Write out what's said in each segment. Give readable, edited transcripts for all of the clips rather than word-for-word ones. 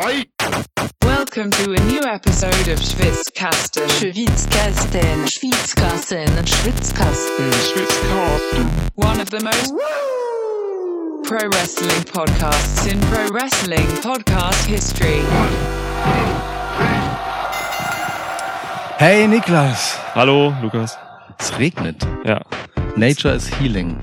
Welcome to a new episode of Schwitzkasten. Schwitzkasten. Schwitzkasten. Schwitzkasten. One of the most pro wrestling podcasts in pro wrestling podcast history. Hey Niklas. Hallo Lukas. Es regnet. Ja. Nature is healing.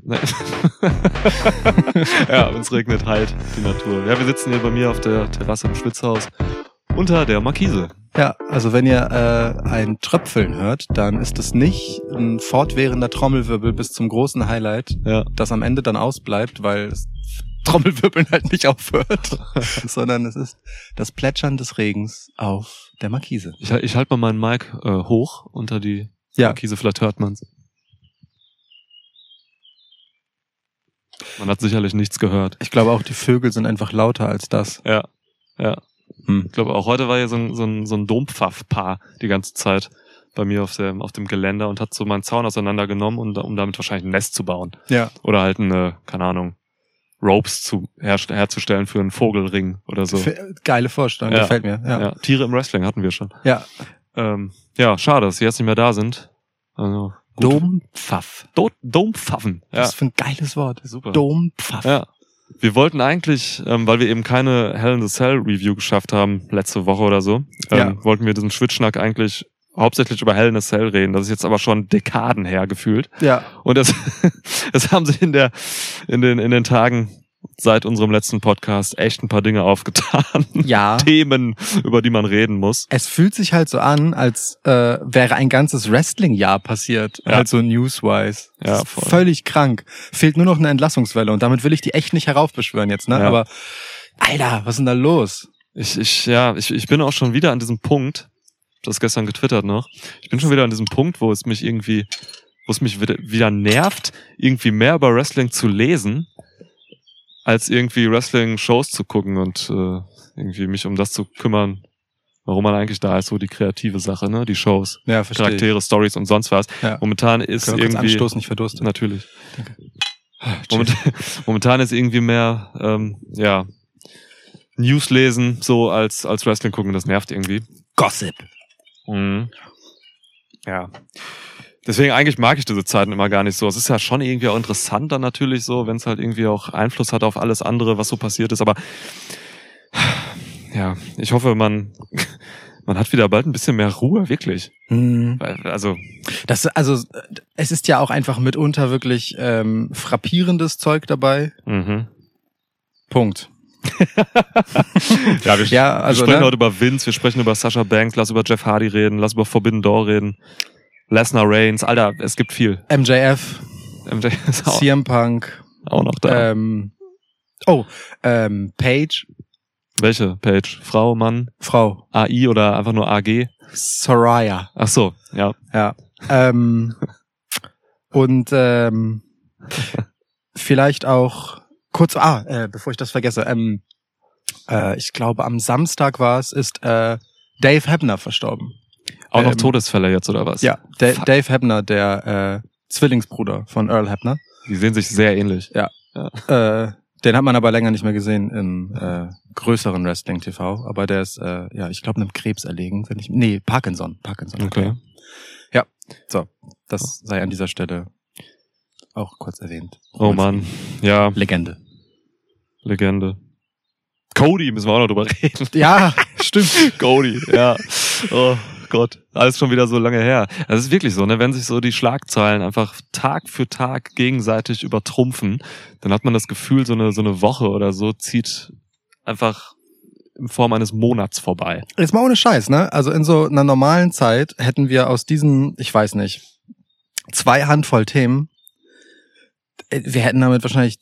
Ja, wenn es regnet, heilt die Natur. Ja, wir sitzen hier bei mir auf der Terrasse im Schwitzhaus unter der Markise. Ja, also wenn ihr ein Tröpfeln hört, dann ist es nicht ein fortwährender Trommelwirbel bis zum großen Highlight, das am Ende dann ausbleibt, weil das Trommelwirbeln halt nicht aufhört, sondern es ist das Plätschern des Regens auf der Markise. Ich halte mal meinen Mic hoch unter die Markise, vielleicht hört man's. Man hat sicherlich nichts gehört. Ich glaube auch, die Vögel sind einfach lauter als das. Ja. Ich glaube auch, heute war hier so ein Dompfaff-Paar die ganze Zeit bei mir auf dem Geländer und hat so meinen Zaun auseinandergenommen, um damit wahrscheinlich ein Nest zu bauen. Ja. Oder halt eine, keine Ahnung, Ropes herzustellen für einen Vogelring oder so. Geile Vorstellung, gefällt mir. Ja. Tiere im Wrestling hatten wir schon. Ja. Schade, dass sie jetzt nicht mehr da sind. Also Dompfaff. Dompfaffen. Ja. Das ist für ein geiles Wort. Super. Dompfaff. Ja. Wir wollten eigentlich, weil wir eben keine Hell in the Cell Review geschafft haben, letzte Woche oder so, wollten wir diesen Schwitzschnack eigentlich hauptsächlich über Hell in a Cell reden. Das ist jetzt aber schon Dekaden her gefühlt. Ja. Und das haben sie in den Tagen seit unserem letzten Podcast echt ein paar Dinge aufgetan. Ja. Themen, über die man reden muss. Es fühlt sich halt so an, als wäre ein ganzes Wrestling-Jahr passiert. Ja. Halt so newswise. Ja, voll. Völlig krank. Fehlt nur noch eine Entlassungswelle und damit will ich die echt nicht heraufbeschwören jetzt, ne? Ja. Aber, Alter, was ist denn da los? Ich bin auch schon wieder an diesem Punkt, das gestern getwittert noch, ich bin schon wieder an diesem Punkt, wo es mich wieder nervt, irgendwie mehr über Wrestling zu lesen, als irgendwie Wrestling-Shows zu gucken und irgendwie mich um das zu kümmern, warum man eigentlich da ist, so die kreative Sache, ne? Die Shows, ja, Charaktere, Stories und sonst was. Ja. Momentan ist irgendwie... Anstoßen, nicht verdurstet. Natürlich. Momentan ist irgendwie mehr, News lesen, so als Wrestling gucken, das nervt irgendwie. Gossip. Mhm. Ja. Deswegen eigentlich mag ich diese Zeiten immer gar nicht so. Es ist ja schon irgendwie auch interessant dann natürlich so, wenn es halt irgendwie auch Einfluss hat auf alles andere, was so passiert ist. Aber ja, ich hoffe, man hat wieder bald ein bisschen mehr Ruhe, wirklich. Mhm. Es ist ja auch einfach mitunter wirklich frappierendes Zeug dabei. Mhm. Punkt. Wir sprechen heute über Vince, wir sprechen über Sasha Banks, lass über Jeff Hardy reden, lass über Forbidden Door reden. Lesnar, Reigns, Alter, es gibt viel. MJF ist auch, CM Punk. Auch noch da. Paige. Welche Paige? Frau, Mann? Frau. AI oder einfach nur AG? Soraya. Ach so, ja. Ja. Vielleicht auch kurz, bevor ich das vergesse, ich glaube am Samstag ist Dave Hebner verstorben. Auch noch Todesfälle jetzt, oder was? Ja, Dave Hebner, der Zwillingsbruder von Earl Hebner. Die sehen sich sehr ähnlich. Ja. Den hat man aber länger nicht mehr gesehen im größeren Wrestling-TV. Aber der ist, ich glaube, einem Krebs erlegen. Parkinson. Okay. Ja, so. Das sei an dieser Stelle auch kurz erwähnt. Oh Mann, ja. Legende. Cody müssen wir auch noch drüber reden. Ja, stimmt. Cody, ja. Oh Gott, alles schon wieder so lange her. Das ist wirklich so, ne? Wenn sich so die Schlagzeilen einfach Tag für Tag gegenseitig übertrumpfen, dann hat man das Gefühl, so eine Woche oder so zieht einfach in Form eines Monats vorbei. Jetzt mal ohne Scheiß, ne? Also in so einer normalen Zeit hätten wir aus diesen, ich weiß nicht, 2 Handvoll Themen, wir hätten damit wahrscheinlich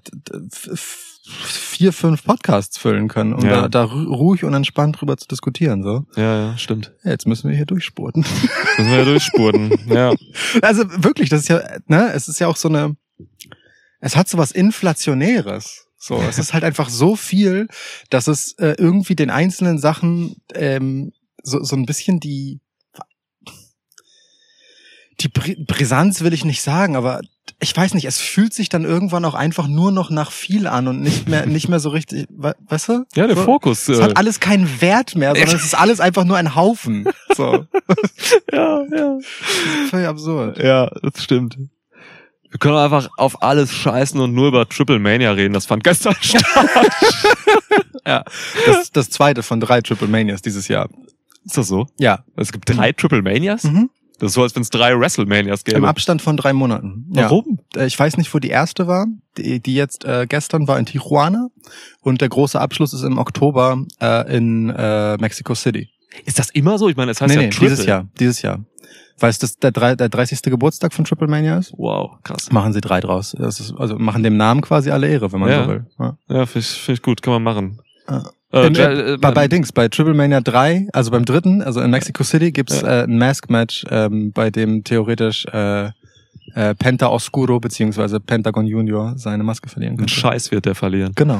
4, 5 Podcasts füllen können, um da ruhig und entspannt drüber zu diskutieren, so. Ja, stimmt. Ja, jetzt müssen wir hier durchspurten. Ja. Also wirklich, das ist ja, ne, es ist ja auch so es hat so was Inflationäres. So, es ist halt einfach so viel, dass es irgendwie den einzelnen Sachen so ein bisschen die Die Brisanz will ich nicht sagen, aber ich weiß nicht, es fühlt sich dann irgendwann auch einfach nur noch nach viel an und nicht mehr so richtig, weißt du? Ja, der so, Fokus. Es hat alles keinen Wert mehr, sondern es ist alles einfach nur ein Haufen. So. Ja. Völlig absurd. Ja, das stimmt. Wir können einfach auf alles scheißen und nur über Triple Mania reden. Das fand gestern statt. Ja. Das zweite von 3 Triple Manias dieses Jahr. Ist das so? Ja. Es gibt 3 Triple Manias? Mhm. Das ist so, als wenn es 3 WrestleManias gäbe. Im Abstand von 3 Monaten. Warum? Ja. Ich weiß nicht, wo die erste war. Die jetzt gestern war in Tijuana. Und der große Abschluss ist im Oktober in Mexico City. Ist das immer so? Ich meine, es heißt Nee, Triple. dieses Jahr. Weil es der 30. Geburtstag von Triple Mania ist. Wow, krass. Machen sie 3 draus. Das ist, also machen dem Namen quasi alle Ehre, wenn man so will. Ja, finde ich gut, kann man machen. Bei Triple Mania 3, also beim dritten, also in Mexico City, gibt's ein Mask-Match, bei dem theoretisch Penta Oscuro beziehungsweise Pentagon Junior seine Maske verlieren Ein könnte. Scheiß wird der verlieren. Genau.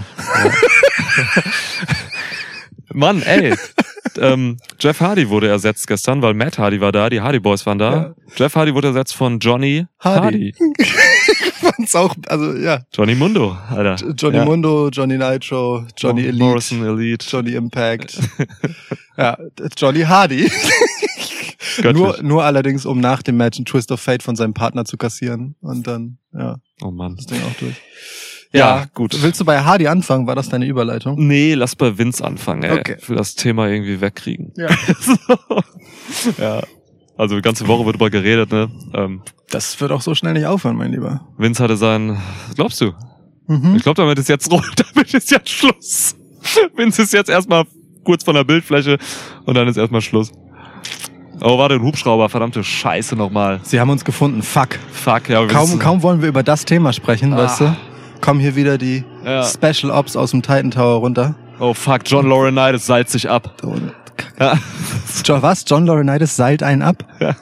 Mann, ey. Jeff Hardy wurde ersetzt gestern, weil Matt Hardy war da, die Hardy Boys waren da. Ja. Jeff Hardy wurde ersetzt von Johnny Hardy. Fand's auch, also ja. Johnny Mundo, Alter. Johnny Mundo, Johnny Nitro, Johnny Elite, Morrison Elite. Johnny Impact. Ja, Johnny Hardy. nur allerdings, um nach dem Match einen Twist of Fate von seinem Partner zu kassieren und dann, ja. Oh Mann. Das Ding auch durch. Ja, gut. Willst du bei Hardy anfangen? War das deine Überleitung? Nee, lass bei Vince anfangen, ey. Okay. Ich will das Thema irgendwie wegkriegen. Ja. Ja. Also die ganze Woche wird drüber geredet, ne? Das wird auch so schnell nicht aufhören, mein Lieber. Vince hatte seinen, glaubst du? Mhm. Ich glaube, damit ist jetzt Schluss. Vince ist jetzt erstmal kurz von der Bildfläche und dann ist erstmal Schluss. Oh, warte, ein Hubschrauber, verdammte Scheiße nochmal. Sie haben uns gefunden. Fuck, ja. Kaum wollen wir über das Thema sprechen, weißt du? Kommen hier wieder die Special Ops aus dem Titan Tower runter. Oh fuck, John Laurinaitis seilt sich ab. Ja. Was? John Laurinaitis seilt einen ab?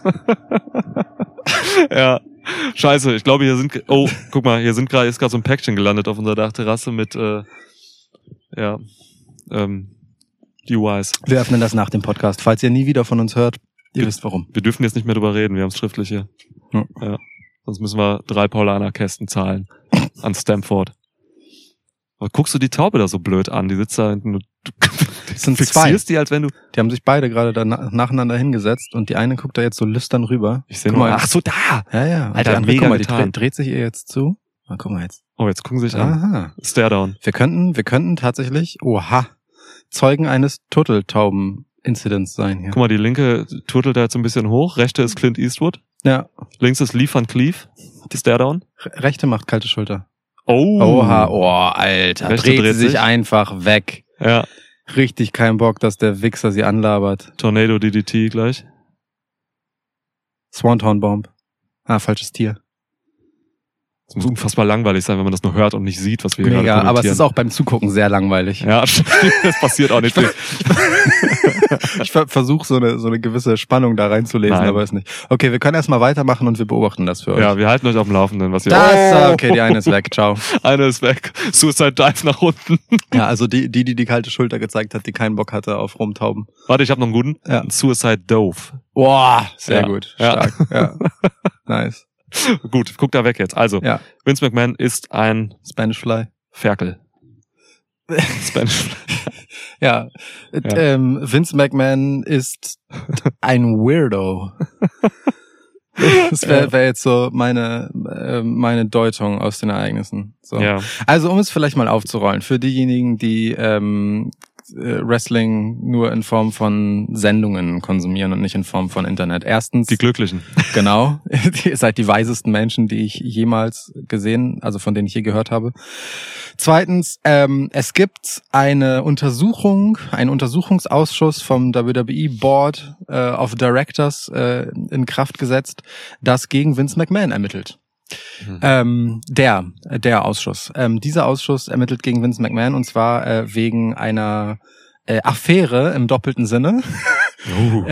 Ja. Scheiße, ich glaube, hier sind... Oh, guck mal, ist gerade so ein Päckchen gelandet auf unserer Dachterrasse mit... DUIs. Wir öffnen das nach dem Podcast. Falls ihr nie wieder von uns hört, ihr wisst warum. Wir dürfen jetzt nicht mehr drüber reden, wir haben es schriftlich hier. Ja. Sonst müssen wir 3 Paulaner-Kästen zahlen. An Stamford. Aber guckst du die Taube da so blöd an? Die sitzt da hinten und du sind fixierst die, als wenn du... Die haben sich beide gerade da nacheinander hingesetzt und die eine guckt da jetzt so lüstern rüber. Ich sehe nur... Ach so, da! Ja. Und Alter, die andere, mega guck mal, die dreht sich ihr jetzt zu. Na, guck mal jetzt. Oh, jetzt gucken sie sich an. Stare-down. Wir könnten tatsächlich, Zeugen eines Turteltauben-Incidents sein hier. Guck mal, die linke turtelt da jetzt ein bisschen hoch, rechte ist Clint Eastwood. Ja. Links ist Lee Van Cleef. Stare-down. Rechte macht kalte Schulter. Oh. Oha, Alter. Rechte dreht sich einfach weg. Ja. Richtig kein Bock, dass der Wichser sie anlabert. Tornado DDT gleich. Swanton Bomb. Falsches Tier. Es muss unfassbar langweilig sein, wenn man das nur hört und nicht sieht, was wir hier gerade kommentieren. Aber es ist auch beim Zugucken sehr langweilig. Ja, das passiert auch nicht. Ich versuche so eine gewisse Spannung da reinzulesen, aber ist nicht. Okay, wir können erstmal weitermachen und wir beobachten das für euch. Ja, wir halten euch auf dem Laufenden, was ihr... Okay, die eine ist weg, ciao. Eine ist weg. Suicide Dive nach unten. Ja, also die kalte Schulter gezeigt hat, die keinen Bock hatte auf Rumtauben. Warte, ich habe noch einen guten. Ja. Suicide Dove. Boah, sehr gut. Ja. Stark. Ja. Nice. Gut, guck da weg jetzt. Also, Vince McMahon ist ein Spanish Fly. Ferkel. Spanish Fly. Ja. Vince McMahon ist ein Weirdo. Das wäre jetzt so meine Deutung aus den Ereignissen. So. Ja. Also um es vielleicht mal aufzurollen, für diejenigen, die Wrestling nur in Form von Sendungen konsumieren und nicht in Form von Internet. Erstens. Die Glücklichen. Genau. Ihr seid die weisesten Menschen, die ich jemals gesehen, also von denen ich je gehört habe. Zweitens, es gibt einen Untersuchungsausschuss vom WWE Board of Directors in Kraft gesetzt, das gegen Vince McMahon ermittelt. Der Ausschuss. Dieser Ausschuss ermittelt gegen Vince McMahon und zwar wegen einer Affäre im doppelten Sinne.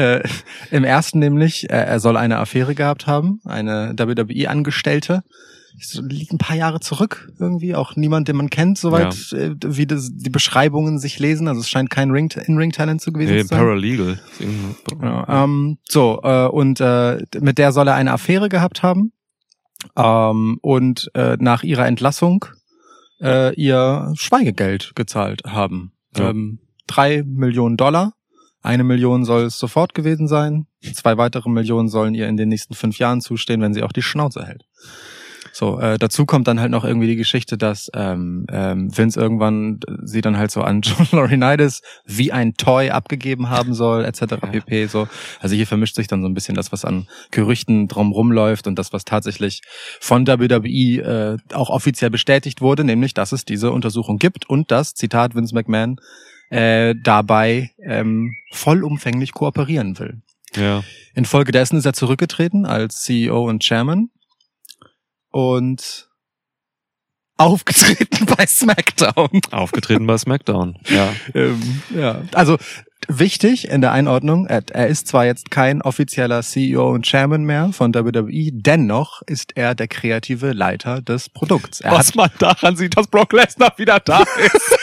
Im ersten nämlich, er soll eine Affäre gehabt haben, eine WWE-Angestellte, liegt ein paar Jahre zurück irgendwie, auch niemand, den man kennt, soweit wie die Beschreibungen sich lesen. Also es scheint kein In-Ring-Talent zu gewesen zu sein. Paralegal. Ja, und mit der soll er eine Affäre gehabt haben und nach ihrer Entlassung ihr Schweigegeld gezahlt haben. Ja. $3 Millionen. 1 Million soll es sofort gewesen sein. 2 weitere Millionen sollen ihr in den nächsten 5 Jahren zustehen, wenn sie auch die Schnauze hält. So, dazu kommt dann halt noch irgendwie die Geschichte, dass Vince irgendwann sie dann halt so an John Laurinaitis wie ein Toy abgegeben haben soll, etc. pp. So, also hier vermischt sich dann so ein bisschen das, was an Gerüchten drumrum läuft und das, was tatsächlich von WWE auch offiziell bestätigt wurde, nämlich, dass es diese Untersuchung gibt und dass, Zitat Vince McMahon, dabei vollumfänglich kooperieren will. Ja. Infolgedessen ist er zurückgetreten als CEO und Chairman und aufgetreten bei SmackDown. Aufgetreten bei SmackDown, ja. Ja. Also wichtig in der Einordnung, er ist zwar jetzt kein offizieller CEO und Chairman mehr von WWE, dennoch ist er der kreative Leiter des Produkts. Was man daran sieht, dass Brock Lesnar wieder da ist.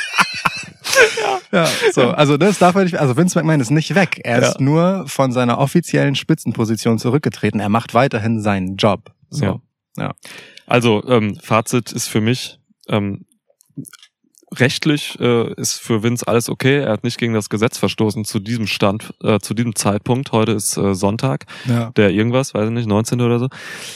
Ja, so, also das darf er nicht, also Vince McMahon ist nicht weg. Er ist nur von seiner offiziellen Spitzenposition zurückgetreten. Er macht weiterhin seinen Job. So, ja. Also, Fazit ist für mich, rechtlich ist für Vince alles okay. Er hat nicht gegen das Gesetz verstoßen zu diesem zu diesem Zeitpunkt. Heute ist Sonntag, der irgendwas, weiß ich nicht, 19. oder so.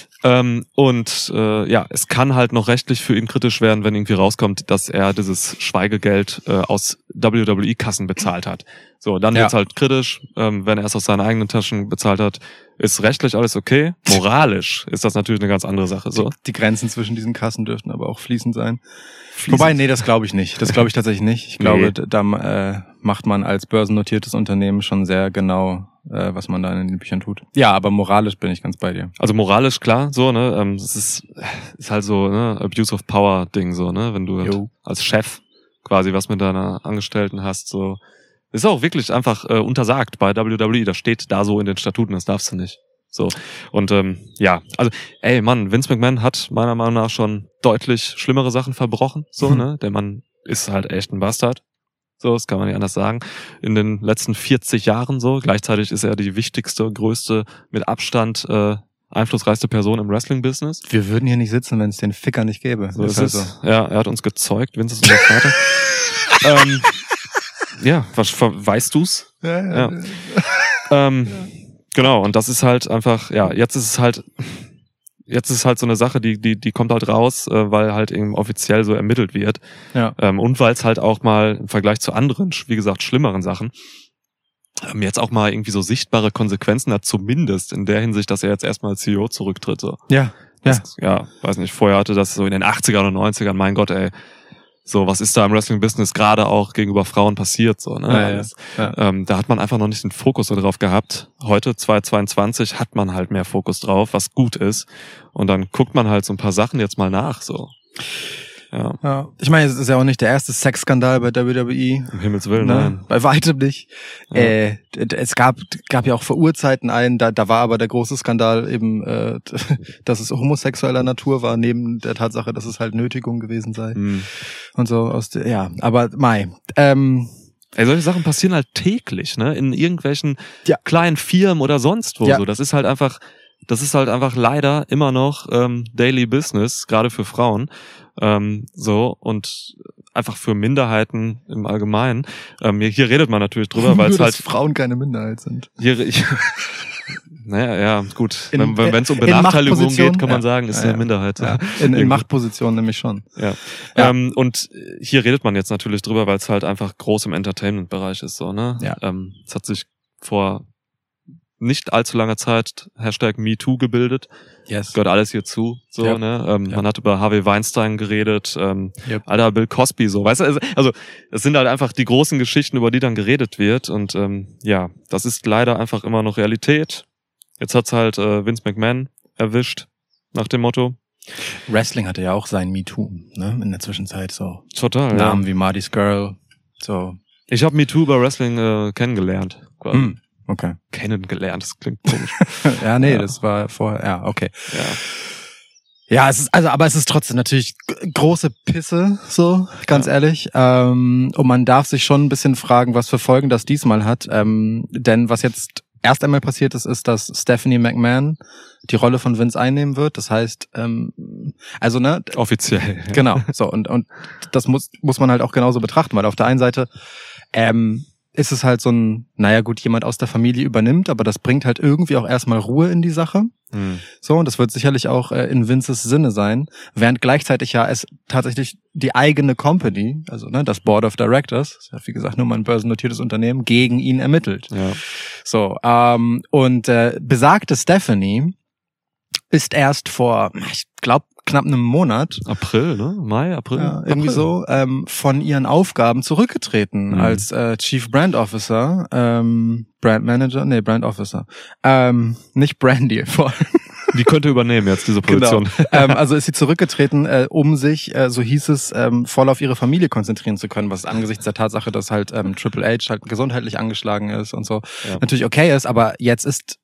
Es kann halt noch rechtlich für ihn kritisch werden, wenn irgendwie rauskommt, dass er dieses Schweigegeld aus WWE-Kassen bezahlt hat. So, dann wird's halt kritisch. Wenn er es aus seinen eigenen Taschen bezahlt hat, ist rechtlich alles okay. Moralisch ist das natürlich eine ganz andere Sache. So, die Grenzen zwischen diesen Kassen dürften aber auch fließend sein. Wobei, nee, das glaube ich nicht. Das glaube ich tatsächlich nicht. Ich glaube, da macht man als börsennotiertes Unternehmen schon sehr genau, was man da in den Büchern tut. Ja, aber moralisch bin ich ganz bei dir. Also moralisch, klar, so, ne, es ist halt so, ne, Abuse of Power Ding, so, ne, wenn du halt als Chef quasi was mit deiner Angestellten hast, so. Ist auch wirklich einfach untersagt bei WWE. Das steht da so in den Statuten, das darfst du nicht. So. Und also, ey Mann, Vince McMahon hat meiner Meinung nach schon deutlich schlimmere Sachen verbrochen. So, ne? Der Mann ist halt echt ein Bastard. So, das kann man nicht anders sagen. In den letzten 40 Jahren so. Gleichzeitig ist er die wichtigste, größte, mit Abstand einflussreichste Person im Wrestling-Business. Wir würden hier nicht sitzen, wenn es den Ficker nicht gäbe. So ist es. Ja, er hat uns gezeugt. Vince ist unser Vater. Ja, weißt du's? Ja. Genau, und das ist halt einfach, jetzt ist es halt so eine Sache, die kommt halt raus, weil halt eben offiziell so ermittelt wird. Ja. Und weil es halt auch mal im Vergleich zu anderen, wie gesagt, schlimmeren Sachen, jetzt auch mal irgendwie so sichtbare Konsequenzen hat, zumindest in der Hinsicht, dass er jetzt erstmal als CEO zurücktritt. So. Ja. Weiß nicht, vorher hatte das so in den 80ern und 90ern, mein Gott, ey, so, was ist da im Wrestling-Business gerade auch gegenüber Frauen passiert, so, ne? Da hat man einfach noch nicht den Fokus so drauf gehabt. Heute, 2022, hat man halt mehr Fokus drauf, was gut ist. Und dann guckt man halt so ein paar Sachen jetzt mal nach, so. Ja. Ich meine, es ist ja auch nicht der erste Sexskandal bei WWE. Um Himmels Willen, ne? Nein. Bei weitem nicht. Ja. Es gab ja auch vor Urzeiten einen, da war aber der große Skandal eben, dass es homosexueller Natur war, neben der Tatsache, dass es halt Nötigung gewesen sei. Und so aber solche Sachen passieren halt täglich, ne? In irgendwelchen kleinen Firmen oder sonst wo. So. Das ist halt einfach leider immer noch Daily Business, gerade für Frauen. Und einfach für Minderheiten im Allgemeinen. Hier redet man natürlich drüber, weil es halt Frauen keine Minderheit sind. Gut. Wenn es um Benachteiligung geht, kann man sagen, ist eine Minderheit. Ja. In Machtpositionen nämlich schon. Ja. Und hier redet man jetzt natürlich drüber, weil es halt einfach groß im Entertainment-Bereich ist, so, ne? Ja. Es hat sich vor nicht allzu langer Zeit #MeToo gebildet. Yes. Gehört alles hier zu, so, ne? Man hat über Harvey Weinstein geredet, Alter, Bill Cosby, so, weißt du, also, es sind halt einfach die großen Geschichten, über die dann geredet wird und, das ist leider einfach immer noch Realität. Jetzt hat's halt, Vince McMahon erwischt, nach dem Motto. Wrestling hatte ja auch sein MeToo, ne? In der Zwischenzeit, so. Total, Namen wie Marty's Girl, so. Ich habe MeToo über Wrestling, kennengelernt, quasi. Okay. Kennengelernt, das klingt komisch. Das war vorher, okay. Ja, aber es ist trotzdem natürlich große Pisse, so, ganz ehrlich. Und man darf sich schon ein bisschen fragen, was für Folgen das diesmal hat. Denn was jetzt erst einmal passiert ist, dass Stephanie McMahon die Rolle von Vince einnehmen wird. Das heißt, offiziell. Ja. Genau, so, und das muss man halt auch genauso betrachten, weil auf der einen Seite, ist es halt so ein, naja gut, jemand aus der Familie übernimmt, aber das bringt halt irgendwie auch erstmal Ruhe in die Sache. So, und das wird sicherlich auch in Vinces Sinne sein, während gleichzeitig ja es tatsächlich die eigene Company, also das Board of Directors, ist ja wie gesagt nur mal ein börsennotiertes Unternehmen, gegen ihn ermittelt. Ja. So, und besagte Stephanie ist erst vor, ich glaube, knapp einem Monat. April, ne? Mai, April? Ja, irgendwie so, von ihren Aufgaben zurückgetreten als Chief Brand Officer, Brand Manager, Brand Officer. Nicht Brandy, vor allem. Die könnte übernehmen jetzt, diese Position. Genau. Also ist sie zurückgetreten, um sich, so hieß es, voll auf ihre Familie konzentrieren zu können, was angesichts der Tatsache, dass halt Triple H halt gesundheitlich angeschlagen ist und so, natürlich okay ist, aber jetzt ist,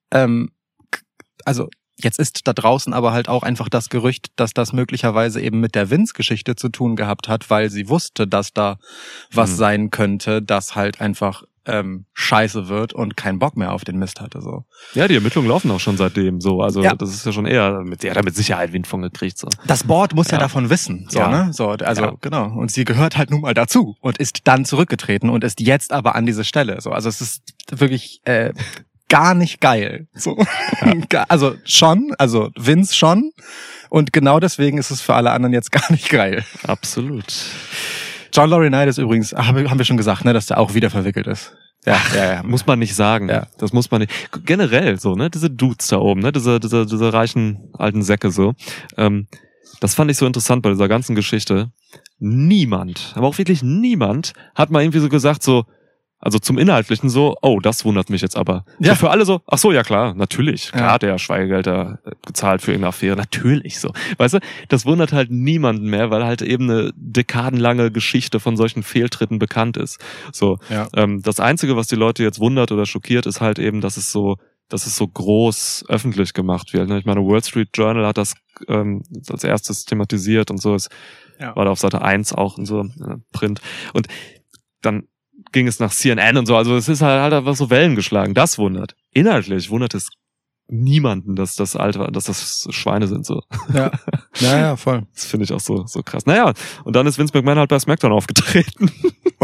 jetzt ist da draußen aber halt auch einfach das Gerücht, dass das möglicherweise eben mit der Vince-Geschichte zu tun gehabt hat, weil sie wusste, dass da was sein könnte, das halt einfach scheiße wird und keinen Bock mehr auf den Mist hatte. So. Ja, die Ermittlungen laufen auch schon seitdem so. Also das ist ja schon eher, sie hat da mit Sicherheit Wind von gekriegt. So. Das Board muss ja davon wissen. So, ne? So, also genau. Und sie gehört halt nun mal dazu und ist dann zurückgetreten und ist jetzt aber an diese Stelle. So, also es ist wirklich gar nicht geil. So. Also Vince schon. Und genau deswegen ist es für alle anderen jetzt gar nicht geil. Absolut. John Laurinaitis übrigens, haben wir schon gesagt, ne, dass der auch wieder verwickelt ist. Ja. Muss man nicht sagen. Ja. Das muss man nicht. Generell so, ne, diese Dudes da oben, ne, diese reichen alten Säcke so. Das fand ich so interessant bei dieser ganzen Geschichte. Niemand, aber auch wirklich niemand hat mal irgendwie so gesagt so, also zum Inhaltlichen so, oh, das wundert mich jetzt aber. Ja. So für alle so, ach so, ja klar, natürlich. Klar, der Schweigegelder gezahlt für irgendeine Affäre, natürlich so. Weißt du, das wundert halt niemanden mehr, weil halt eben eine dekadenlange Geschichte von solchen Fehltritten bekannt ist. So, das Einzige, was die Leute jetzt wundert oder schockiert, ist halt eben, dass es so groß öffentlich gemacht wird. Ich meine, Wall Street Journal hat das als erstes thematisiert und so. Es war da auf Seite 1 auch und so, Print. Und dann ging es nach CNN und so, also es ist halt einfach so Wellen geschlagen. Das wundert. Inhaltlich wundert es niemanden, dass das Schweine sind, so. Ja, voll. Das finde ich auch so krass. Naja, und dann ist Vince McMahon halt bei SmackDown aufgetreten.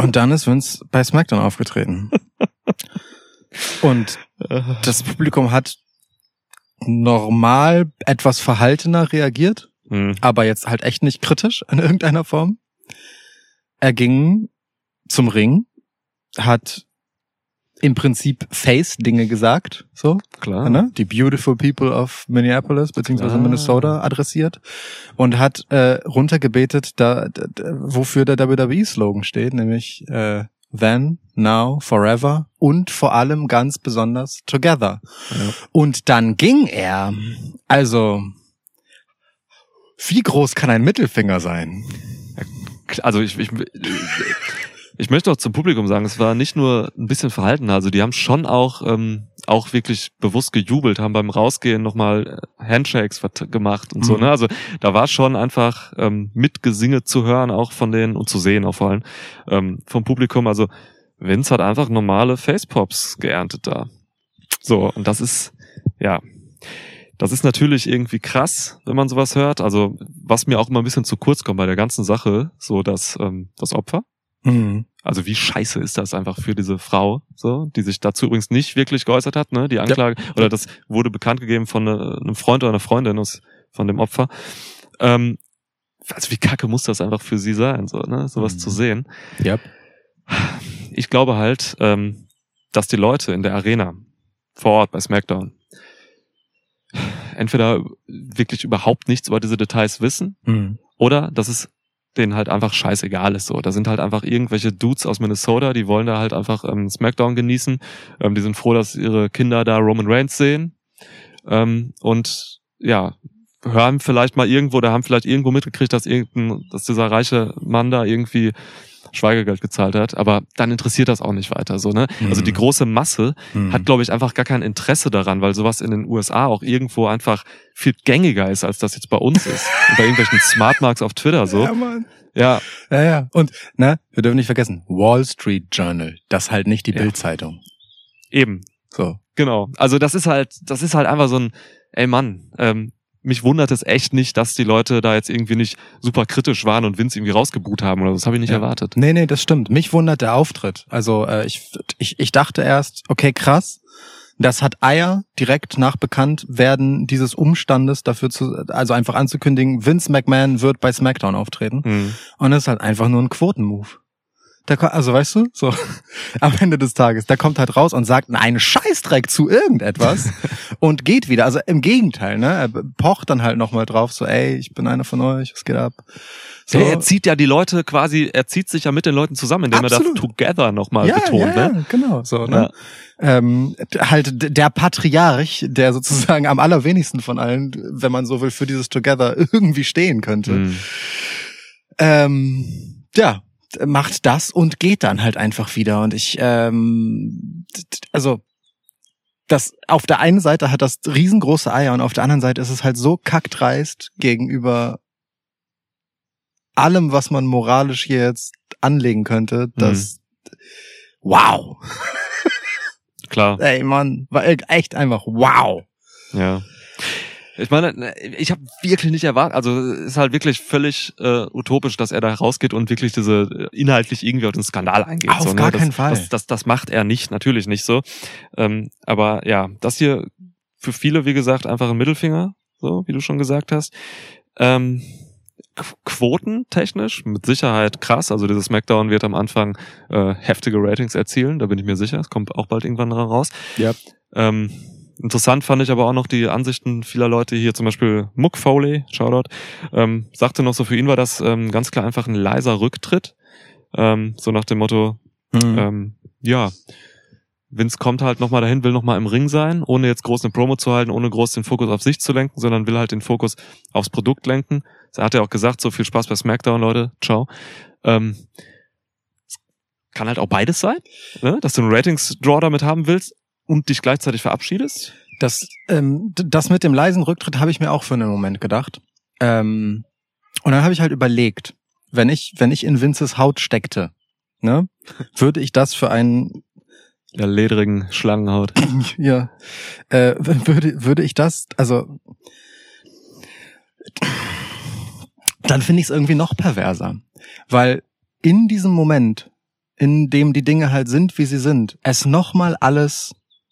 Und das Publikum hat normal etwas verhaltener reagiert, aber jetzt halt echt nicht kritisch in irgendeiner Form. Er ging zum Ring, hat im Prinzip Face-Dinge gesagt, so. Klar. Ne? Die Beautiful People of Minneapolis beziehungsweise Minnesota adressiert und hat runtergebetet, wofür der WWE-Slogan steht, nämlich Then, Now, Forever und vor allem ganz besonders Together. Ja. Und dann ging er, also wie groß kann ein Mittelfinger sein? Also ich möchte auch zum Publikum sagen, es war nicht nur ein bisschen verhalten, also die haben schon auch wirklich bewusst gejubelt, haben beim Rausgehen nochmal Handshakes gemacht und so, ne? Also da war schon einfach Mitgesinge zu hören, auch von denen und zu sehen auch vor allem vom Publikum. Also Vince hat einfach normale Facepops geerntet da. So, und das ist natürlich irgendwie krass, wenn man sowas hört. Also was mir auch immer ein bisschen zu kurz kommt bei der ganzen Sache, so das Opfer. Also wie scheiße ist das einfach für diese Frau, so, die sich dazu übrigens nicht wirklich geäußert hat, ne? Die Anklage, oder das wurde bekannt gegeben von einem Freund oder einer Freundin von dem Opfer. Also wie kacke muss das einfach für sie sein, so, ne? Sowas zu sehen. Yep. Ich glaube halt, dass die Leute in der Arena vor Ort bei SmackDown entweder wirklich überhaupt nichts über diese Details wissen oder dass es denen halt einfach scheißegal ist, so. Da sind halt einfach irgendwelche Dudes aus Minnesota, die wollen da halt einfach SmackDown genießen. Die sind froh, dass ihre Kinder da Roman Reigns sehen. Und ja, haben vielleicht irgendwo mitgekriegt, dass dieser reiche Mann da irgendwie Schweigegeld gezahlt hat, aber dann interessiert das auch nicht weiter, so, ne? Also die große Masse hat, glaube ich, einfach gar kein Interesse daran, weil sowas in den USA auch irgendwo einfach viel gängiger ist, als das jetzt bei uns ist. Und bei irgendwelchen Smartmarks auf Twitter so. Ja, Mann. Ja. Ja. Und, ne, wir dürfen nicht vergessen, Wall Street Journal, das halt nicht die Bild-Zeitung. Eben. So. Genau. Also das ist halt einfach so ein, ey Mann, mich wundert es echt nicht, dass die Leute da jetzt irgendwie nicht super kritisch waren und Vince irgendwie rausgebuht haben oder so. Das habe ich nicht erwartet. Nee, das stimmt. Mich wundert der Auftritt. Also ich dachte erst, okay, krass, das hat Eier direkt nach Bekanntwerden dieses Umstandes dafür also einfach anzukündigen, Vince McMahon wird bei SmackDown auftreten. Und das ist halt einfach nur ein Quotenmove. Also weißt du, so am Ende des Tages, der kommt halt raus und sagt einen Scheißdreck zu irgendetwas und geht wieder. Also im Gegenteil, ne? Er pocht dann halt nochmal drauf, so ey, ich bin einer von euch, was geht ab? So. Er zieht ja die Leute quasi, er zieht sich ja mit den Leuten zusammen, indem er das Together nochmal betont, ne? Ja, genau, so, ne? Ja. Halt der Patriarch, der sozusagen am allerwenigsten von allen, wenn man so will, für dieses Together irgendwie stehen könnte. Ja. Macht das und geht dann halt einfach wieder. Und also das auf der einen Seite hat das riesengroße Eier und auf der anderen Seite ist es halt so kackdreist gegenüber allem, was man moralisch hier jetzt anlegen könnte, dass wow. Klar. Ey, Mann, war echt einfach wow. Ja. Ich meine, ich habe wirklich nicht erwartet, also ist halt wirklich völlig utopisch, dass er da rausgeht und wirklich diese inhaltlich irgendwie auf den Skandal eingeht. Auf gar keinen Fall. Das macht er nicht, natürlich nicht so. Aber ja, das hier für viele, wie gesagt, einfach ein Mittelfinger, so wie du schon gesagt hast. Quotentechnisch mit Sicherheit krass, also dieses SmackDown wird am Anfang heftige Ratings erzielen, da bin ich mir sicher, es kommt auch bald irgendwann raus. Ja. Interessant fand ich aber auch noch die Ansichten vieler Leute hier, zum Beispiel Muck Foley, Shoutout, sagte noch so, für ihn war das ganz klar einfach ein leiser Rücktritt, so nach dem Motto, ja, Vince kommt halt nochmal dahin, will nochmal im Ring sein, ohne jetzt groß eine Promo zu halten, ohne groß den Fokus auf sich zu lenken, sondern will halt den Fokus aufs Produkt lenken. Da hat er auch gesagt, so viel Spaß bei SmackDown, Leute, ciao. Kann halt auch beides sein, ne? Dass du einen Ratings-Draw damit haben willst und dich gleichzeitig verabschiedest? Das mit dem leisen Rücktritt habe ich mir auch für einen Moment gedacht. Und dann habe ich halt überlegt, wenn ich in Vinces Haut steckte, ne, würde ich das für einen der ledrigen Schlangenhaut. Ja, würde ich das, also dann finde ich es irgendwie noch perverser, weil in diesem Moment, in dem die Dinge halt sind, wie sie sind, es nochmal alles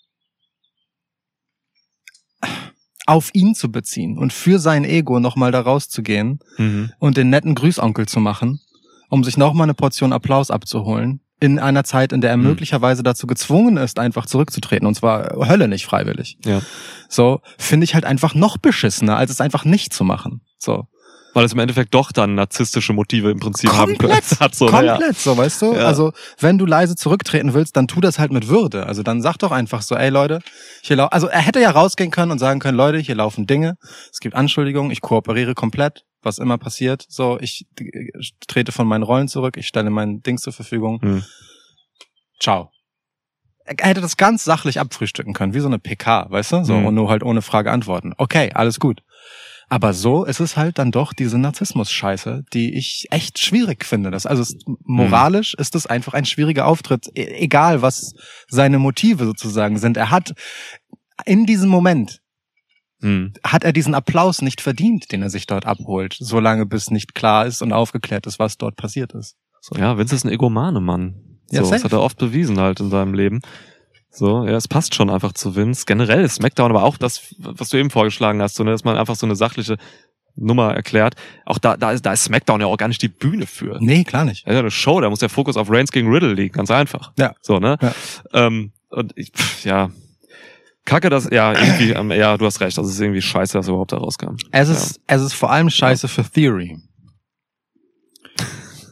auf ihn zu beziehen und für sein Ego nochmal da rauszugehen und den netten Grüßonkel zu machen, um sich nochmal eine Portion Applaus abzuholen, in einer Zeit, in der er möglicherweise dazu gezwungen ist, einfach zurückzutreten, und zwar Hölle nicht freiwillig. Ja. So, finde ich halt einfach noch beschissener, als es einfach nicht zu machen. So. Weil es im Endeffekt doch dann narzisstische Motive im Prinzip haben können. Komplett, so, weißt du? Ja. Also, wenn du leise zurücktreten willst, dann tu das halt mit Würde. Also dann sag doch einfach so, ey Leute, also er hätte ja rausgehen können und sagen können, Leute, hier laufen Dinge, es gibt Anschuldigungen, ich kooperiere komplett, was immer passiert, so, ich trete von meinen Rollen zurück, ich stelle mein Ding zur Verfügung. Ciao. Er hätte das ganz sachlich abfrühstücken können, wie so eine PK, weißt du? So, und nur halt ohne Frage antworten. Okay, alles gut. Aber so ist es halt dann doch diese Narzissmus-Scheiße, die ich echt schwierig finde. Moralisch ist es einfach ein schwieriger Auftritt, egal was seine Motive sozusagen sind. Er hat in diesem Moment, hat er diesen Applaus nicht verdient, den er sich dort abholt, solange bis nicht klar ist und aufgeklärt ist, was dort passiert ist. So. Ja, Vince ist ein Egomane, Mann. So, ja, das hat er oft bewiesen halt in seinem Leben. So, ja, es passt schon einfach zu Vince. Generell ist SmackDown, aber auch das, was du eben vorgeschlagen hast, so, ne, dass man einfach so eine sachliche Nummer erklärt. Auch da ist SmackDown ja auch gar nicht die Bühne für. Nee, klar nicht. Das ist ja eine Show, da muss der Fokus auf Reigns gegen Riddle liegen, ganz einfach. Ja. So, ne? Ja. Und ich, kacke das, ja, irgendwie, ja, du hast recht, das ist irgendwie scheiße, dass er überhaupt da rauskam. Es ist vor allem scheiße für Theory.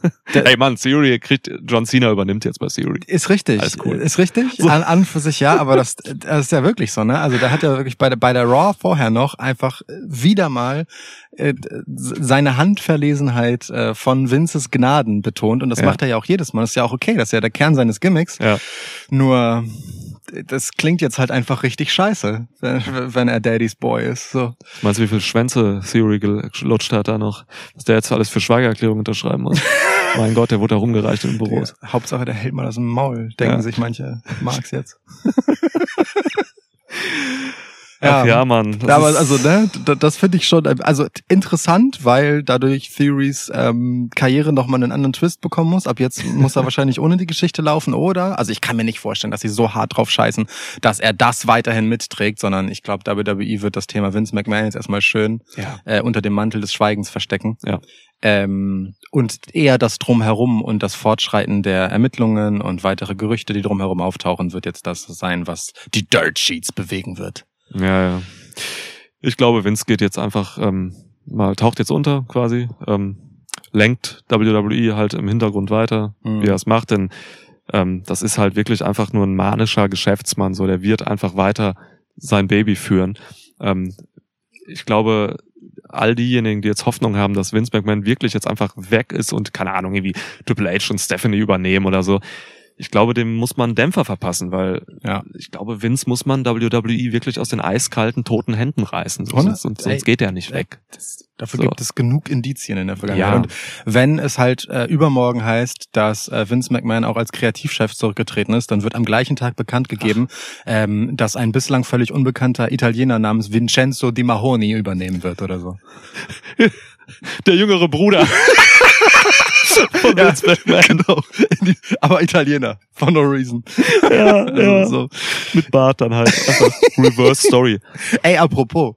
Ey Mann, Theory kriegt, John Cena übernimmt jetzt bei Theory. Ist richtig. Alles cool. Ist richtig. So. An und für sich ja, aber das ist ja wirklich so, ne? Also der hat ja wirklich bei der Raw vorher noch einfach wieder mal seine Handverlesenheit von Vinces Gnaden betont und das macht er ja auch jedes Mal. Das ist ja auch okay, das ist ja der Kern seines Gimmicks. Ja. Nur das klingt jetzt halt einfach richtig scheiße, wenn er Daddy's Boy ist. So. Meinst du, wie viel Schwänze Theory gelutscht hat da noch? Was der jetzt alles für Schweigererklärung unterschreiben muss? Mein Gott, der wurde da rumgereicht in den Büros. Ja, Hauptsache, der hält mal das im Maul, denken sich manche Marks jetzt. Ach ja, Mann. Aber also, ne, das finde ich schon, also interessant, weil dadurch Theorys Karriere nochmal einen anderen Twist bekommen muss. Ab jetzt muss er wahrscheinlich ohne die Geschichte laufen, oder? Also ich kann mir nicht vorstellen, dass sie so hart drauf scheißen, dass er das weiterhin mitträgt, sondern ich glaube, WWE wird das Thema Vince McMahon jetzt erstmal schön unter dem Mantel des Schweigens verstecken. Ja. Und eher das Drumherum und das Fortschreiten der Ermittlungen und weitere Gerüchte, die drumherum auftauchen, wird jetzt das sein, was die Dirt Sheets bewegen wird. Ja. Ich glaube, Vince geht jetzt einfach, taucht jetzt unter quasi, lenkt WWE halt im Hintergrund weiter, wie er es macht, denn das ist halt wirklich einfach nur ein manischer Geschäftsmann, so der wird einfach weiter sein Baby führen. Ich glaube, all diejenigen, die jetzt Hoffnung haben, dass Vince McMahon wirklich jetzt einfach weg ist und, keine Ahnung, irgendwie Triple H und Stephanie übernehmen oder so, ich glaube, dem muss man Dämpfer verpassen, weil ich glaube, Vince muss man WWE wirklich aus den eiskalten, toten Händen reißen. Sonst geht er nicht weg. Dafür gibt es genug Indizien in der Vergangenheit. Ja. Und wenn es halt übermorgen heißt, dass Vince McMahon auch als Kreativchef zurückgetreten ist, dann wird am gleichen Tag bekannt gegeben, dass ein bislang völlig unbekannter Italiener namens Vincenzo Di Mahoni übernehmen wird oder so. Der jüngere Bruder. Von Vince McMahon. Genau. Aber Italiener. For no reason. Ja. So. Mit Bart dann halt. Einfach Reverse Story. Ey, apropos.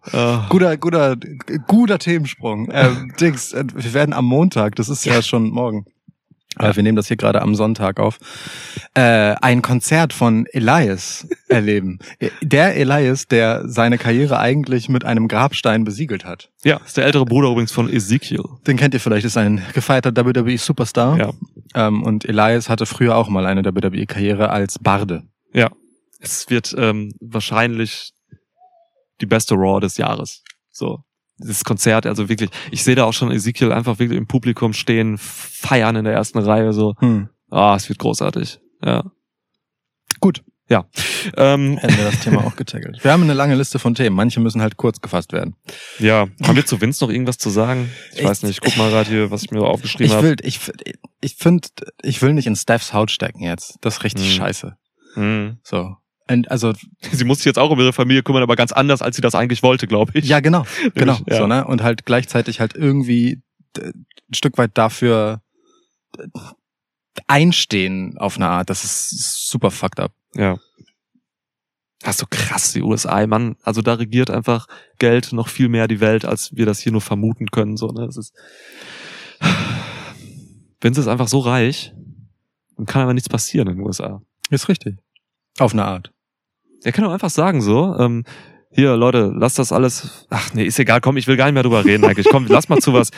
Guter Themensprung. Dings, wir werden am Montag, das ist ja schon morgen. Wir nehmen das hier gerade am Sonntag auf, ein Konzert von Elias erleben. Der Elias, der seine Karriere eigentlich mit einem Grabstein besiegelt hat. Ja, ist der ältere Bruder übrigens von Ezekiel. Den kennt ihr vielleicht, ist ein gefeierter WWE-Superstar. Ja. Und Elias hatte früher auch mal eine WWE-Karriere als Barde. Ja, es wird wahrscheinlich die beste Raw des Jahres. So. Das Konzert, also wirklich, ich sehe da auch schon Ezekiel einfach wirklich im Publikum stehen, feiern in der ersten Reihe, so. Es wird großartig. Ja. Gut. Ja. Hätten wir das Thema auch getackelt. Wir haben eine lange Liste von Themen, manche müssen halt kurz gefasst werden. Ja. Haben wir zu Vince noch irgendwas zu sagen? Ich weiß nicht, guck mal gerade hier, was ich mir aufgeschrieben habe. Ich will nicht in Stephs Haut stecken jetzt. Das ist richtig scheiße. So. Also sie muss sich jetzt auch um ihre Familie kümmern, aber ganz anders, als sie das eigentlich wollte, glaube ich. Ja, genau. Ja. So, ne? Und halt gleichzeitig halt irgendwie ein Stück weit dafür einstehen auf eine Art. Das ist super fucked up. Ja. Das ist so krass, die USA, Mann. Also da regiert einfach Geld noch viel mehr die Welt, als wir das hier nur vermuten können. So, ne? Das ist. Vince ist einfach so reich, dann kann aber nichts passieren in den USA. Ist richtig. Auf eine Art. Er kann doch einfach sagen so, hier Leute, lasst das alles, ach nee, ist egal, komm, ich will gar nicht mehr drüber reden eigentlich. Komm, lass mal zu was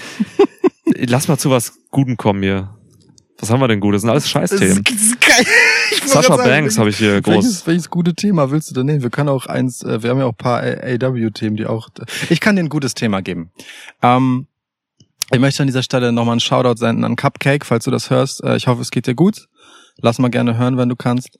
Gutem kommen hier. Was haben wir denn Gutes? Das sind alles Scheißthemen. Sasha Banks habe ich hier groß. Welches gute Thema willst du denn nehmen? Wir können auch wir haben ja auch ein paar AEW-Themen, die auch, ich kann dir ein gutes Thema geben. Ich möchte an dieser Stelle nochmal einen Shoutout senden an Cupcake, falls du das hörst. Ich hoffe, es geht dir gut. Lass mal gerne hören, wenn du kannst.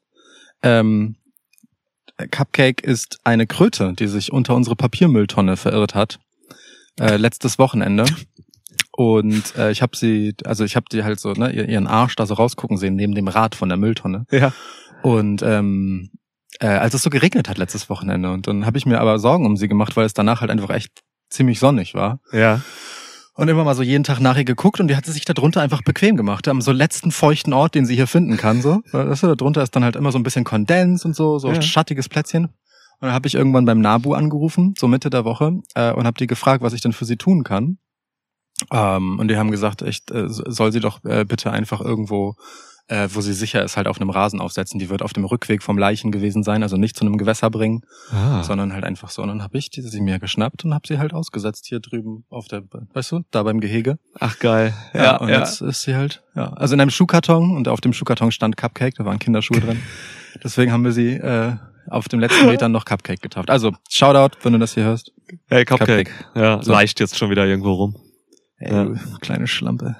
Cupcake ist eine Kröte, die sich unter unsere Papiermülltonne verirrt hat. Letztes Wochenende. Und ich habe die halt so, ne, ihren Arsch da so rausgucken sehen, neben dem Rad von der Mülltonne. Ja. Und als es so geregnet hat letztes Wochenende. Und dann habe ich mir aber Sorgen um sie gemacht, weil es danach halt einfach echt ziemlich sonnig war. Ja. Und immer mal so jeden Tag nach ihr geguckt und die hatte sich da drunter einfach bequem gemacht. Am so letzten feuchten Ort, den sie hier finden kann, so. Weißt du, da drunter ist dann halt immer so ein bisschen Kondens und so schattiges Plätzchen. Und dann habe ich irgendwann beim NABU angerufen, so Mitte der Woche, und habe die gefragt, was ich denn für sie tun kann. Und die haben gesagt, soll sie doch bitte einfach irgendwo wo sie sicher ist, halt auf einem Rasen aufsetzen. Die wird auf dem Rückweg vom Leichen gewesen sein, also nicht zu einem Gewässer bringen, sondern halt einfach so. Und dann habe ich sie mir geschnappt und habe sie halt ausgesetzt hier drüben auf der, weißt du, da beim Gehege. Ach geil. Ja, und jetzt ist sie halt, also in einem Schuhkarton, und auf dem Schuhkarton stand Cupcake, da waren Kinderschuhe drin. Deswegen haben wir sie auf dem letzten Metern noch Cupcake getauft. Also, Shoutout, wenn du das hier hörst. Hey, Cupcake. Ja, so. Leicht jetzt schon wieder irgendwo rum. Ey, du kleine Schlampe.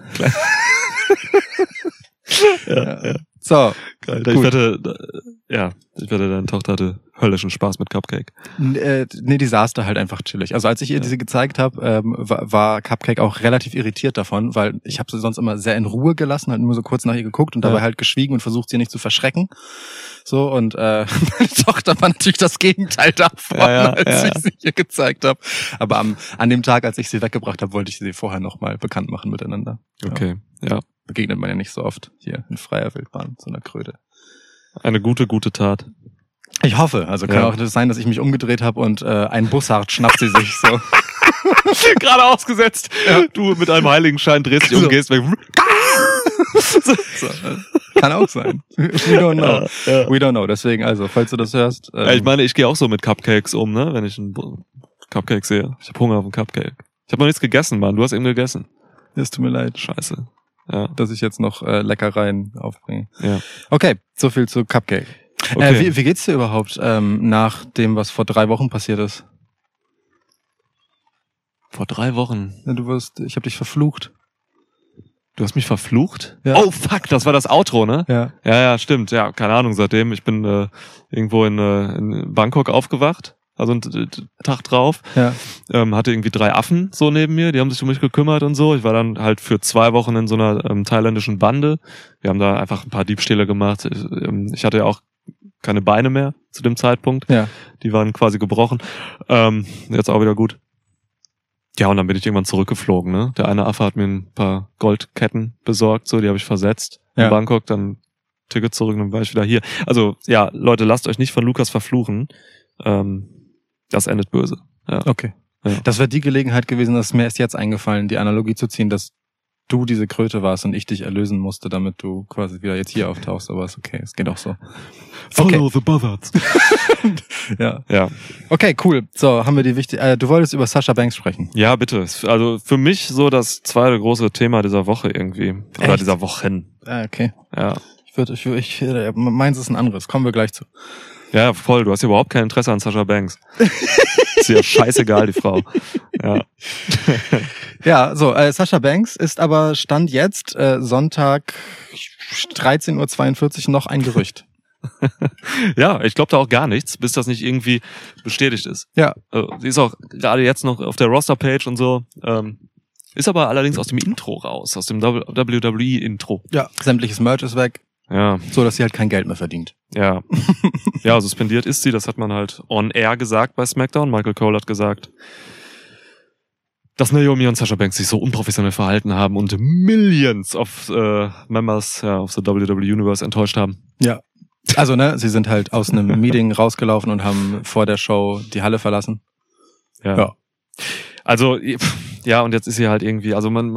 Ja. So. Geil. Ich wette, deine Tochter hatte höllischen Spaß mit Cupcake. Nee, die saß da halt einfach chillig. Also als ich ihr diese gezeigt habe, war Cupcake auch relativ irritiert davon, weil ich habe sie sonst immer sehr in Ruhe gelassen, halt nur so kurz nach ihr geguckt und dabei halt geschwiegen und versucht, sie nicht zu verschrecken. So, und meine Tochter war natürlich das Gegenteil davon, als ich sie ihr gezeigt habe. Aber an dem Tag, als ich sie weggebracht habe, wollte ich sie vorher nochmal bekannt machen miteinander. Okay, ja. Begegnet man ja nicht so oft hier in freier Wildbahn, so einer Kröte. Eine gute Tat. Ich hoffe. Also kann auch sein, dass ich mich umgedreht habe und ein Bussard schnappt sie sich so. Gerade ausgesetzt. Ja. Du mit einem Heiligenschein drehst dich um, gehst weg. So. Kann auch sein. We don't know. We don't know. Deswegen, also, falls du das hörst. Ich meine, ich gehe auch so mit Cupcakes um, ne? Wenn ich einen Cupcake sehe. Ich habe Hunger auf einen Cupcake. Ich habe noch nichts gegessen, Mann. Du hast eben gegessen. Es tut mir leid. Scheiße. Ja. Dass ich jetzt noch Leckereien aufbringe. Ja. Okay, so viel zu Cupcake. Okay. Wie geht's dir überhaupt nach dem, was vor 3 Wochen passiert ist? Vor 3 Wochen? Ja, ich habe dich verflucht. Du hast mich verflucht? Ja. Oh, fuck, das war das Outro, ne? Ja. Ja, stimmt. Ja, keine Ahnung, seitdem. Ich bin irgendwo in Bangkok aufgewacht. Also einen Tag drauf. Ja. Hatte irgendwie 3 Affen so neben mir, die haben sich um mich gekümmert und so. Ich war dann halt für 2 Wochen in so einer thailändischen Bande. Wir haben da einfach ein paar Diebstähle gemacht. Ich hatte ja auch keine Beine mehr zu dem Zeitpunkt. Ja. Die waren quasi gebrochen. Jetzt auch wieder gut. Ja, und dann bin ich irgendwann zurückgeflogen, ne? Der eine Affe hat mir ein paar Goldketten besorgt, so, die habe ich versetzt in Bangkok, dann Ticket zurück und dann war ich wieder hier. Also, ja, Leute, lasst euch nicht von Lukas verfluchen. Das endet böse. Ja. Okay. Ja. Das wäre die Gelegenheit gewesen, dass mir erst jetzt eingefallen, die Analogie zu ziehen, dass du diese Kröte warst und ich dich erlösen musste, damit du quasi wieder jetzt hier auftauchst, aber ist okay, es geht auch so. Follow the buzzards. Ja. Okay, cool. So, haben wir die wichtige, du wolltest über Sasha Banks sprechen. Ja, bitte. Also für mich so das zweite große Thema dieser Woche irgendwie. Oder Echt? dieser Wochen. Okay. Ja. Meins ist ein anderes. Kommen wir gleich zu. Ja, voll. Du hast ja überhaupt kein Interesse an Sasha Banks. Ist ja scheißegal, die Frau. Ja. Ja, so, Sasha Banks ist aber Stand jetzt Sonntag 13:42 Uhr noch ein Gerücht. Ja, ich glaube da auch gar nichts, bis das nicht irgendwie bestätigt ist. Ja. Sie ist auch gerade jetzt noch auf der Roster-Page und so. Ist aber allerdings aus dem Intro raus, aus dem WWE-Intro. Ja, sämtliches Merch ist weg. Ja. So, dass sie halt kein Geld mehr verdient. Ja. Ja, suspendiert ist sie, das hat man halt on air gesagt bei SmackDown. Michael Cole hat gesagt, dass Naomi und Sasha Banks sich so unprofessionell verhalten haben und Millions of Members of the WWE Universe enttäuscht haben. Ja. Also, sie sind halt aus einem Meeting rausgelaufen und haben vor der Show die Halle verlassen. Ja. Also, ja, und jetzt ist sie halt irgendwie, also man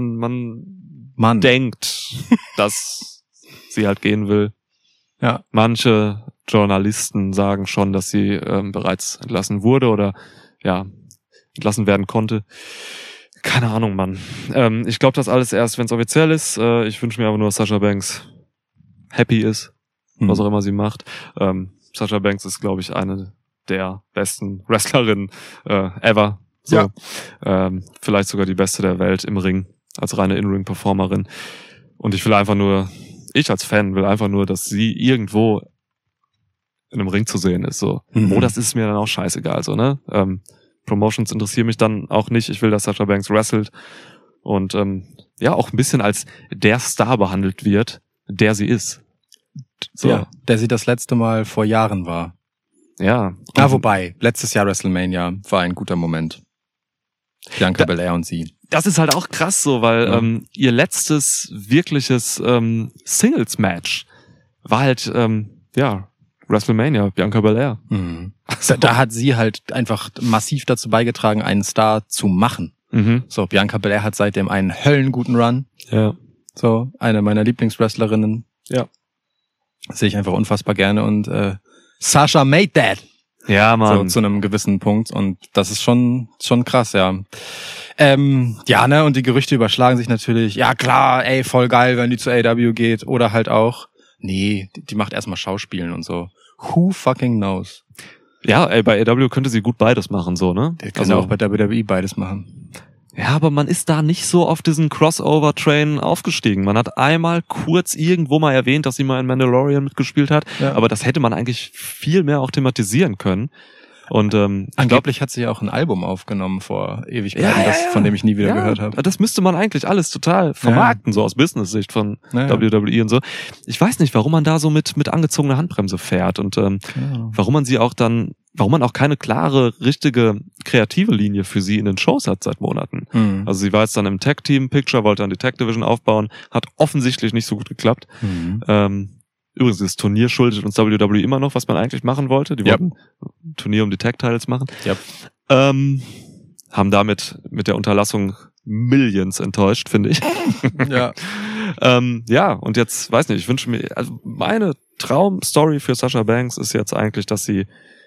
denkt, dass sie halt gehen will. Ja. Manche Journalisten sagen schon, dass sie bereits entlassen wurde oder entlassen werden konnte. Keine Ahnung, Mann. Ich glaube das alles erst, wenn es offiziell ist. Ich wünsche mir aber nur, dass Sasha Banks happy ist, was auch immer sie macht. Sasha Banks ist, glaube ich, eine der besten Wrestlerinnen ever. So. Ja. Vielleicht sogar die beste der Welt im Ring, als reine In-Ring-Performerin. Und ich als Fan will einfach nur, dass sie irgendwo in einem Ring zu sehen ist. So. Wo das ist mir dann auch scheißegal. So, ne? Promotions interessieren mich dann auch nicht. Ich will, dass Sasha Banks wrestelt und auch ein bisschen als der Star behandelt wird, der sie ist. So. Ja, der sie das letzte Mal vor Jahren war. Ja. Wobei, letztes Jahr WrestleMania war ein guter Moment. Bianca Belair und sie. Das ist halt auch krass so, weil ihr letztes wirkliches Singles-Match war halt, WrestleMania, Bianca Belair. Mhm. Also, da hat sie halt einfach massiv dazu beigetragen, einen Star zu machen. Mhm. So, Bianca Belair hat seitdem einen höllenguten Run. Ja. So, eine meiner Lieblingswrestlerinnen. Ja. Sehe ich einfach unfassbar gerne und Sasha made that. Ja, Mann. So, zu einem gewissen Punkt und das ist schon krass, ja. Ja, ne, und die Gerüchte überschlagen sich natürlich. Ja, klar, ey, voll geil, wenn die zu AEW geht oder halt auch, nee, die macht erstmal Schauspielen und so. Who fucking knows? Ja, ey, bei AEW könnte sie gut beides machen, so, ne? Der kann auch bei WWE beides machen. Ja, aber man ist da nicht so auf diesen Crossover-Train aufgestiegen. Man hat einmal kurz irgendwo mal erwähnt, dass sie mal in Mandalorian mitgespielt hat, aber das hätte man eigentlich viel mehr auch thematisieren können. Und angeblich hat sie ja auch ein Album aufgenommen vor Ewigkeiten, von dem ich nie wieder gehört habe. Das müsste man eigentlich alles total vermarkten, so aus Business-Sicht von WWE und so. Ich weiß nicht, warum man da so mit angezogener Handbremse fährt und warum man auch keine klare, richtige, kreative Linie für sie in den Shows hat seit Monaten. Mhm. Also sie war jetzt dann im Tag-Team-Picture, wollte dann die Tag-Division aufbauen, hat offensichtlich nicht so gut geklappt. Mhm. Übrigens, das Turnier schuldet uns WWE immer noch, was man eigentlich machen wollte. Die wollten ein Turnier um die Tag-Titles machen. Haben damit mit der Unterlassung Millions enttäuscht, finde ich. Ja. Und jetzt, weiß nicht, ich wünsche mir, also meine Traumstory für Sasha Banks ist jetzt eigentlich, dass sie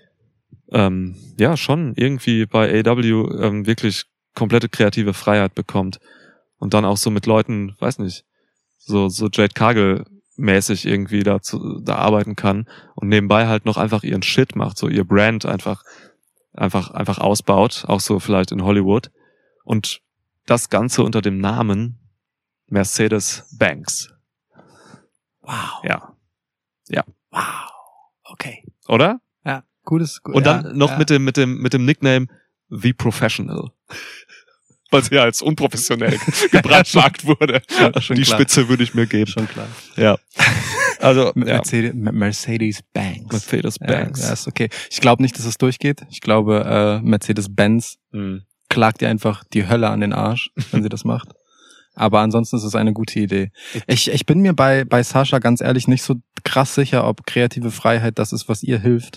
schon irgendwie bei AEW wirklich komplette kreative Freiheit bekommt und dann auch so mit Leuten, weiß nicht, so Jade Cargill mäßig irgendwie da arbeiten kann und nebenbei halt noch einfach ihren Shit macht, so ihr Brand einfach ausbaut, auch so vielleicht in Hollywood und das Ganze unter dem Namen Mercedes Banks. Wow. Ja. Wow. Okay. Oder? Ja. Gut. Und dann noch mit dem Nickname The Professional. Weil sie ja als unprofessionell gebrandschlagt wurde. Ja, die klar. Spitze würde ich mir geben. Schon klar. Ja. Also Mercedes Banks. Mercedes Banks. Ja, ist okay. Ich glaube nicht, dass es durchgeht. Ich glaube, Mercedes-Benz klagt ihr einfach die Hölle an den Arsch, wenn sie das macht. Aber ansonsten ist es eine gute Idee. Ich bin mir bei Sasha ganz ehrlich nicht so krass sicher, ob kreative Freiheit das ist, was ihr hilft.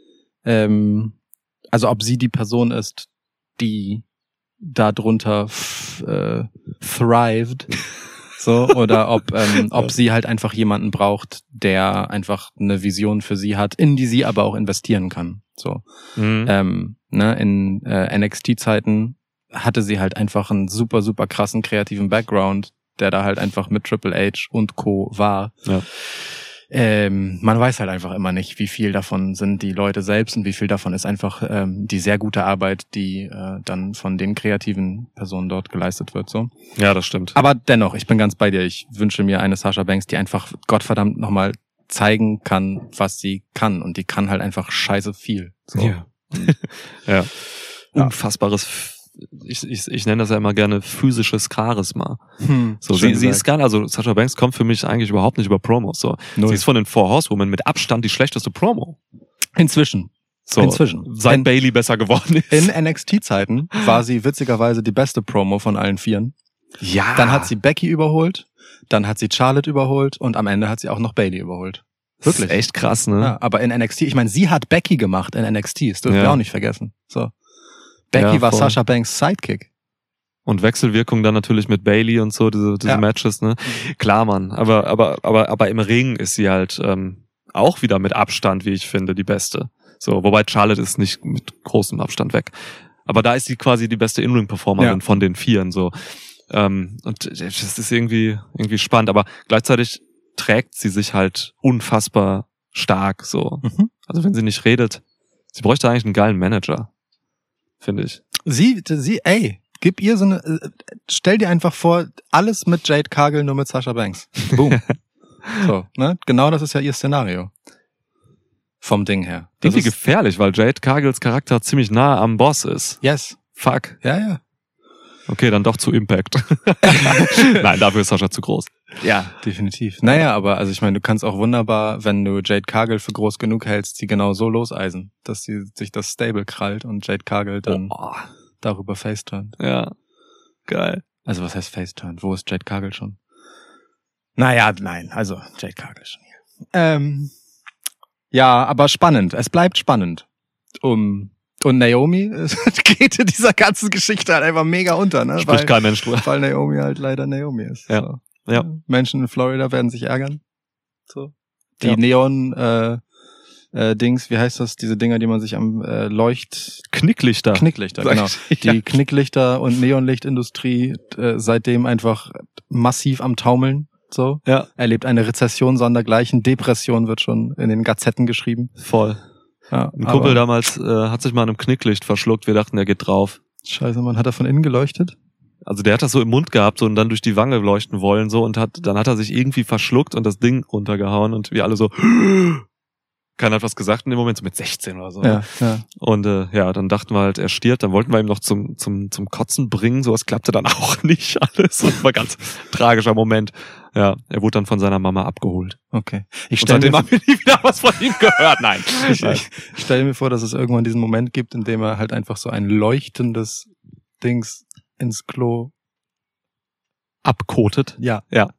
Also ob sie die Person ist, die darunter thrived, so, oder ob sie halt einfach jemanden braucht, der einfach eine Vision für sie hat, in die sie aber auch investieren kann. So, in NXT-Zeiten hatte sie halt einfach einen super, super krassen kreativen Background, der da halt einfach mit Triple H und Co. war. Ja. Man weiß halt einfach immer nicht, wie viel davon sind die Leute selbst und wie viel davon ist einfach die sehr gute Arbeit, die dann von den kreativen Personen dort geleistet wird. So. Ja, das stimmt. Aber dennoch, ich bin ganz bei dir. Ich wünsche mir eine Sasha Banks, die einfach Gottverdammt nochmal zeigen kann, was sie kann. Und die kann halt einfach scheiße viel. So. Ja. Ja. Unfassbares, ich nenne das ja immer gerne physisches Charisma. So, sie ist gar nicht, also Sasha Banks kommt für mich eigentlich überhaupt nicht über Promos. So. Sie ist von den Four Horsewomen mit Abstand die schlechteste Promo. Inzwischen. Seit Bayley besser geworden ist. In NXT-Zeiten war sie witzigerweise die beste Promo von allen vieren. Ja. Dann hat sie Becky überholt, dann hat sie Charlotte überholt und am Ende hat sie auch noch Bayley überholt. Wirklich. Das ist echt krass, ne? Ja, aber in NXT, ich meine, sie hat Becky gemacht in NXT, das dürfen wir auch nicht vergessen. So. Becky war Sasha Banks Sidekick. Und Wechselwirkung dann natürlich mit Bayley und so, diese Matches, ne? Klar, Mann. Aber im Ring ist sie halt auch wieder mit Abstand, wie ich finde, die beste. So, wobei Charlotte ist nicht mit großem Abstand weg. Aber da ist sie quasi die beste In-Ring-Performerin von den Vieren, so. Und das ist irgendwie spannend, aber gleichzeitig trägt sie sich halt unfassbar stark, so. Also wenn sie nicht redet, sie bräuchte eigentlich einen geilen Manager. Finde ich. Sie, gib ihr so eine, stell dir einfach vor, alles mit Jade Cargill, nur mit Sasha Banks. Boom. So, ne? Genau das ist ja ihr Szenario. Vom Ding her. Das ist gefährlich, weil Jade Cargills Charakter ziemlich nah am Boss ist. Yes. Fuck. Ja. Okay, dann doch zu Impact. Nein, dafür ist Sasha zu groß. Ja, definitiv. Naja, aber also ich meine, du kannst auch wunderbar, wenn du Jade Cargill für groß genug hältst, sie genau so loseisen, dass sie sich das Stable krallt und Jade Cargill dann darüber faceturnt. Ja, geil. Also was heißt faceturnt? Wo ist Jade Cargill schon? Naja, nein, also Jade Cargill schon hier. Ja, aber spannend. Es bleibt spannend. Und Naomi geht in dieser ganzen Geschichte halt einfach mega unter, ne? Spricht kein Mensch drüber. Weil Naomi halt leider Naomi ist. Ja. So. Ja. Menschen in Florida werden sich ärgern. So. Die Neon Dings, wie heißt das? Diese Dinger, die man sich am Knicklichter, genau. Die Knicklichter und Neonlichtindustrie seitdem einfach massiv am Taumeln. So. Ja. Erlebt eine Rezession sondergleichen. Depression wird schon in den Gazetten geschrieben. Voll. Ja, ein Kumpel damals hat sich mal an einem Knicklicht verschluckt. Wir dachten, er geht drauf. Scheiße, man hat er von innen geleuchtet? Also der hat das so im Mund gehabt so, und dann durch die Wange leuchten wollen so und dann hat er sich irgendwie verschluckt und das Ding runtergehauen und wir alle so keiner hat was gesagt in dem Moment, so mit 16 oder so. Ja. Und dann dachten wir halt, er stirbt. Dann wollten wir ihm noch zum Kotzen bringen. Sowas klappte dann auch nicht alles. Das war ein ganz tragischer Moment. Ja, er wurde dann von seiner Mama abgeholt. Okay. Seitdem haben wir nie wieder was von ihm gehört. Nein. Ich stelle mir vor, dass es irgendwann diesen Moment gibt, in dem er halt einfach so ein leuchtendes Dings ins Klo abkotet. Ja.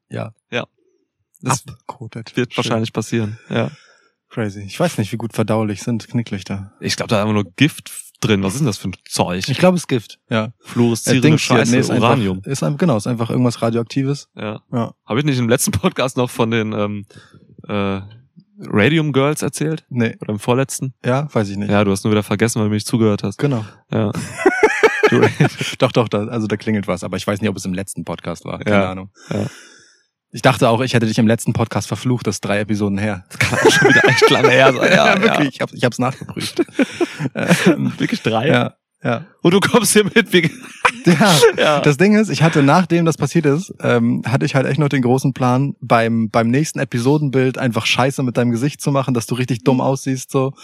Das abkotet. Wird wahrscheinlich passieren. Ja. Crazy. Ich weiß nicht, wie gut verdaulich sind Knicklichter. Ich glaube, da haben wir nur Gift drin. Was ist denn das für ein Zeug? Ich glaube, es ist Gift, ja. Fluoreszierende Scheiße, ist Uranium. Ist einfach irgendwas Radioaktives. Ja. Habe ich nicht im letzten Podcast noch von den Radium Girls erzählt? Nee. Oder im vorletzten? Ja, weiß ich nicht. Ja, du hast nur wieder vergessen, weil du mir nicht zugehört hast. Genau. Ja. Doch, da klingelt was, aber ich weiß nicht, ob es im letzten Podcast war. Keine Ahnung. Ja. Ich dachte auch, ich hätte dich im letzten Podcast verflucht, das ist 3 Episoden her. Das kann auch schon wieder echt lange her sein. Ja, wirklich. Ja. Ich hab's nachgeprüft. Wirklich 3? Ja. Und du kommst hier mit wie... Ja. Das Ding ist, ich hatte, nachdem das passiert ist, hatte ich halt echt noch den großen Plan, beim nächsten Episodenbild einfach Scheiße mit deinem Gesicht zu machen, dass du richtig dumm aussiehst, so.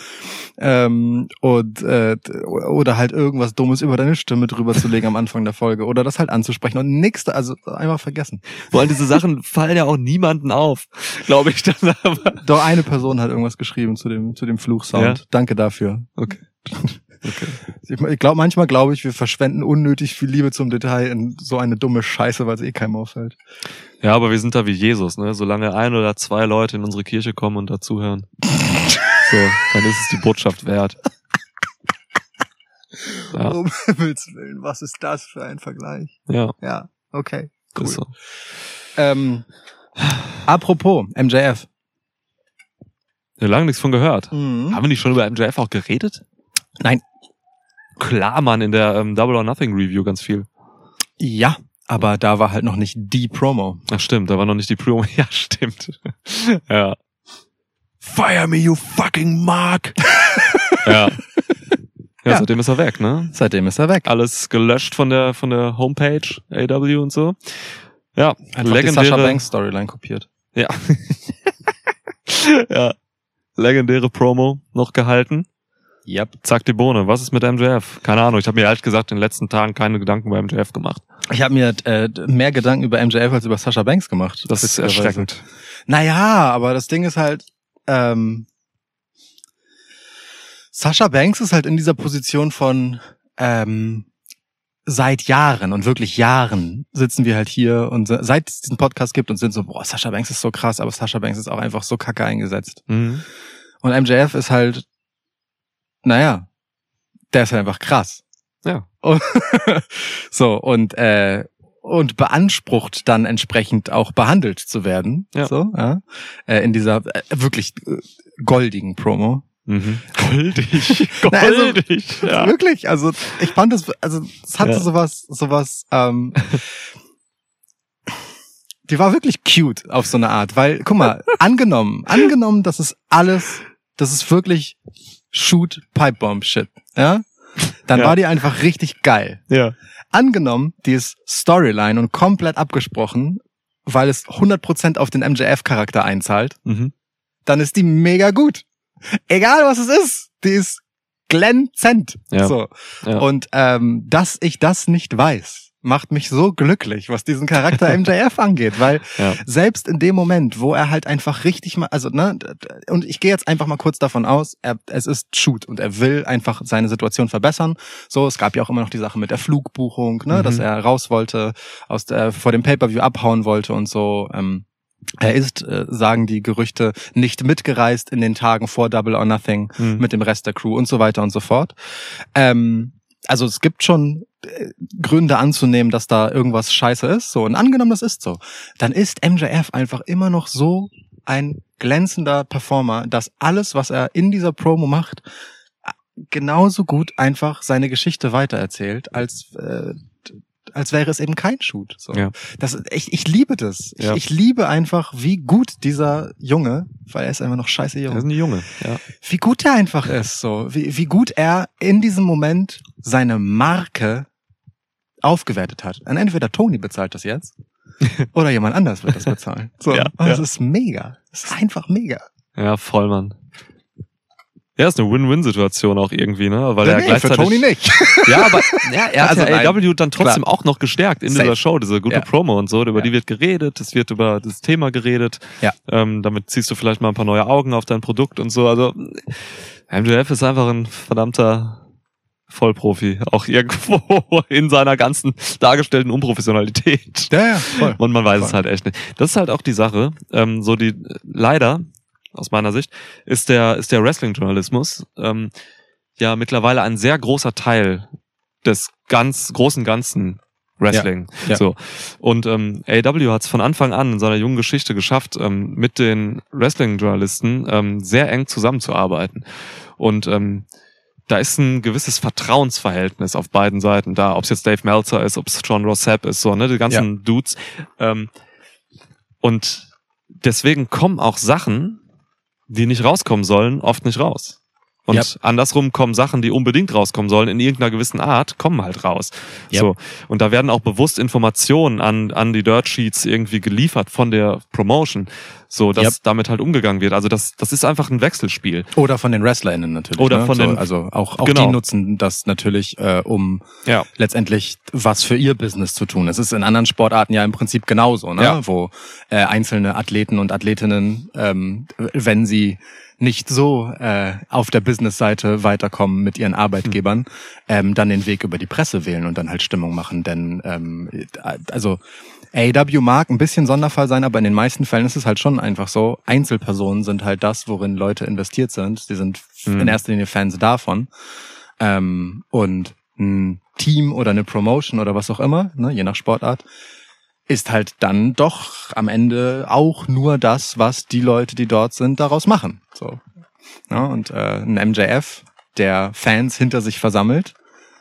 Oder halt irgendwas Dummes über deine Stimme drüber zu legen am Anfang der Folge. Oder das halt anzusprechen und nix, also einfach vergessen. Vor allem diese Sachen fallen ja auch niemanden auf, glaube ich dann aber. Doch, eine Person hat irgendwas geschrieben zu dem Fluchsound. Ja? Danke dafür. Okay. Manchmal glaube ich, wir verschwenden unnötig viel Liebe zum Detail in so eine dumme Scheiße, weil es eh keinem auffällt. Ja, aber wir sind da wie Jesus, ne? Solange 1 oder 2 Leute in unsere Kirche kommen und dazuhören, so, dann ist es die Botschaft wert. Ja. Um Himmels Willen, was ist das für ein Vergleich? Ja, okay, cool. So. Apropos MJF. Ja, lange nichts von gehört. Mhm. Haben wir nicht schon über MJF auch geredet? Nein. Klar, Mann, in der Double or Nothing Review ganz viel. Ja, aber da war halt noch nicht die Promo. Ach stimmt, da war noch nicht die Promo. Ja, stimmt. Ja. Fire me, you fucking Mark! Ja, seitdem ist er weg, ne? Seitdem ist er weg. Alles gelöscht von der Homepage, AW und so. Ja, einfach legendäre... die Sasha Banks Storyline kopiert. Ja. Ja. Legendäre Promo noch gehalten. Yep. Zack die Bohne. Was ist mit MJF? Keine Ahnung. Ich habe mir ehrlich gesagt in den letzten Tagen keine Gedanken über MJF gemacht. Ich habe mir mehr Gedanken über MJF als über Sasha Banks gemacht. Das ist erschreckend. Naja, aber das Ding ist halt, Sasha Banks ist halt in dieser Position von seit Jahren und wirklich Jahren sitzen wir halt hier und seit es diesen Podcast gibt und sind so, boah, Sasha Banks ist so krass, aber Sasha Banks ist auch einfach so kacke eingesetzt. Mhm. Und MJF ist halt, naja, der ist halt einfach krass. Ja. So, und beansprucht dann entsprechend auch behandelt zu werden. Ja. So, ja. In dieser wirklich goldigen Promo. Mhm. Goldig. Also, ja. Wirklich, also ich fand es hatte sowas, die war wirklich cute auf so eine Art, weil, guck mal, angenommen, das ist wirklich Shoot Pipe Bomb Shit, ja? Dann war die einfach richtig geil. Ja. Angenommen, die ist Storyline und komplett abgesprochen, weil es 100% auf den MJF-Charakter einzahlt, dann ist die mega gut. Egal was es ist, die ist glänzend. Ja. So. Ja. Und dass ich das nicht weiß, macht mich so glücklich, was diesen Charakter MJF angeht, weil selbst in dem Moment, wo er halt einfach richtig mal, also ne, und ich gehe jetzt einfach mal kurz davon aus, es ist Shoot und er will einfach seine Situation verbessern. So, es gab ja auch immer noch die Sache mit der Flugbuchung, ne, dass er raus wollte, vor dem Pay-Per-View abhauen wollte und so. Er ist, sagen die Gerüchte, nicht mitgereist in den Tagen vor Double or Nothing mit dem Rest der Crew und so weiter und so fort. Also es gibt schon Gründe anzunehmen, dass da irgendwas scheiße ist. So, und angenommen, das ist so, dann ist MJF einfach immer noch so ein glänzender Performer, dass alles, was er in dieser Promo macht, genauso gut einfach seine Geschichte weitererzählt, als wäre es eben kein Shoot. So. Ja. Ich liebe das. Ja. Ich liebe einfach, wie gut dieser Junge, weil er ist einfach noch scheiße jung. Er ist ein Junge, ja. Wie gut er einfach ist, so. Wie gut er in diesem Moment seine Marke aufgewertet hat. Und entweder Tony bezahlt das jetzt, oder jemand anders wird das bezahlen. So. Ja, das ist mega. Das ist einfach mega. Ja, voll, Mann. Ja, ist eine Win-Win-Situation auch irgendwie, ne? Weil er gleichzeitig. Für Tony nicht. Ja, aber er hat AEW dann trotzdem auch noch gestärkt in dieser Show, diese gute Promo und so, über die wird geredet, es wird über das Thema geredet. Ja. Damit ziehst du vielleicht mal ein paar neue Augen auf dein Produkt und so. Also MJF ist einfach ein verdammter Vollprofi, auch irgendwo in seiner ganzen dargestellten Unprofessionalität. Ja, voll. Und man weiß es halt echt nicht. Das ist halt auch die Sache, leider, aus meiner Sicht, ist der Wrestling-Journalismus ja mittlerweile ein sehr großer Teil des ganz großen Ganzen Wrestling. Ja. So. Und AEW hat es von Anfang an in seiner jungen Geschichte geschafft, mit den Wrestling-Journalisten sehr eng zusammenzuarbeiten. Und da ist ein gewisses Vertrauensverhältnis auf beiden Seiten da, ob es jetzt Dave Meltzer ist, ob es John Rossap ist, so, ne, die ganzen Dudes. Und deswegen kommen auch Sachen, die nicht rauskommen sollen, oft nicht raus. Und andersrum kommen Sachen, die unbedingt rauskommen sollen, in irgendeiner gewissen Art, kommen halt raus. So. Und da werden auch bewusst Informationen an die Dirt Sheets irgendwie geliefert von der Promotion, so dass damit halt umgegangen wird. Also das ist einfach ein Wechselspiel. Oder von den WrestlerInnen natürlich. Oder von den, also auch die nutzen das natürlich, um letztendlich was für ihr Business zu tun. Es ist in anderen Sportarten ja im Prinzip genauso, ne? Ja. Wo einzelne Athleten und Athletinnen, wenn sie nicht so auf der Business-Seite weiterkommen mit ihren Arbeitgebern, dann den Weg über die Presse wählen und dann halt Stimmung machen. Denn also AEW mag ein bisschen Sonderfall sein, aber in den meisten Fällen ist es halt schon einfach so, Einzelpersonen sind halt das, worin Leute investiert sind. Sie sind in erster Linie Fans davon. Und ein Team oder eine Promotion oder was auch immer, ne, je nach Sportart, ist halt dann doch am Ende auch nur das, was die Leute, die dort sind, daraus machen. So. Ja, und ein MJF, der Fans hinter sich versammelt,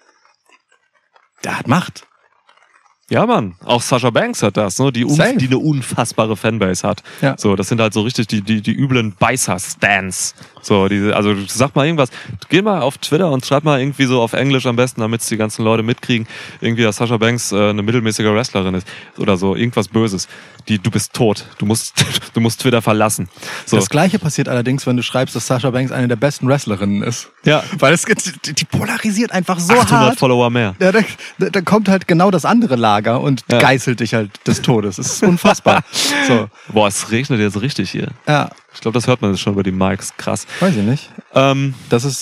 der hat Macht. Ja, Mann. Auch Sasha Banks hat das, ne? Die eine unfassbare Fanbase hat. Ja. So, das sind halt so richtig die üblen Beißer-Stans. So, also sag mal irgendwas. Geh mal auf Twitter und schreib mal irgendwie so auf Englisch am besten, damit es die ganzen Leute mitkriegen, irgendwie, dass Sasha Banks eine mittelmäßige Wrestlerin ist. Oder so, irgendwas Böses. Du bist tot. Du musst Twitter verlassen. So. Das Gleiche passiert allerdings, wenn du schreibst, dass Sasha Banks eine der besten Wrestlerinnen ist. Ja. Weil die polarisiert einfach so 800 hart. Follower mehr. Ja, da kommt halt genau das andere Lager und geißelt dich halt des Todes. Es ist unfassbar. So. Boah, es regnet jetzt richtig hier. Ja. Ich glaube, das hört man jetzt schon über die Mics. Krass. Weiß ich nicht. Das ist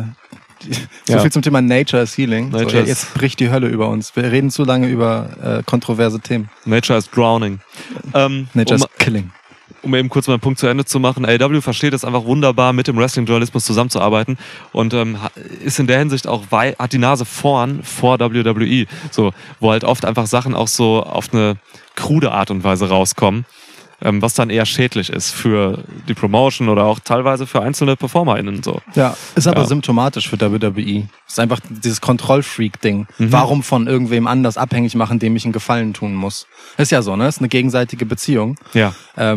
so viel zum Thema Nature is Healing. So, jetzt bricht die Hölle über uns. Wir reden zu lange über kontroverse Themen. Nature is Drowning. Nature is Killing. Um eben kurz meinen Punkt zu Ende zu machen, AEW versteht es einfach wunderbar, mit dem Wrestling-Journalismus zusammenzuarbeiten und ist in der Hinsicht auch hat die Nase vorn vor WWE, so, wo halt oft einfach Sachen auch so auf eine krude Art und Weise rauskommen, was dann eher schädlich ist für die Promotion oder auch teilweise für einzelne PerformerInnen. So. Ja, ist aber symptomatisch für WWE. Ist einfach dieses Kontrollfreak-Ding. Warum von irgendwem anders abhängig machen, dem ich einen Gefallen tun muss? Ist ja so, ne? Ist eine gegenseitige Beziehung. Ja.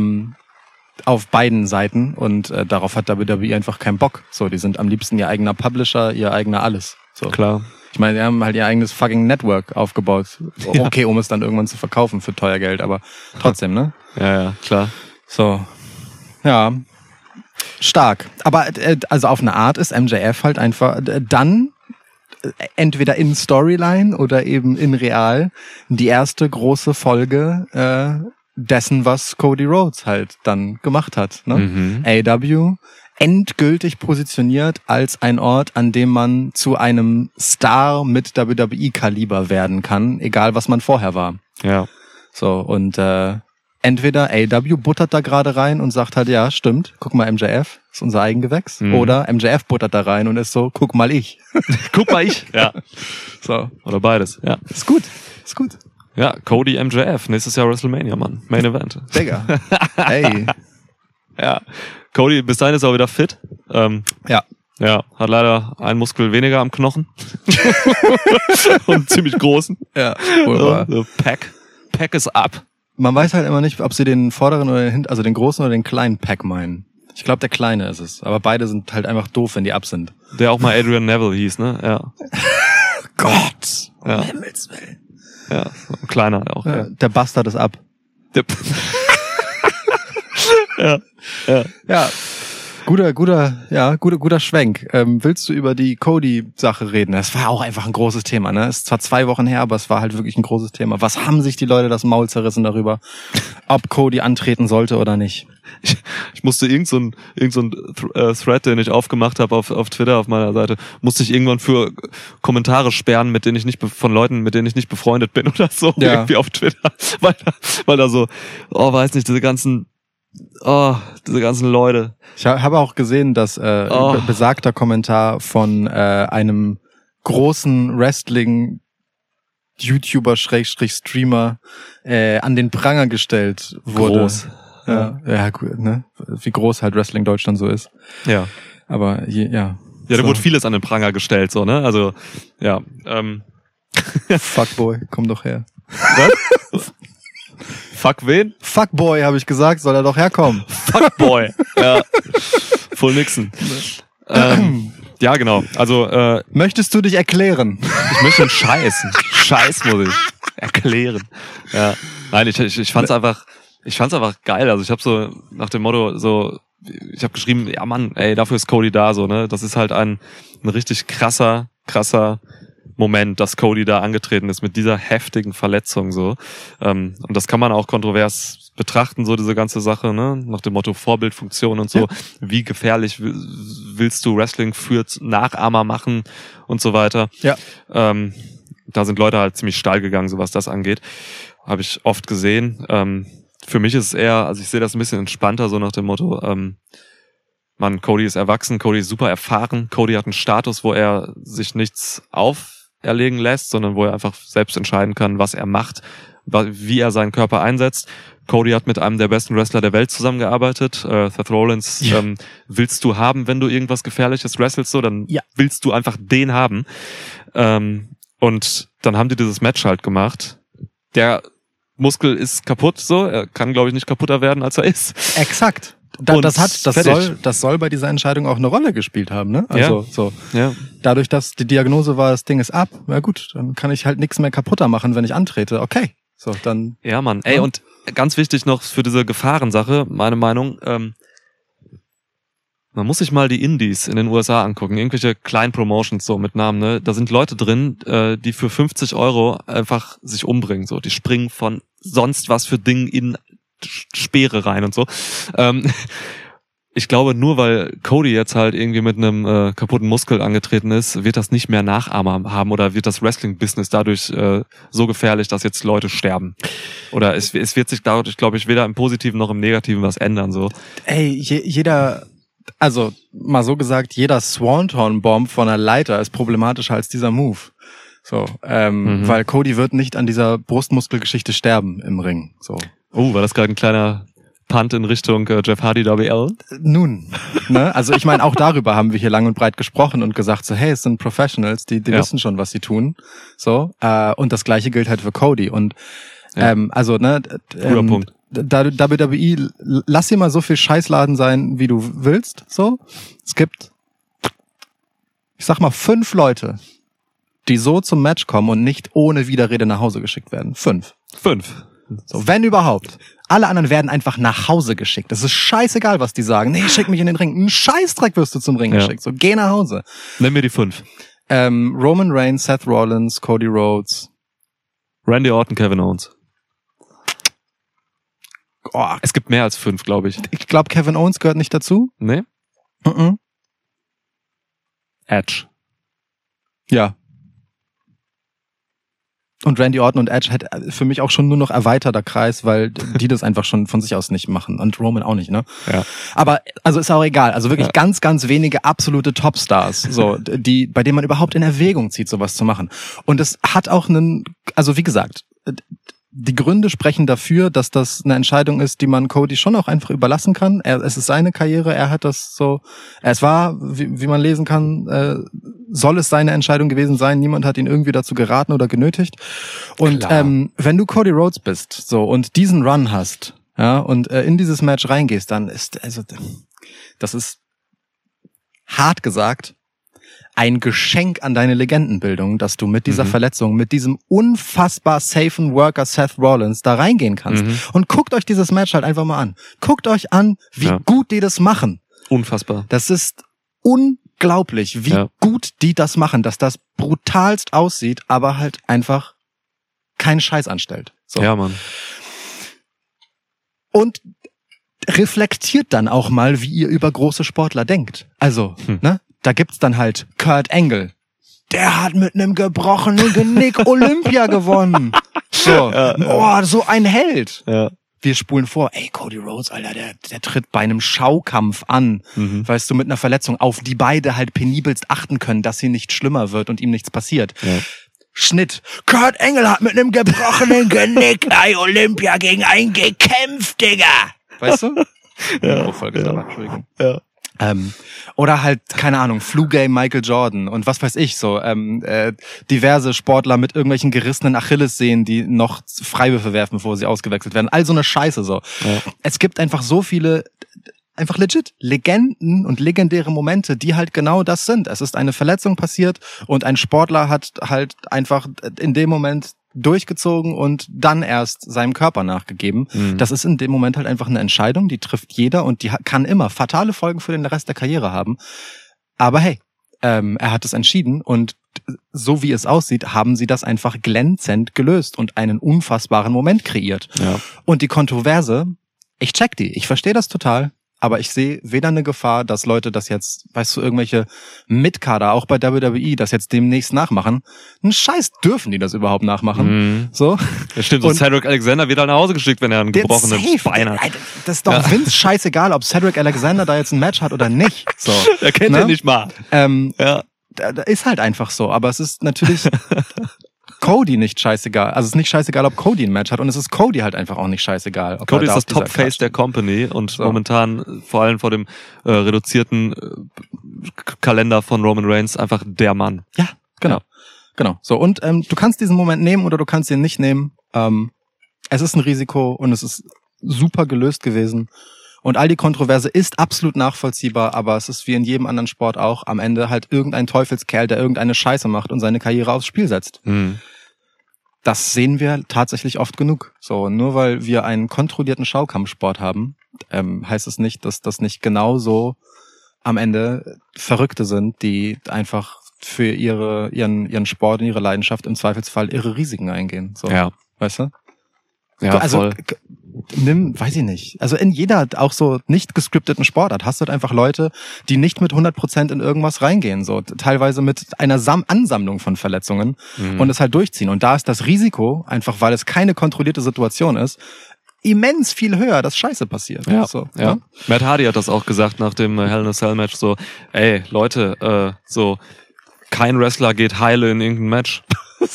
Auf beiden Seiten und darauf hat WWE einfach keinen Bock. So, die sind am liebsten ihr eigener Publisher, ihr eigener alles. So. Klar. Ich meine, die haben halt ihr eigenes fucking Network aufgebaut. Okay, um es dann irgendwann zu verkaufen für teuer Geld, aber trotzdem, ne? Ja, klar. So. Ja. Stark. Aber also auf eine Art ist MJF halt einfach dann entweder in Storyline oder eben in real die erste große Folge dessen, was Cody Rhodes halt dann gemacht hat. Ne? AEW endgültig positioniert als ein Ort, an dem man zu einem Star mit WWE-Kaliber werden kann, egal was man vorher war. Ja. So, und entweder AEW buttert da gerade rein und sagt halt, ja, stimmt, guck mal, MJF ist unser Eigengewächs. Oder MJF buttert da rein und ist so, guck mal ich. Guck mal ich. Ja. So. Oder beides. Ja. Ist gut. Ist gut. Ja, Cody MJF. Nächstes Jahr WrestleMania, Mann. Main Event. Digga. Hey. Ja. Cody, bis dahin ist er auch wieder fit. Ja. Ja, hat leider einen Muskel weniger am Knochen. Und einen ziemlich großen. Ja, wohl so, Pack is up. Man weiß halt immer nicht, ob sie den vorderen oder den also den großen oder den kleinen Pack meinen. Ich glaube, der kleine ist es. Aber beide sind halt einfach doof, wenn die ab sind. Der auch mal Adrian Neville hieß, ne? Ja. Gott! Ja. Um Himmels Willen. Ja, so ein kleiner auch. Ja, Ja. der Bastard ist ab. Ja. Ja. Ja. Guter Schwenk. Willst du über die Cody-Sache reden? Das war auch einfach ein großes Thema, ne? Ist zwar 2 Wochen her, aber es war halt wirklich ein großes Thema. Was haben sich die Leute das Maul zerrissen darüber, ob Cody antreten sollte oder nicht? Ich musste irgend so ein Thread, den ich aufgemacht habe auf Twitter auf meiner Seite, musste ich irgendwann für Kommentare sperren, von Leuten, mit denen ich nicht befreundet bin oder so, irgendwie auf Twitter, weil da so, weiß nicht, diese ganzen Leute. Ich habe auch gesehen, dass besagter Kommentar von einem großen Wrestling-YouTuber /Streamer an den Pranger gestellt wurde. Groß. Ja, gut, ne? Wie groß halt Wrestling Deutschland so ist. Ja. Aber Ja, da wurde vieles an den Pranger gestellt, so, ne? Also, ja. Fuckboy, komm doch her. Was? Fuck wen? Fuckboy, habe ich gesagt, soll er doch herkommen. Fuckboy. Ja. Full Nixon. Ja, genau. Also, möchtest du dich erklären? Ich möchte einen Scheiß muss ich erklären. Ja. Nein, ich fand's einfach geil. Also ich habe so nach dem Motto ich habe geschrieben, ja Mann, ey, dafür ist Cody da, so, ne? Das ist halt ein richtig krasser Moment, dass Cody da angetreten ist mit dieser heftigen Verletzung, so. Und das kann man auch kontrovers betrachten, so diese ganze Sache, ne? Nach dem Motto Vorbildfunktion und so. Ja. Wie gefährlich willst du Wrestling für Nachahmer machen und so weiter. Ja. Da sind Leute halt ziemlich steil gegangen, so was das angeht. Habe ich oft gesehen. Für mich ist es eher, also ich sehe das ein bisschen entspannter, so nach dem Motto, Cody ist erwachsen, Cody ist super erfahren, Cody hat einen Status, wo er sich nichts auferlegen lässt, sondern wo er einfach selbst entscheiden kann, was er macht, wie er seinen Körper einsetzt. Cody hat mit einem der besten Wrestler der Welt zusammengearbeitet, Seth Rollins. Ja. Willst du haben, wenn du irgendwas Gefährliches wrestlest, so, dann willst du einfach den haben. Und dann haben die dieses Match halt gemacht. Der Muskel ist kaputt, so. Er kann, glaube ich, nicht kaputter werden, als er ist. Exakt. Das soll bei dieser Entscheidung auch eine Rolle gespielt haben, ne? Also, dadurch, dass die Diagnose war, das Ding ist ab, na gut, dann kann ich halt nichts mehr kaputter machen, wenn ich antrete. Okay. So, dann. Ja, Mann. Ey, und ganz wichtig noch für diese Gefahrensache, meine Meinung, man muss sich mal die Indies in den USA angucken, irgendwelche kleinen Promotions so mit Namen, ne? Da sind Leute drin, die für 50 € einfach sich umbringen, so. Die springen von sonst was für Dingen in Speere rein und so. Ich glaube, nur weil Cody jetzt halt irgendwie mit einem kaputten Muskel angetreten ist, wird das nicht mehr Nachahmer haben oder wird das Wrestling-Business dadurch so gefährlich, dass jetzt Leute sterben. Oder es wird sich dadurch, glaube ich, weder im Positiven noch im Negativen was ändern, so. Ey, also mal so gesagt, jeder Swanton-Bomb von einer Leiter ist problematischer als dieser Move. So, weil Cody wird nicht an dieser Brustmuskelgeschichte sterben im Ring. So. Oh, war das gerade ein kleiner Punt in Richtung Jeff Hardy WL? Nun, ne? Also ich meine, auch darüber haben wir hier lang und breit gesprochen und gesagt so, hey, es sind Professionals, die wissen schon, was sie tun. So, und das Gleiche gilt halt für Cody. Und also, ne, guter Punkt. WWE, lass hier mal so viel Scheißladen sein, wie du willst. So, es gibt, ich sag mal, 5 Leute, die so zum Match kommen und nicht ohne Widerrede nach Hause geschickt werden. 5. So, wenn überhaupt. Alle anderen werden einfach nach Hause geschickt. Das ist scheißegal, was die sagen. Nee, schick mich in den Ring. Ein Scheißdreck wirst du zum Ring geschickt. So, geh nach Hause. Nenn mir die 5. Roman Reigns, Seth Rollins, Cody Rhodes. Randy Orton, Kevin Owens. Oh, es gibt mehr als 5, glaube ich. Ich glaube, Kevin Owens gehört nicht dazu. Nee? Edge. Ja. Und Randy Orton und Edge hat für mich auch schon nur noch erweiterter Kreis, weil die das einfach schon von sich aus nicht machen. Und Roman auch nicht, ne? Ja. Aber, also ist auch egal. Also wirklich ganz, ganz wenige absolute Topstars, so, bei denen man überhaupt in Erwägung zieht, sowas zu machen. Und es hat auch also wie gesagt, die Gründe sprechen dafür, dass das eine Entscheidung ist, die man Cody schon auch einfach überlassen kann. Es ist seine Karriere, er hat das so, es war, wie man lesen kann, soll es seine Entscheidung gewesen sein, niemand hat ihn irgendwie dazu geraten oder genötigt. Und wenn du Cody Rhodes bist, so, und diesen Run hast, ja, und in dieses Match reingehst, dann ist, also, das ist hart gesagt ein Geschenk an deine Legendenbildung, dass du mit dieser Verletzung, mit diesem unfassbar safen Worker Seth Rollins da reingehen kannst. Und guckt euch dieses Match halt einfach mal an. Guckt euch an, wie gut die das machen. Unfassbar. Das ist unglaublich, wie gut die das machen, dass das brutalst aussieht, aber halt einfach keinen Scheiß anstellt. So. Ja, Mann. Und reflektiert dann auch mal, wie ihr über große Sportler denkt. Also, ne? Da gibt's dann halt Kurt Angle. Der hat mit einem gebrochenen Genick Olympia gewonnen. So, so ein Held. Ja. Wir spulen vor, ey, Cody Rhodes, Alter, der tritt bei einem Schaukampf an, weißt du, mit einer Verletzung, auf die beide halt penibelst achten können, dass sie nicht schlimmer wird und ihm nichts passiert. Ja. Schnitt. Kurt Angle hat mit einem gebrochenen Genick bei Olympia gegen einen gekämpft, Digga. Weißt du? Entschuldigung. Ja. Oder halt, keine Ahnung, Flu-Game Michael Jordan und was weiß ich, so diverse Sportler mit irgendwelchen gerissenen Achillessehnen, die noch Freiwürfe werfen, bevor sie ausgewechselt werden. All so eine Scheiße so. Ja. Es gibt einfach so viele, einfach legit Legenden und legendäre Momente, die halt genau das sind. Es ist eine Verletzung passiert und ein Sportler hat halt einfach in dem Moment durchgezogen und dann erst seinem Körper nachgegeben. Das ist in dem Moment halt einfach eine Entscheidung, die trifft jeder und die kann immer fatale Folgen für den Rest der Karriere haben. Aber hey, er hat es entschieden und so wie es aussieht, haben sie das einfach glänzend gelöst und einen unfassbaren Moment kreiert. Ja. Und die Kontroverse, ich check die, ich verstehe das total. Aber ich sehe weder eine Gefahr, dass Leute das jetzt, weißt du, irgendwelche Mitkader, auch bei WWE, das jetzt demnächst nachmachen. Einen Scheiß dürfen die das überhaupt nachmachen. So. Ja, stimmt, und Cedric Alexander wird nach Hause geschickt, wenn er einen gebrochenen Bein hat. Das ist doch Vince scheißegal, ob Cedric Alexander da jetzt ein Match hat oder nicht. So. Er kennt ihn nicht mal. Da ist halt einfach so. Aber es ist natürlich Cody nicht scheißegal. Also es ist nicht scheißegal, ob Cody ein Match hat und es ist Cody halt einfach auch nicht scheißegal. Cody ist das Top-Face der Company und momentan vor allem vor dem reduzierten Kalender von Roman Reigns einfach der Mann. Ja, genau. Ja. Genau. So, und du kannst diesen Moment nehmen oder du kannst ihn nicht nehmen. Es ist ein Risiko und es ist super gelöst gewesen. Und all die Kontroverse ist absolut nachvollziehbar, aber es ist wie in jedem anderen Sport auch am Ende halt irgendein Teufelskerl, der irgendeine Scheiße macht und seine Karriere aufs Spiel setzt. Das sehen wir tatsächlich oft genug. So, nur weil wir einen kontrollierten Schaukampfsport haben, heißt es nicht, dass das nicht genauso am Ende Verrückte sind, die einfach für ihren Sport und ihre Leidenschaft im Zweifelsfall irre Risiken eingehen. So, ja. Weißt du? Ja, also, voll. Weiß ich nicht. Also in jeder auch so nicht gescripteten Sportart hast du halt einfach Leute, die nicht mit 100% in irgendwas reingehen, so teilweise mit einer Ansammlung von Verletzungen und es halt durchziehen. Und da ist das Risiko, einfach weil es keine kontrollierte Situation ist, immens viel höher, dass Scheiße passiert. Ja, so, ja. Matt Hardy hat das auch gesagt nach dem Hell in a Cell Match, so, ey, Leute, kein Wrestler geht heile in irgendein Match.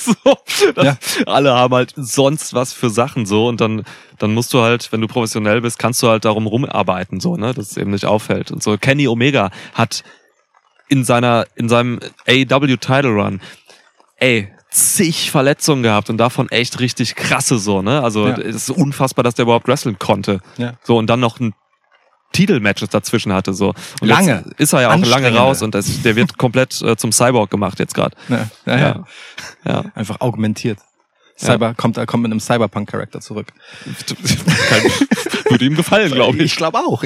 Alle haben halt sonst was für Sachen so und dann musst du halt, wenn du professionell bist, kannst du halt darum rumarbeiten, so, ne, dass es eben nicht auffällt und so. Kenny Omega hat in seinem AEW Title Run, zig Verletzungen gehabt und davon echt richtig krasse so, ne, also es ist unfassbar, dass der überhaupt wrestlen konnte. Ja. So, und dann noch ein Titelmatches dazwischen hatte, so. Und lange. Jetzt ist er ja auch lange raus und der wird komplett zum Cyborg gemacht jetzt gerade. Ja. Einfach augmentiert. Kommt mit einem Cyberpunk-Charakter zurück. Würde ihm gefallen, glaube ich. Ich glaube auch.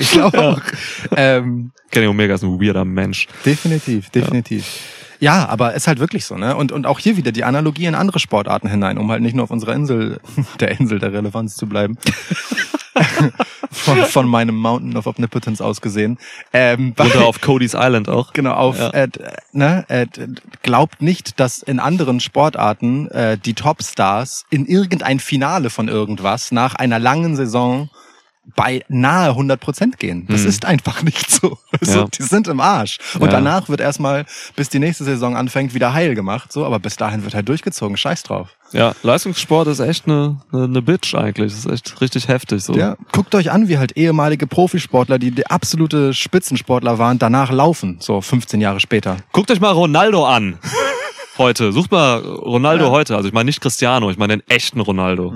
Kenny Omega ist ein weirder Mensch. Definitiv. Ja, aber ist halt wirklich so, ne? Und auch hier wieder die Analogie in andere Sportarten hinein, um halt nicht nur auf unserer Insel der Relevanz zu bleiben. von meinem Mountain of Omnipotence aus gesehen. Runter auf Cody's Island auch. Genau, glaubt nicht, dass in anderen Sportarten die Topstars in irgendein Finale von irgendwas nach einer langen Saison bei nahe 100% gehen. Das ist einfach nicht so. Also, die sind im Arsch. Und danach wird erstmal, bis die nächste Saison anfängt, wieder heil gemacht. So, aber bis dahin wird halt durchgezogen. Scheiß drauf. Ja, Leistungssport ist echt eine Bitch eigentlich. Das ist echt richtig heftig. So. Ja, guckt euch an, wie halt ehemalige Profisportler, die absolute Spitzensportler waren, danach laufen. So 15 Jahre später. Guckt euch mal Ronaldo an. Heute. Sucht mal Ronaldo heute. Also ich meine nicht Cristiano, ich meine den echten Ronaldo.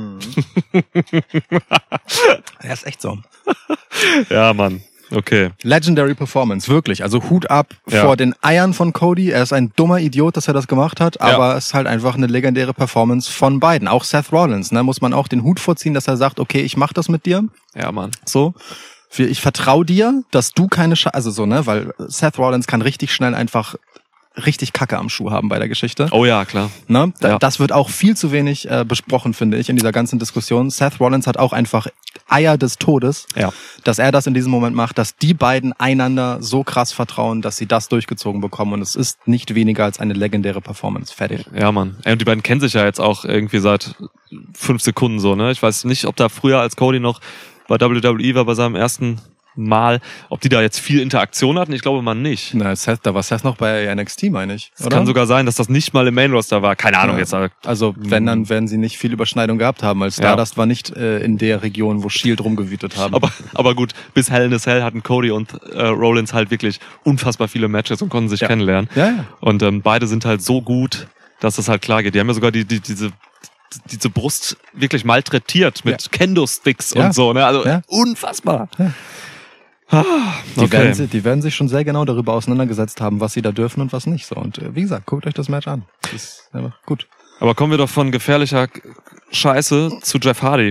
Er ist echt so. Ja, Mann. Okay. Legendary Performance, wirklich. Also Hut ab vor den Eiern von Cody. Er ist ein dummer Idiot, dass er das gemacht hat, aber es ist halt einfach eine legendäre Performance von beiden. Auch Seth Rollins, ne, muss man auch den Hut vorziehen, dass er sagt, okay, ich mach das mit dir. Ja, Mann. So. Ich vertraue dir, dass du keine also so, ne, weil Seth Rollins kann richtig schnell einfach richtig Kacke am Schuh haben bei der Geschichte. Oh ja, klar. Ne? Das wird auch viel zu wenig besprochen, finde ich, in dieser ganzen Diskussion. Seth Rollins hat auch einfach Eier des Todes, dass er das in diesem Moment macht, dass die beiden einander so krass vertrauen, dass sie das durchgezogen bekommen. Und es ist nicht weniger als eine legendäre Performance. Fertig. Ja, Mann. Und die beiden kennen sich ja jetzt auch irgendwie seit 5 Sekunden so, ne? Ich weiß nicht, ob da früher, als Cody noch bei WWE war, bei seinem ersten Mal, ob die da jetzt viel Interaktion hatten, ich glaube mal nicht. Na, da war Seth noch bei NXT, meine ich. Es kann sogar sein, dass das nicht mal im Main-Roster war. Keine Ahnung jetzt. Also wenn, dann werden sie nicht viel Überschneidung gehabt haben, weil Stardust war nicht in der Region, wo Shield rumgewütet haben. Aber gut, bis Hell in a Cell hatten Cody und Rollins halt wirklich unfassbar viele Matches und konnten sich kennenlernen. Ja. Und beide sind halt so gut, dass das halt klar geht. Die haben ja sogar diese Brust wirklich malträtiert mit Kendo-Sticks und so, ne? Also unfassbar. Ja. Die werden sich schon sehr genau darüber auseinandergesetzt haben, was sie da dürfen und was nicht. So. Und wie gesagt, guckt euch das Match an. Das ist einfach gut. Aber kommen wir doch von gefährlicher Scheiße zu Jeff Hardy.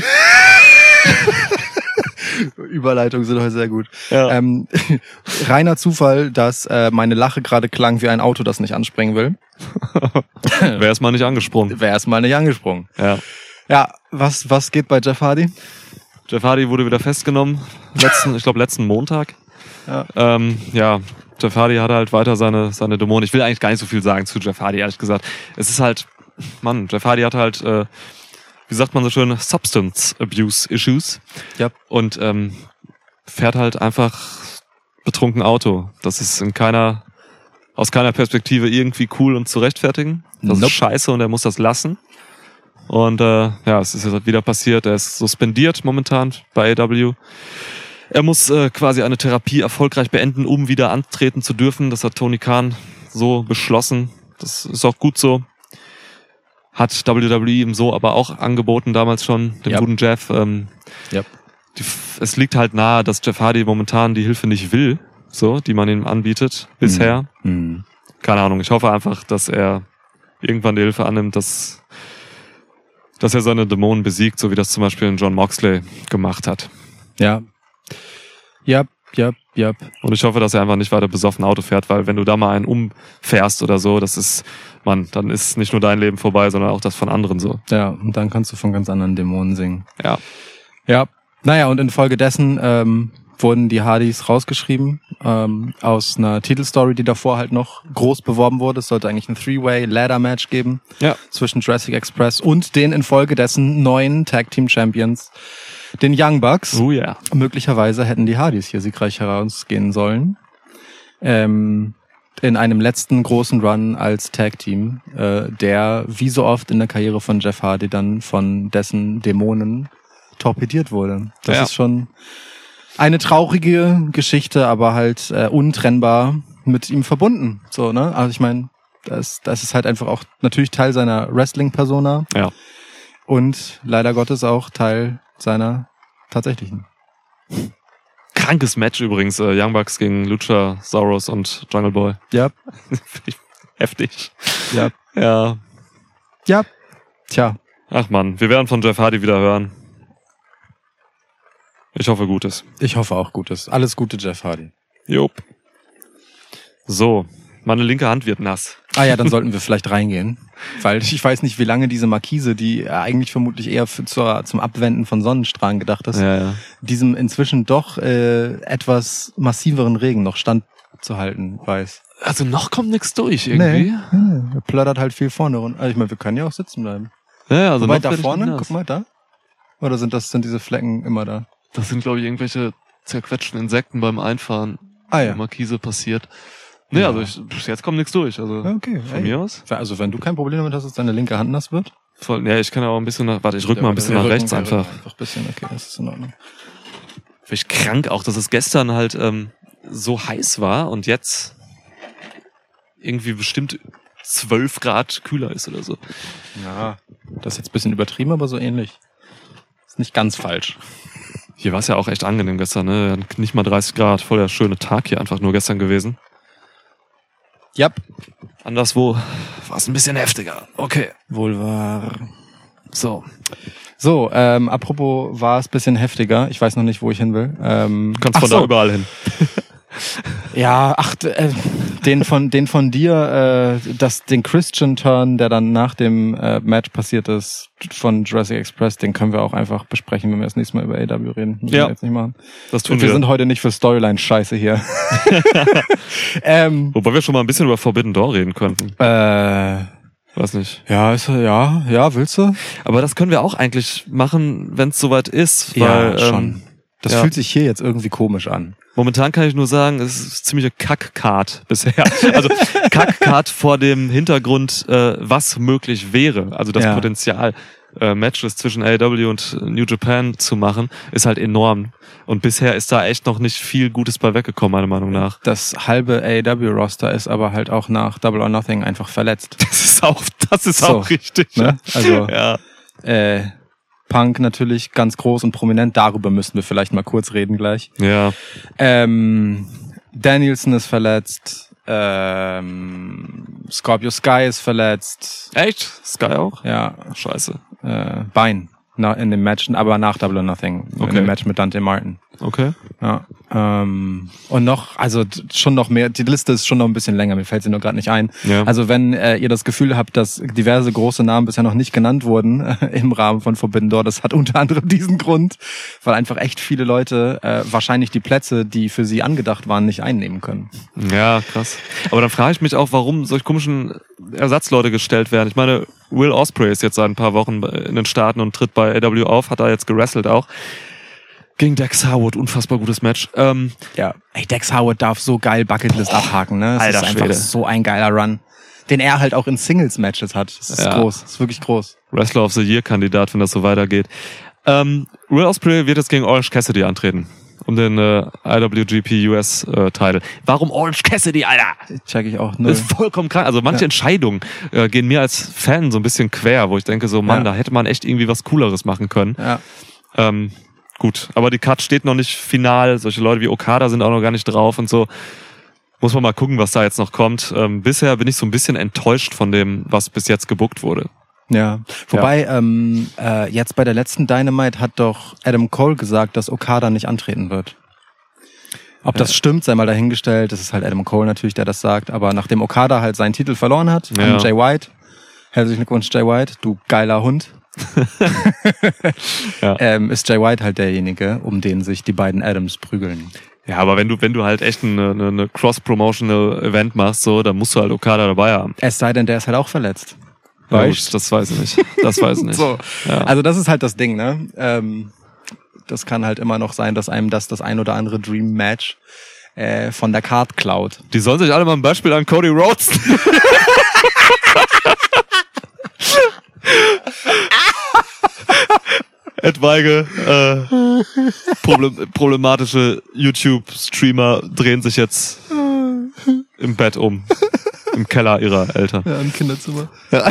Überleitungen sind heute sehr gut. Ja. Reiner Zufall, dass meine Lache gerade klang wie ein Auto, das nicht anspringen will. Wäre es mal nicht angesprungen. Ja, was geht bei Jeff Hardy? Jeff Hardy wurde wieder festgenommen, letzten Montag. Jeff Hardy hatte halt weiter seine Dämonen. Ich will eigentlich gar nicht so viel sagen zu Jeff Hardy, ehrlich gesagt. Es ist halt, Jeff Hardy hat halt, wie sagt man so schön, Substance Abuse Issues. Ja. Und fährt halt einfach betrunken Auto. Das ist aus keiner Perspektive irgendwie cool und zu rechtfertigen. Das ist scheiße und er muss das lassen. Und es ist jetzt wieder passiert. Er ist suspendiert momentan bei AEW. Er muss quasi eine Therapie erfolgreich beenden, um wieder antreten zu dürfen. Das hat Tony Khan so beschlossen. Das ist auch gut so. Hat WWE ihm so aber auch angeboten damals schon, den guten Jeff. Es liegt halt nahe, dass Jeff Hardy momentan die Hilfe nicht will, so, die man ihm anbietet bisher. Keine Ahnung. Ich hoffe einfach, dass er irgendwann die Hilfe annimmt, dass er seine Dämonen besiegt, so wie das zum Beispiel John Moxley gemacht hat. Ja. Und ich hoffe, dass er einfach nicht weiter besoffen Auto fährt, weil wenn du da mal einen umfährst oder so, dann ist nicht nur dein Leben vorbei, sondern auch das von anderen so. Ja, und dann kannst du von ganz anderen Dämonen singen. Ja. Naja, und infolgedessen wurden die Hardys rausgeschrieben aus einer Titelstory, die davor halt noch groß beworben wurde. Es sollte eigentlich ein 3-Way-Ladder-Match geben zwischen Jurassic Express und den infolgedessen neuen Tag-Team-Champions, den Young Bucks. Oh ja. Möglicherweise hätten die Hardys hier siegreich herausgehen sollen. In einem letzten großen Run als Tag-Team, der wie so oft in der Karriere von Jeff Hardy dann von dessen Dämonen torpediert wurde. Das ist schon eine traurige Geschichte, aber halt untrennbar mit ihm verbunden. So, ne? Also ich meine, das ist halt einfach auch natürlich Teil seiner Wrestling-Persona. Ja. Und leider Gottes auch Teil seiner tatsächlichen. Krankes Match übrigens. Young Bucks gegen Luchasaurus und Jungle Boy. Ja. Heftig. Ja. Ja. Tja. Ach man, wir werden von Jeff Hardy wieder hören. Ich hoffe Gutes. Ich hoffe auch Gutes. Alles Gute, Jeff Hardy. Jupp. So, meine linke Hand wird nass. Ah ja, dann sollten wir vielleicht reingehen. Weil ich weiß nicht, wie lange diese Markise, die eigentlich vermutlich eher zum Abwenden von Sonnenstrahlen gedacht ist, diesem inzwischen doch etwas massiveren Regen noch standzuhalten weiß. Also noch kommt nichts durch irgendwie. Nee, er plördert halt viel vorne runter. Also ich meine, wir können ja auch sitzen bleiben. Ja, also wobei da vorne, guck mal da. Oder sind diese Flecken immer da? Das sind, glaube ich, irgendwelche zerquetschten Insekten beim Einfahren. Ja. Markise passiert. Nee, also bis jetzt kommt nichts durch. Also okay, von mir aus. Also wenn du kein Problem damit hast, dass deine linke Hand nass wird? Ja, ich kann ja auch ein bisschen ich rück mal ein bisschen nach rechts einfach. Einfach ein bisschen, okay, das ist in Ordnung. Vielleicht krank auch, dass es gestern halt so heiß war und jetzt irgendwie bestimmt 12 Grad kühler ist oder so. Ja, das ist jetzt ein bisschen übertrieben, aber so ähnlich. Ist nicht ganz falsch. Hier war es ja auch echt angenehm gestern, ne? Nicht mal 30 Grad, voll der schöne Tag hier einfach nur gestern gewesen. Yep. Anderswo war es ein bisschen heftiger. Okay. Wohl wahr. So, apropos war es ein bisschen heftiger. Ich weiß noch nicht, wo ich hin will. du kannst von da überall hin. Ja, den von dir, den Christian Turn, der dann nach dem Match passiert ist von Jurassic Express, den können wir auch einfach besprechen, wenn wir das nächste Mal über AEW reden. Müssen wir jetzt nicht machen. Das tun wir sind heute nicht für Storyline-Scheiße hier. Wobei wir schon mal ein bisschen über Forbidden Door reden könnten. Weiß nicht. Ja, willst du? Aber das können wir auch eigentlich machen, wenn es soweit ist. Ja, weil, schon. Das fühlt sich hier jetzt irgendwie komisch an. Momentan kann ich nur sagen, es ist ziemliche Kack-Card bisher. Also Kack-Card vor dem Hintergrund, was möglich wäre. Also das Potenzial, Matches zwischen AEW und New Japan zu machen, ist halt enorm. Und bisher ist da echt noch nicht viel Gutes bei weggekommen, meiner Meinung nach. Das halbe AEW-Roster ist aber halt auch nach Double or Nothing einfach verletzt. Das ist auch richtig. Ne? Also, ja. Punk natürlich ganz groß und prominent. Darüber müssen wir vielleicht mal kurz reden gleich. Ja. Danielson ist verletzt. Scorpio Sky ist verletzt. Echt? Sky auch? Ja. Scheiße. Bein in dem Match, aber nach Double or Nothing. Okay. In dem Match mit Dante Martin. Okay. Ja. Und noch, also schon noch mehr, die Liste ist schon noch ein bisschen länger, mir fällt sie nur gerade nicht ein. Ja. Also wenn ihr das Gefühl habt, dass diverse große Namen bisher noch nicht genannt wurden im Rahmen von Forbidden Door, das hat unter anderem diesen Grund, weil einfach echt viele Leute wahrscheinlich die Plätze, die für sie angedacht waren, nicht einnehmen können. Ja, krass. Aber dann frage ich mich auch, warum solche komischen Ersatzleute gestellt werden. Ich meine, Will Ospreay ist jetzt seit ein paar Wochen in den Staaten und tritt bei AEW auf, hat da jetzt gewrestelt auch. Gegen Dex Harwood, unfassbar gutes Match. Ja, Dex Harwood darf so geil Bucketlist abhaken, ne? Das ist einfach so ein geiler Run, den er halt auch in Singles-Matches hat. Das ist groß, das ist wirklich groß. Wrestler of the Year-Kandidat, wenn das so weitergeht. Will Ospreay wird jetzt gegen Orange Cassidy antreten. Um den IWGP US-Title. Warum Orange Cassidy, Alter? Check ich auch null. Das ist vollkommen krank. Also manche Entscheidungen gehen mir als Fan so ein bisschen quer, wo ich denke so, Mann, da hätte man echt irgendwie was Cooleres machen können. Ja. Gut, aber die Card steht noch nicht final. Solche Leute wie Okada sind auch noch gar nicht drauf und so. Muss man mal gucken, was da jetzt noch kommt. Bisher bin ich so ein bisschen enttäuscht von dem, was bis jetzt gebookt wurde. Ja, wobei jetzt bei der letzten Dynamite hat doch Adam Cole gesagt, dass Okada nicht antreten wird. Ob das stimmt, sei mal dahingestellt. Das ist halt Adam Cole natürlich, der das sagt. Aber nachdem Okada halt seinen Titel verloren hat an Jay White, herzlichen Glückwunsch Jay White, du geiler Hund. Ist Jay White halt derjenige, um den sich die beiden Adams prügeln. Ja, aber wenn du halt echt eine Cross-Promotional-Event machst, so, dann musst du halt Okada dabei haben. Es sei denn, der ist halt auch verletzt. Weißt? Das weiß ich nicht. Das weiß ich nicht. So. Ja. Also das ist halt das Ding, ne? Das kann halt immer noch sein, dass einem das ein oder andere Dream-Match von der Card klaut. Die sollen sich alle mal ein Beispiel an Cody Rhodes. Etwaige problematische YouTube-Streamer drehen sich jetzt im Bett um. Im Keller ihrer Eltern. Ja, im Kinderzimmer. Ja.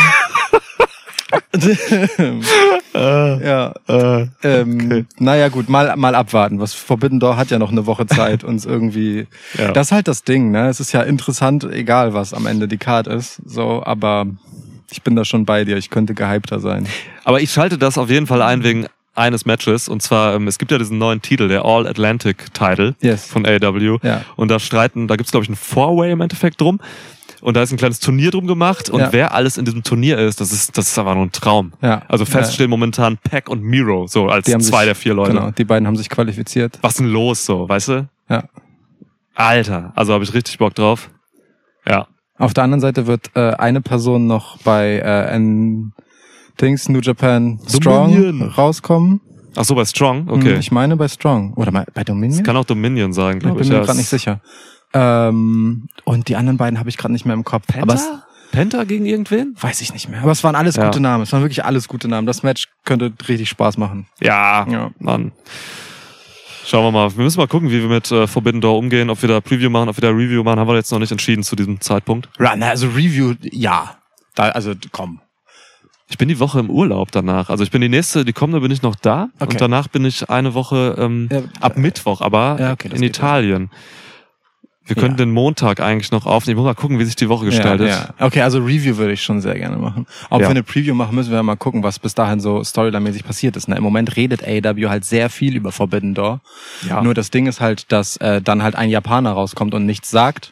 Okay. Naja gut, mal abwarten. Was Forbidden Door hat ja noch eine Woche Zeit, uns irgendwie... Ja. Das ist halt das Ding, ne? Es ist ja interessant, egal was am Ende die Card ist. So, aber ich bin da schon bei dir. Ich könnte gehypter sein. Aber ich schalte das auf jeden Fall ein wegen eines Matches. Und zwar, es gibt ja diesen neuen Titel, der All-Atlantic-Title von AEW. Ja. Und da gibt's glaube ich ein Four-Way im Endeffekt drum. Und da ist ein kleines Turnier drum gemacht. Und wer alles in diesem Turnier ist, das ist aber nur ein Traum. Ja. Also feststehen momentan Pac und Miro, so als 2 der 4 Leute. Genau, die beiden haben sich qualifiziert. Was denn los, so, weißt du? Ja. Alter, also habe ich richtig Bock drauf. Ja. Auf der anderen Seite wird eine Person noch bei New Japan Strong rauskommen. Ach so, bei Strong? Okay. Ich meine bei Strong. Oder bei Dominion? Das kann auch Dominion sein, glaube ich. Bin mir gerade nicht sicher. Und die anderen beiden habe ich gerade nicht mehr im Kopf. Penta gegen irgendwen? Weiß ich nicht mehr. Aber es waren alles gute Namen. Es waren wirklich alles gute Namen. Das Match könnte richtig Spaß machen. Ja. Mann. Schauen wir mal. Wir müssen mal gucken, wie wir mit Forbidden Door umgehen. Ob wir da Preview machen, ob wir da Review machen, haben wir jetzt noch nicht entschieden zu diesem Zeitpunkt. Also Review, ja. Komm. Ich bin die Woche im Urlaub danach. Also die kommende bin ich noch da. Okay. Und danach bin ich eine Woche ab Mittwoch, aber in Italien. Wir können den Montag eigentlich noch aufnehmen. Ich muss mal gucken, wie sich die Woche gestaltet. Ja. Okay, also Review würde ich schon sehr gerne machen. Ob wir eine Preview machen, müssen wir mal gucken, was bis dahin so storyline-mäßig passiert ist. Im Moment redet AEW halt sehr viel über Forbidden Door. Ja. Nur das Ding ist halt, dass dann halt ein Japaner rauskommt und nichts sagt.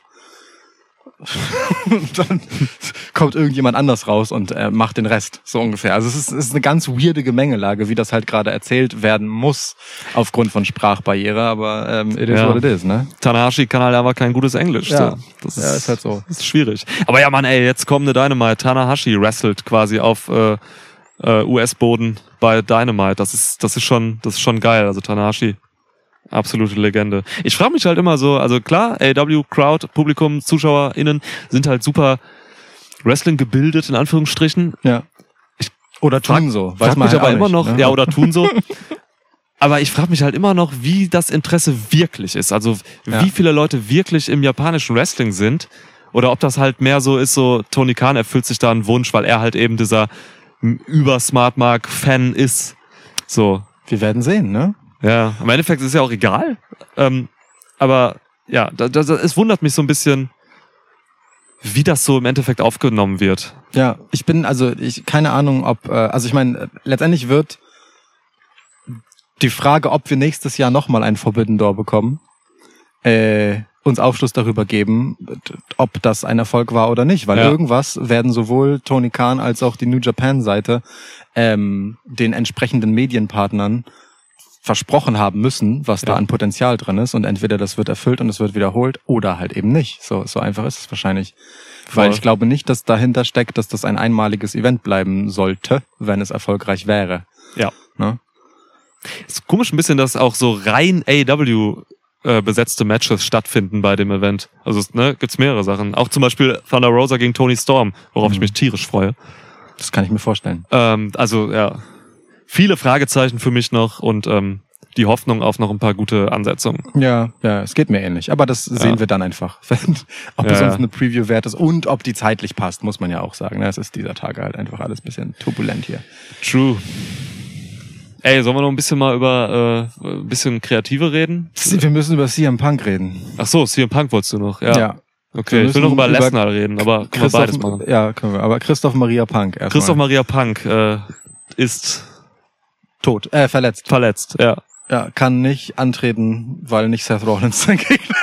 Dann kommt irgendjemand anders raus und macht den Rest, so ungefähr. Also es ist eine ganz weirde Gemengelage, wie das halt gerade erzählt werden muss, aufgrund von Sprachbarriere, aber it is what it is, ne? Tanahashi kann halt aber kein gutes Englisch. Ja, so. Das ist halt so. Das ist schwierig. Aber ja, Mann, jetzt kommende Dynamite. Tanahashi wrestelt quasi auf US-Boden bei Dynamite. Das ist schon geil. Also Tanahashi, absolute Legende. Ich frage mich halt immer so, also klar, AEW, Crowd, Publikum, ZuschauerInnen sind halt super Wrestling gebildet, in Anführungsstrichen. Ja. Oder tun so. Weiß man halt aber immer noch, ne? Ja, oder tun so. Aber ich frage mich halt immer noch, wie das Interesse wirklich ist. Also wie viele Leute wirklich im japanischen Wrestling sind. Oder ob das halt mehr so ist, so Tony Khan erfüllt sich da einen Wunsch, weil er halt eben dieser Über-Smart-Mark-Fan ist. So. Wir werden sehen, ne? Ja, im Endeffekt ist es ja auch egal. Aber ja, es wundert mich so ein bisschen, wie das so im Endeffekt aufgenommen wird. Ja, keine Ahnung, ob, ich meine, letztendlich wird die Frage, ob wir nächstes Jahr nochmal ein Forbidden Door bekommen, uns Aufschluss darüber geben, ob das ein Erfolg war oder nicht. Weil irgendwas werden sowohl Tony Khan als auch die New Japan-Seite den entsprechenden Medienpartnern versprochen haben müssen, was da an Potenzial drin ist, und entweder das wird erfüllt und es wird wiederholt oder halt eben nicht. So einfach ist es wahrscheinlich. Voll. Weil ich glaube nicht, dass dahinter steckt, dass das ein einmaliges Event bleiben sollte, wenn es erfolgreich wäre. Ja. Ne? Es ist komisch ein bisschen, dass auch so rein AEW besetzte Matches stattfinden bei dem Event. Also gibt's mehrere Sachen. Auch zum Beispiel Thunder Rosa gegen Toni Storm, worauf ich mich tierisch freue. Das kann ich mir vorstellen. Viele Fragezeichen für mich noch und die Hoffnung auf noch ein paar gute Ansetzungen. Ja, es geht mir ähnlich. Aber das sehen wir dann einfach. Ob es uns eine Preview wert ist und ob die zeitlich passt, muss man ja auch sagen. Es ist dieser Tage halt einfach alles ein bisschen turbulent hier. True. Sollen wir noch ein bisschen mal über ein bisschen Kreative reden? Wir müssen über CM Punk reden. Ach so, CM Punk wolltest du noch? Ja. Okay, ich will noch über Lesnar reden, aber können wir beides machen. Ja, können wir. Aber Christoph Maria Punk erstmal. Christoph Maria Punk ist tot. Verletzt. Verletzt, ja. Ja, kann nicht antreten, weil nicht Seth Rollins sein Gegner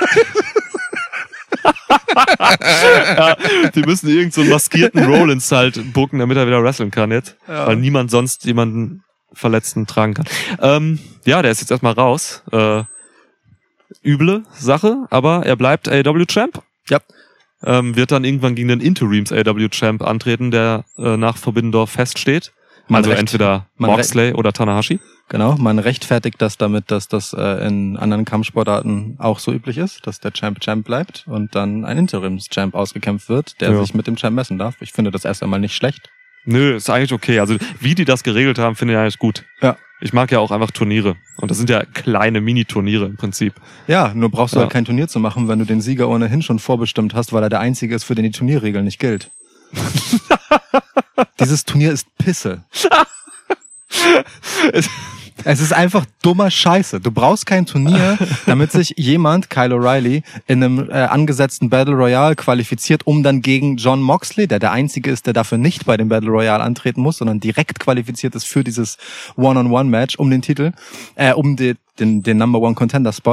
ist. Die müssen irgend so einen maskierten Rollins halt booken, damit er wieder wrestlen kann jetzt. Ja. Weil niemand sonst jemanden Verletzten tragen kann. Der ist jetzt erstmal raus. Üble Sache, aber er bleibt AEW-Champ. Ja. Wird dann irgendwann gegen den Interims AEW-Champ antreten, der nach Forbidden Door feststeht. Entweder Moxley oder Tanahashi. Genau, man rechtfertigt das damit, dass das in anderen Kampfsportarten auch so üblich ist, dass der Champ bleibt und dann ein Interims-Champ ausgekämpft wird, der sich mit dem Champ messen darf. Ich finde das erst einmal nicht schlecht. Nö, ist eigentlich okay. Also wie die das geregelt haben, finde ich eigentlich gut. Ja. Ich mag ja auch einfach Turniere. Und das sind ja kleine Mini-Turniere im Prinzip. Ja, nur brauchst du halt kein Turnier zu machen, wenn du den Sieger ohnehin schon vorbestimmt hast, weil er der Einzige ist, für den die Turnierregel nicht gilt. Dieses Turnier ist Pisse. Es ist einfach dummer Scheiße. Du brauchst kein Turnier, damit sich jemand, Kyle O'Reilly, in einem angesetzten Battle Royale qualifiziert, um dann gegen Jon Moxley, der der Einzige ist, der dafür nicht bei dem Battle Royale antreten muss, sondern direkt qualifiziert ist für dieses One-on-One-Match um den Titel, um den Number One Contender Spot,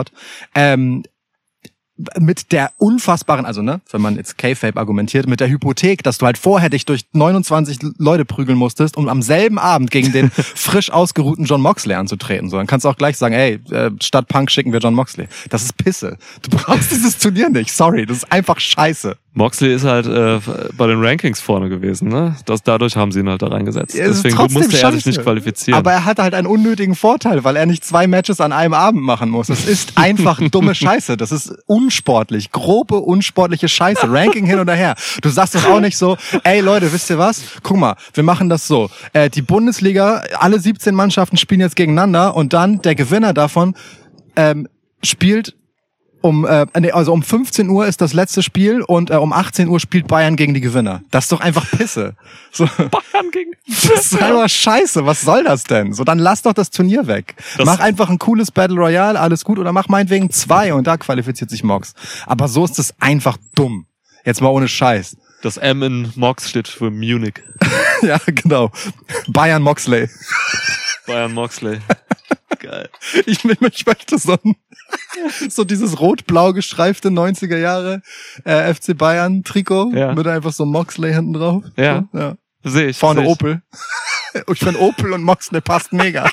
mit der unfassbaren, wenn man jetzt Kayfabe argumentiert, mit der Hypothek, dass du halt vorher dich durch 29 Leute prügeln musstest, um am selben Abend gegen den frisch ausgeruhten Jon Moxley anzutreten. So, dann kannst du auch gleich sagen, statt Punk schicken wir Jon Moxley. Das ist Pisse. Du brauchst dieses Turnier nicht. Sorry, das ist einfach scheiße. Moxley ist halt bei den Rankings vorne gewesen, ne? Dadurch haben sie ihn halt da reingesetzt. Ja, deswegen musste er sich nicht qualifizieren. Aber er hat halt einen unnötigen Vorteil, weil er nicht 2 Matches an einem Abend machen muss. Das ist einfach dumme Scheiße. Das ist unsportlich. Grobe, unsportliche Scheiße. Ranking hin oder her. Du sagst doch auch nicht so, ey Leute, wisst ihr was? Guck mal, wir machen das so. Die Bundesliga, alle 17 Mannschaften spielen jetzt gegeneinander und dann der Gewinner davon spielt um 15 Uhr ist das letzte Spiel und um 18 Uhr spielt Bayern gegen die Gewinner. Das ist doch einfach Pisse. So. Bayern gegen Das ist einfach scheiße. Was soll das denn? So, dann lass doch das Turnier weg. Mach einfach ein cooles Battle Royale, alles gut, oder mach meinetwegen 2 und da qualifiziert sich Mox. Aber so ist es einfach dumm. Jetzt mal ohne Scheiß. Das M in Mox steht für Munich. Ja, genau. Bayern Moxley. Bayern Moxley. Geil. Ich möchte so dieses rot-blau gestreifte 90er Jahre FC Bayern Trikot mit einfach so Moxley hinten drauf. Ja. So, ja. Sehe ich. Vorne Opel. Ich finde Opel und Moxley passt mega.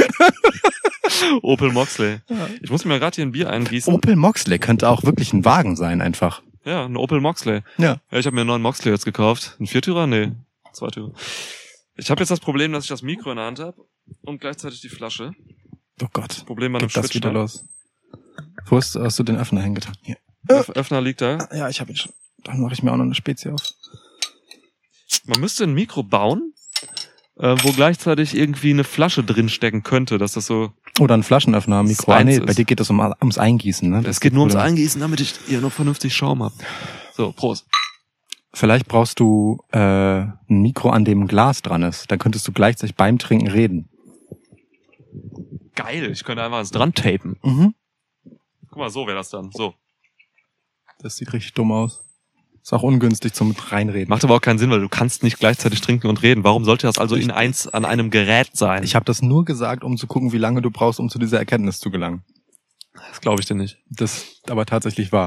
Opel Moxley. Ja. Ich muss mir gerade hier ein Bier eingießen. Opel Moxley könnte auch wirklich ein Wagen sein einfach. Ja, ein Opel Moxley. Ja. Ich habe mir einen neuen Moxley jetzt gekauft. Ein 4-Türer? Nee, 2-Türer. Ich habe jetzt das Problem, dass ich das Mikro in der Hand habe und gleichzeitig die Flasche. Oh Gott. Das Problem an dem das wieder los. Wo hast du den Öffner hingetan? Hier. Öffner liegt da. Ja, ich habe ihn schon. Dann mache ich mir auch noch eine Spezie auf. Man müsste ein Mikro bauen, wo gleichzeitig irgendwie eine Flasche drinstecken könnte, dass das so... Oder ein Flaschenöffner, Mikro. Nee, bei dir geht es ums Eingießen, ne? Es geht nur ums Eingießen, damit ich hier noch vernünftig Schaum habe. So, Prost. Vielleicht brauchst du ein Mikro, an dem ein Glas dran ist. Dann könntest du gleichzeitig beim Trinken reden. Geil, ich könnte einfach was dran tapen. Mhm. Guck mal, so wäre das dann. So. Das sieht richtig dumm aus. Ist auch ungünstig zum Reinreden. Macht aber auch keinen Sinn, weil du kannst nicht gleichzeitig trinken und reden. Warum sollte das also in eins an einem Gerät sein? Ich habe das nur gesagt, um zu gucken, wie lange du brauchst, um zu dieser Erkenntnis zu gelangen. Das glaube ich dir nicht. Das aber tatsächlich wahr.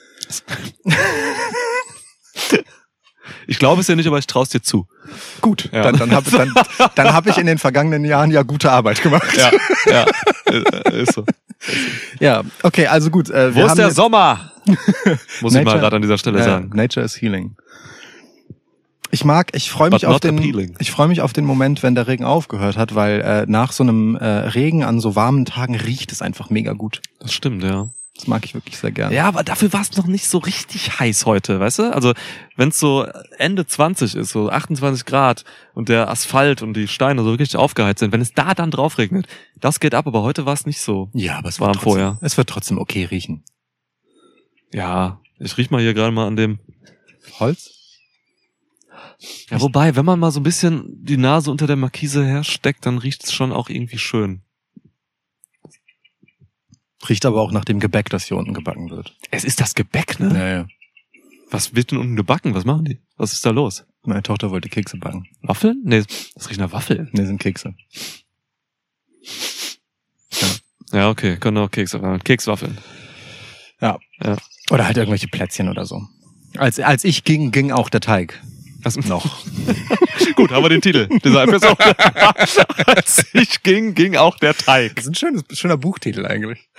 Ich glaube es ja nicht, aber ich traue es dir zu. Gut, ja. Dann hab ich in den vergangenen Jahren ja gute Arbeit gemacht. Ja, ist so. Ja, okay, also gut. Wo ist der Sommer? Muss ich mal gerade an dieser Stelle sagen. Nature is healing. Ich freue mich auf den Moment, wenn der Regen aufgehört hat, weil nach so einem Regen an so warmen Tagen riecht es einfach mega gut. Das stimmt, ja. Das mag ich wirklich sehr gerne. Ja, aber dafür war es noch nicht so richtig heiß heute, weißt du? Also wenn es so Ende 20 ist, so 28 Grad und der Asphalt und die Steine so richtig aufgeheizt sind, wenn es da dann drauf regnet, das geht ab, aber heute war es nicht so. Ja, aber es warm vorher. Es wird trotzdem okay riechen. Ja, ich riech mal hier gerade mal an dem Holz. Ja, wobei, wenn man mal so ein bisschen die Nase unter der Markise hersteckt, dann riecht es schon auch irgendwie schön. Riecht aber auch nach dem Gebäck, das hier unten gebacken wird. Es ist das Gebäck, ne? Ja. Was wird denn unten gebacken? Was machen die? Was ist da los? Meine Tochter wollte Kekse backen. Waffeln? Nee, das riecht nach Waffeln. Nee, sind Kekse. Ja, okay, können auch Kekse machen. Kekswaffeln. Ja. Oder halt irgendwelche Plätzchen oder so. Als ich ging auch der Teig. Was noch? Gut, haben wir den Titel dieser Episode. Als ich ging auch der Teig. Das ist ein schöner Buchtitel eigentlich.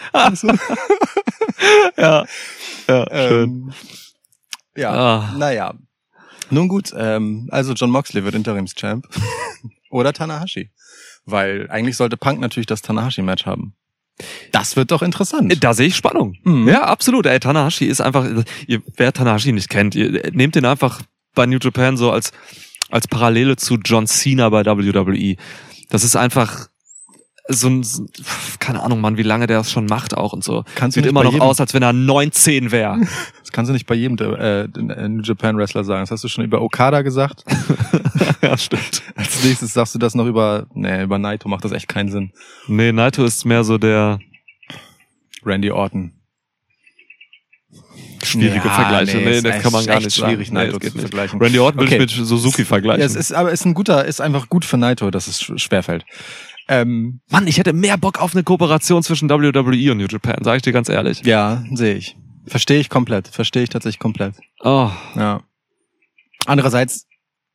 Ja, schön. Naja. Nun gut, also Jon Moxley wird Interimschamp. Oder Tanahashi. Weil eigentlich sollte Punk natürlich das Tanahashi-Match haben. Das wird doch interessant. Da sehe ich Spannung. Mhm. Ja, absolut. Tanahashi ist einfach, wer Tanahashi nicht kennt, ihr nehmt den einfach bei New Japan so als Parallele zu John Cena bei WWE. Das ist einfach so ein, keine Ahnung, Mann, wie lange der das schon macht auch und so. Sieht immer noch aus, als wenn er 19 wäre. Das kannst du nicht bei jedem New Japan Wrestler sagen. Das hast du schon über Okada gesagt. Ja, stimmt. Als nächstes sagst du das noch über Naito, macht das echt keinen Sinn. Nee, Naito ist mehr so der Randy Orton. Schwierige Vergleiche. Nee, das kann man gar nicht schwierig, sagen. Naito zu vergleichen. Randy Orton will ich mit Suzuki vergleichen. Ja, ist einfach gut für Naito, dass es schwerfällt. Mann, ich hätte mehr Bock auf eine Kooperation zwischen WWE und New Japan, sag ich dir ganz ehrlich. Ja, sehe ich. Verstehe ich tatsächlich komplett. Oh. Ja. Andererseits,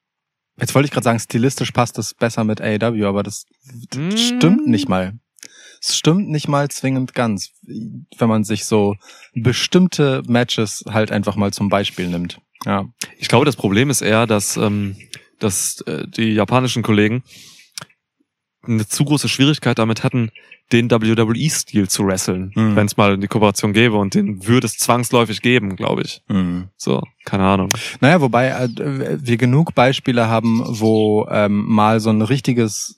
jetzt wollte ich gerade sagen, stilistisch passt das besser mit AEW, aber das stimmt nicht mal. Es stimmt nicht mal zwingend ganz, wenn man sich so bestimmte Matches halt einfach mal zum Beispiel nimmt. Ja. Ich glaube, das Problem ist eher, dass die japanischen Kollegen eine zu große Schwierigkeit damit hatten, den WWE-Stil zu wresteln, wenn es mal die Kooperation gäbe, und den würde es zwangsläufig geben, glaube ich. So, keine Ahnung. Naja, wobei wir genug Beispiele haben, wo mal so ein richtiges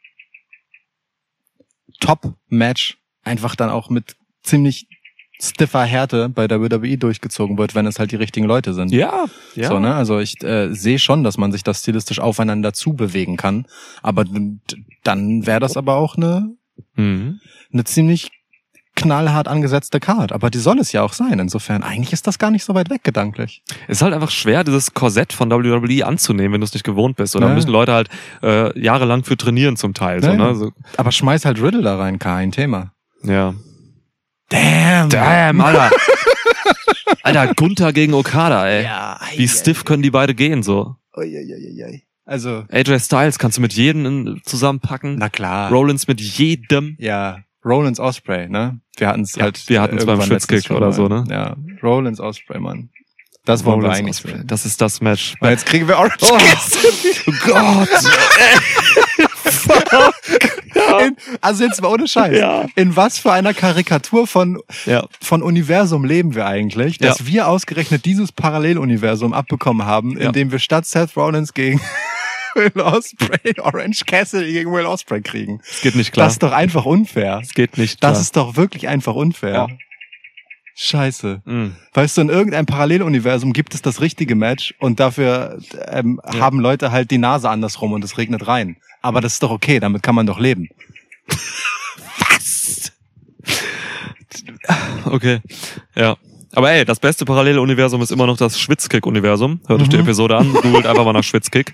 Top-Match einfach dann auch mit ziemlich stiffer Härte bei der WWE durchgezogen wird, wenn es halt die richtigen Leute sind. Ja. So, ne? Also ich sehe schon, dass man sich das stilistisch aufeinander zubewegen kann, aber dann wäre das aber auch eine ziemlich knallhart angesetzte Card. Aber die soll es ja auch sein. Insofern, eigentlich ist das gar nicht so weit weg gedanklich. Es ist halt einfach schwer, dieses Korsett von WWE anzunehmen, wenn du es nicht gewohnt bist. Oder müssen Leute halt jahrelang für trainieren zum Teil. So, ne? So. Aber schmeiß halt Riddle da rein, kein Thema. Ja. Damn, Alter. Alter, Gunther gegen Okada, ey. Ja, wie stiff können die beide gehen, so. Also AJ Styles kannst du mit jedem zusammenpacken. Na klar. Rollins mit jedem. Ja, Rollins Ospreay, ne? Wir hatten es beim Schwitzkick oder so, ne? Ja, Rollins Ospreay, Mann. Das wollen wir eigentlich sehen. Das ist das Match. Weil jetzt kriegen wir Orange Cassidy. Oh Gott. Also jetzt mal ohne Scheiß. Ja. In was für einer Karikatur von Universum leben wir eigentlich, dass wir ausgerechnet dieses Paralleluniversum abbekommen haben, indem wir statt Seth Rollins gegen Will Ospreay Orange Cassidy gegen Will Ospreay kriegen. Das geht nicht klar. Das ist doch einfach unfair. Das geht nicht klar. Das ist doch wirklich einfach unfair. Ja. Scheiße. Weißt du, in irgendeinem Paralleluniversum gibt es das richtige Match und dafür haben Leute halt die Nase andersrum und es regnet rein. Aber das ist doch okay, damit kann man doch leben. Was? Okay, ja. Aber ey, das beste Paralleluniversum ist immer noch das Schwitzkick-Universum. Hört euch die Episode an, googelt einfach mal nach Schwitzkick.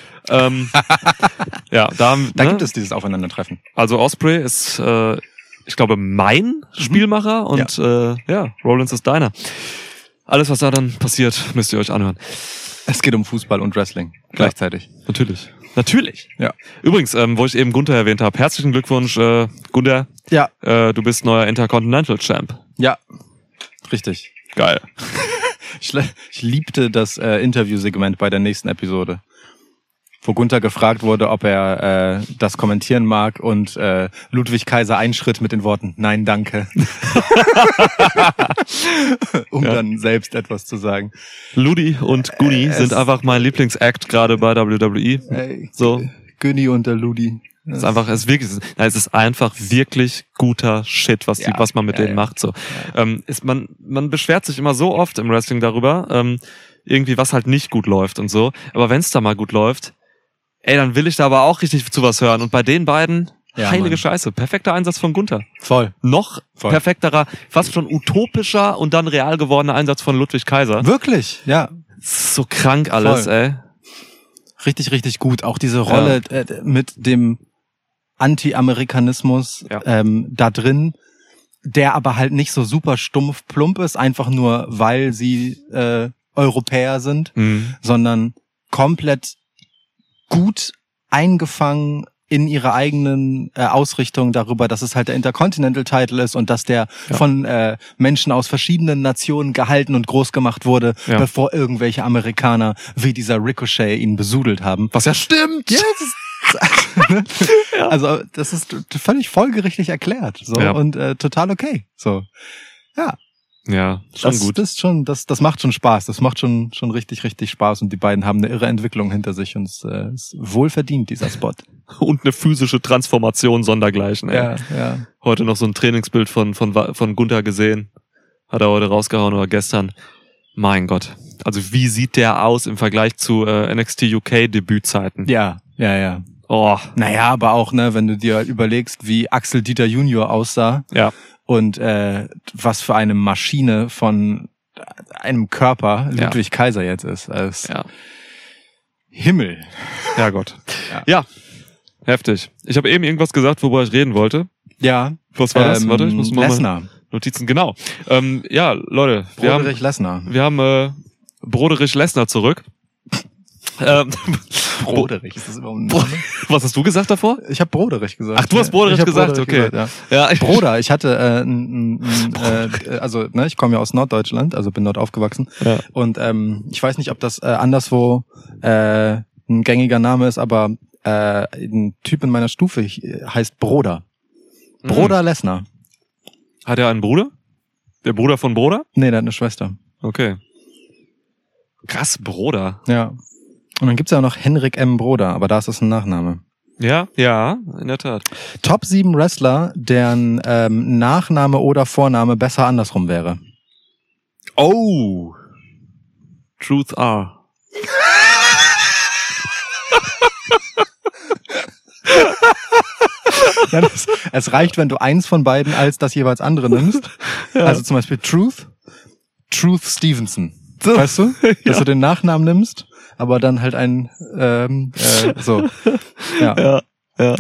Ja, da gibt es dieses Aufeinandertreffen. Also Ospreay ist, ich glaube, mein Spielmacher und Rollins ist deiner. Alles, was da dann passiert, müsst ihr euch anhören. Es geht um Fußball und Wrestling gleichzeitig. Natürlich. Ja. Übrigens, wo ich eben Gunther erwähnt habe, herzlichen Glückwunsch, Gunther. Ja. Du bist neuer Intercontinental Champ. Ja. Richtig. Geil. Ich liebte das Interviewsegment bei der nächsten Episode, wo Gunther gefragt wurde, ob er das kommentieren mag und Ludwig Kaiser einschritt mit den Worten "Nein, danke", dann selbst etwas zu sagen. Ludi und Guni sind einfach mein Lieblingsact gerade bei WWE. Ey, so. Günni und der Ludi. Es ist einfach wirklich guter Shit, was man mit denen macht. So. Ja. Man beschwert sich immer so oft im Wrestling darüber, irgendwie was halt nicht gut läuft und so. Aber wenn es da mal gut läuft, ey, dann will ich da aber auch richtig zu was hören. Und bei den beiden, heilige Scheiße, perfekter Einsatz von Gunther. Voll. Perfekterer, fast schon utopischer und dann real gewordener Einsatz von Ludwig Kaiser. Wirklich, ja. So krank alles, ey. Richtig, richtig gut. Auch diese Rolle mit dem Anti-Amerikanismus da drin, der aber halt nicht so super stumpf plump ist, einfach nur, weil sie Europäer sind, sondern komplett gut eingefangen in ihre eigenen Ausrichtungen darüber, dass es halt der Intercontinental Title ist und dass der von Menschen aus verschiedenen Nationen gehalten und groß gemacht wurde, bevor irgendwelche Amerikaner wie dieser Ricochet ihn besudelt haben. Was ja stimmt! Ja, also das ist völlig folgerichtig erklärt und total okay. So. Ja. Ja, schon gut. Das macht schon Spaß. Das macht schon richtig, richtig Spaß und die beiden haben eine irre Entwicklung hinter sich und es ist wohlverdient, dieser Spot. Und eine physische Transformation sondergleichen, ey. Ja. Heute noch so ein Trainingsbild von Gunther gesehen. Hat er heute rausgehauen oder gestern. Mein Gott. Also wie sieht der aus im Vergleich zu NXT UK Debützeiten? Ja. Oh. Naja, aber auch, wenn du dir überlegst, wie Axel Dieter Junior aussah. Ja. Und was für eine Maschine von einem Körper Ludwig Kaiser jetzt ist. Himmel. Ja, Gott. Ja, heftig. Ich habe eben irgendwas gesagt, worüber ich reden wollte. Ja. Was war das? Warte, ich muss mal Lesnar. Notizen, genau. Ja, Leute. Broderich Lesnar. Wir haben Broderich Lesnar zurück. Broderich, ist das überhaupt ein Name? Was hast du gesagt davor? Ich habe Broderich gesagt. Ach, du hast Broderich gesagt, okay. Gesagt, ja. Broder, ich hatte ich komme ja aus Norddeutschland, also bin dort aufgewachsen. Ja. Und ich weiß nicht, ob das anderswo ein gängiger Name ist, aber ein Typ in meiner Stufe heißt Broder. Broder Lesnar. Hat er einen Bruder? Der Bruder von Broder? Nee, der hat eine Schwester. Okay. Krass, Broder. Ja. Und dann gibt's ja auch noch Henrik M. Broder, aber da ist das ein Nachname. Ja, in der Tat. Top 7 Wrestler, deren Nachname oder Vorname besser andersrum wäre. Oh. Truth R. Ja, es reicht, wenn du eins von beiden als das jeweils andere nimmst. Ja. Also zum Beispiel Truth Stevenson. So. Weißt du? Dass du den Nachnamen nimmst, aber dann halt ein so. Ja. Ja,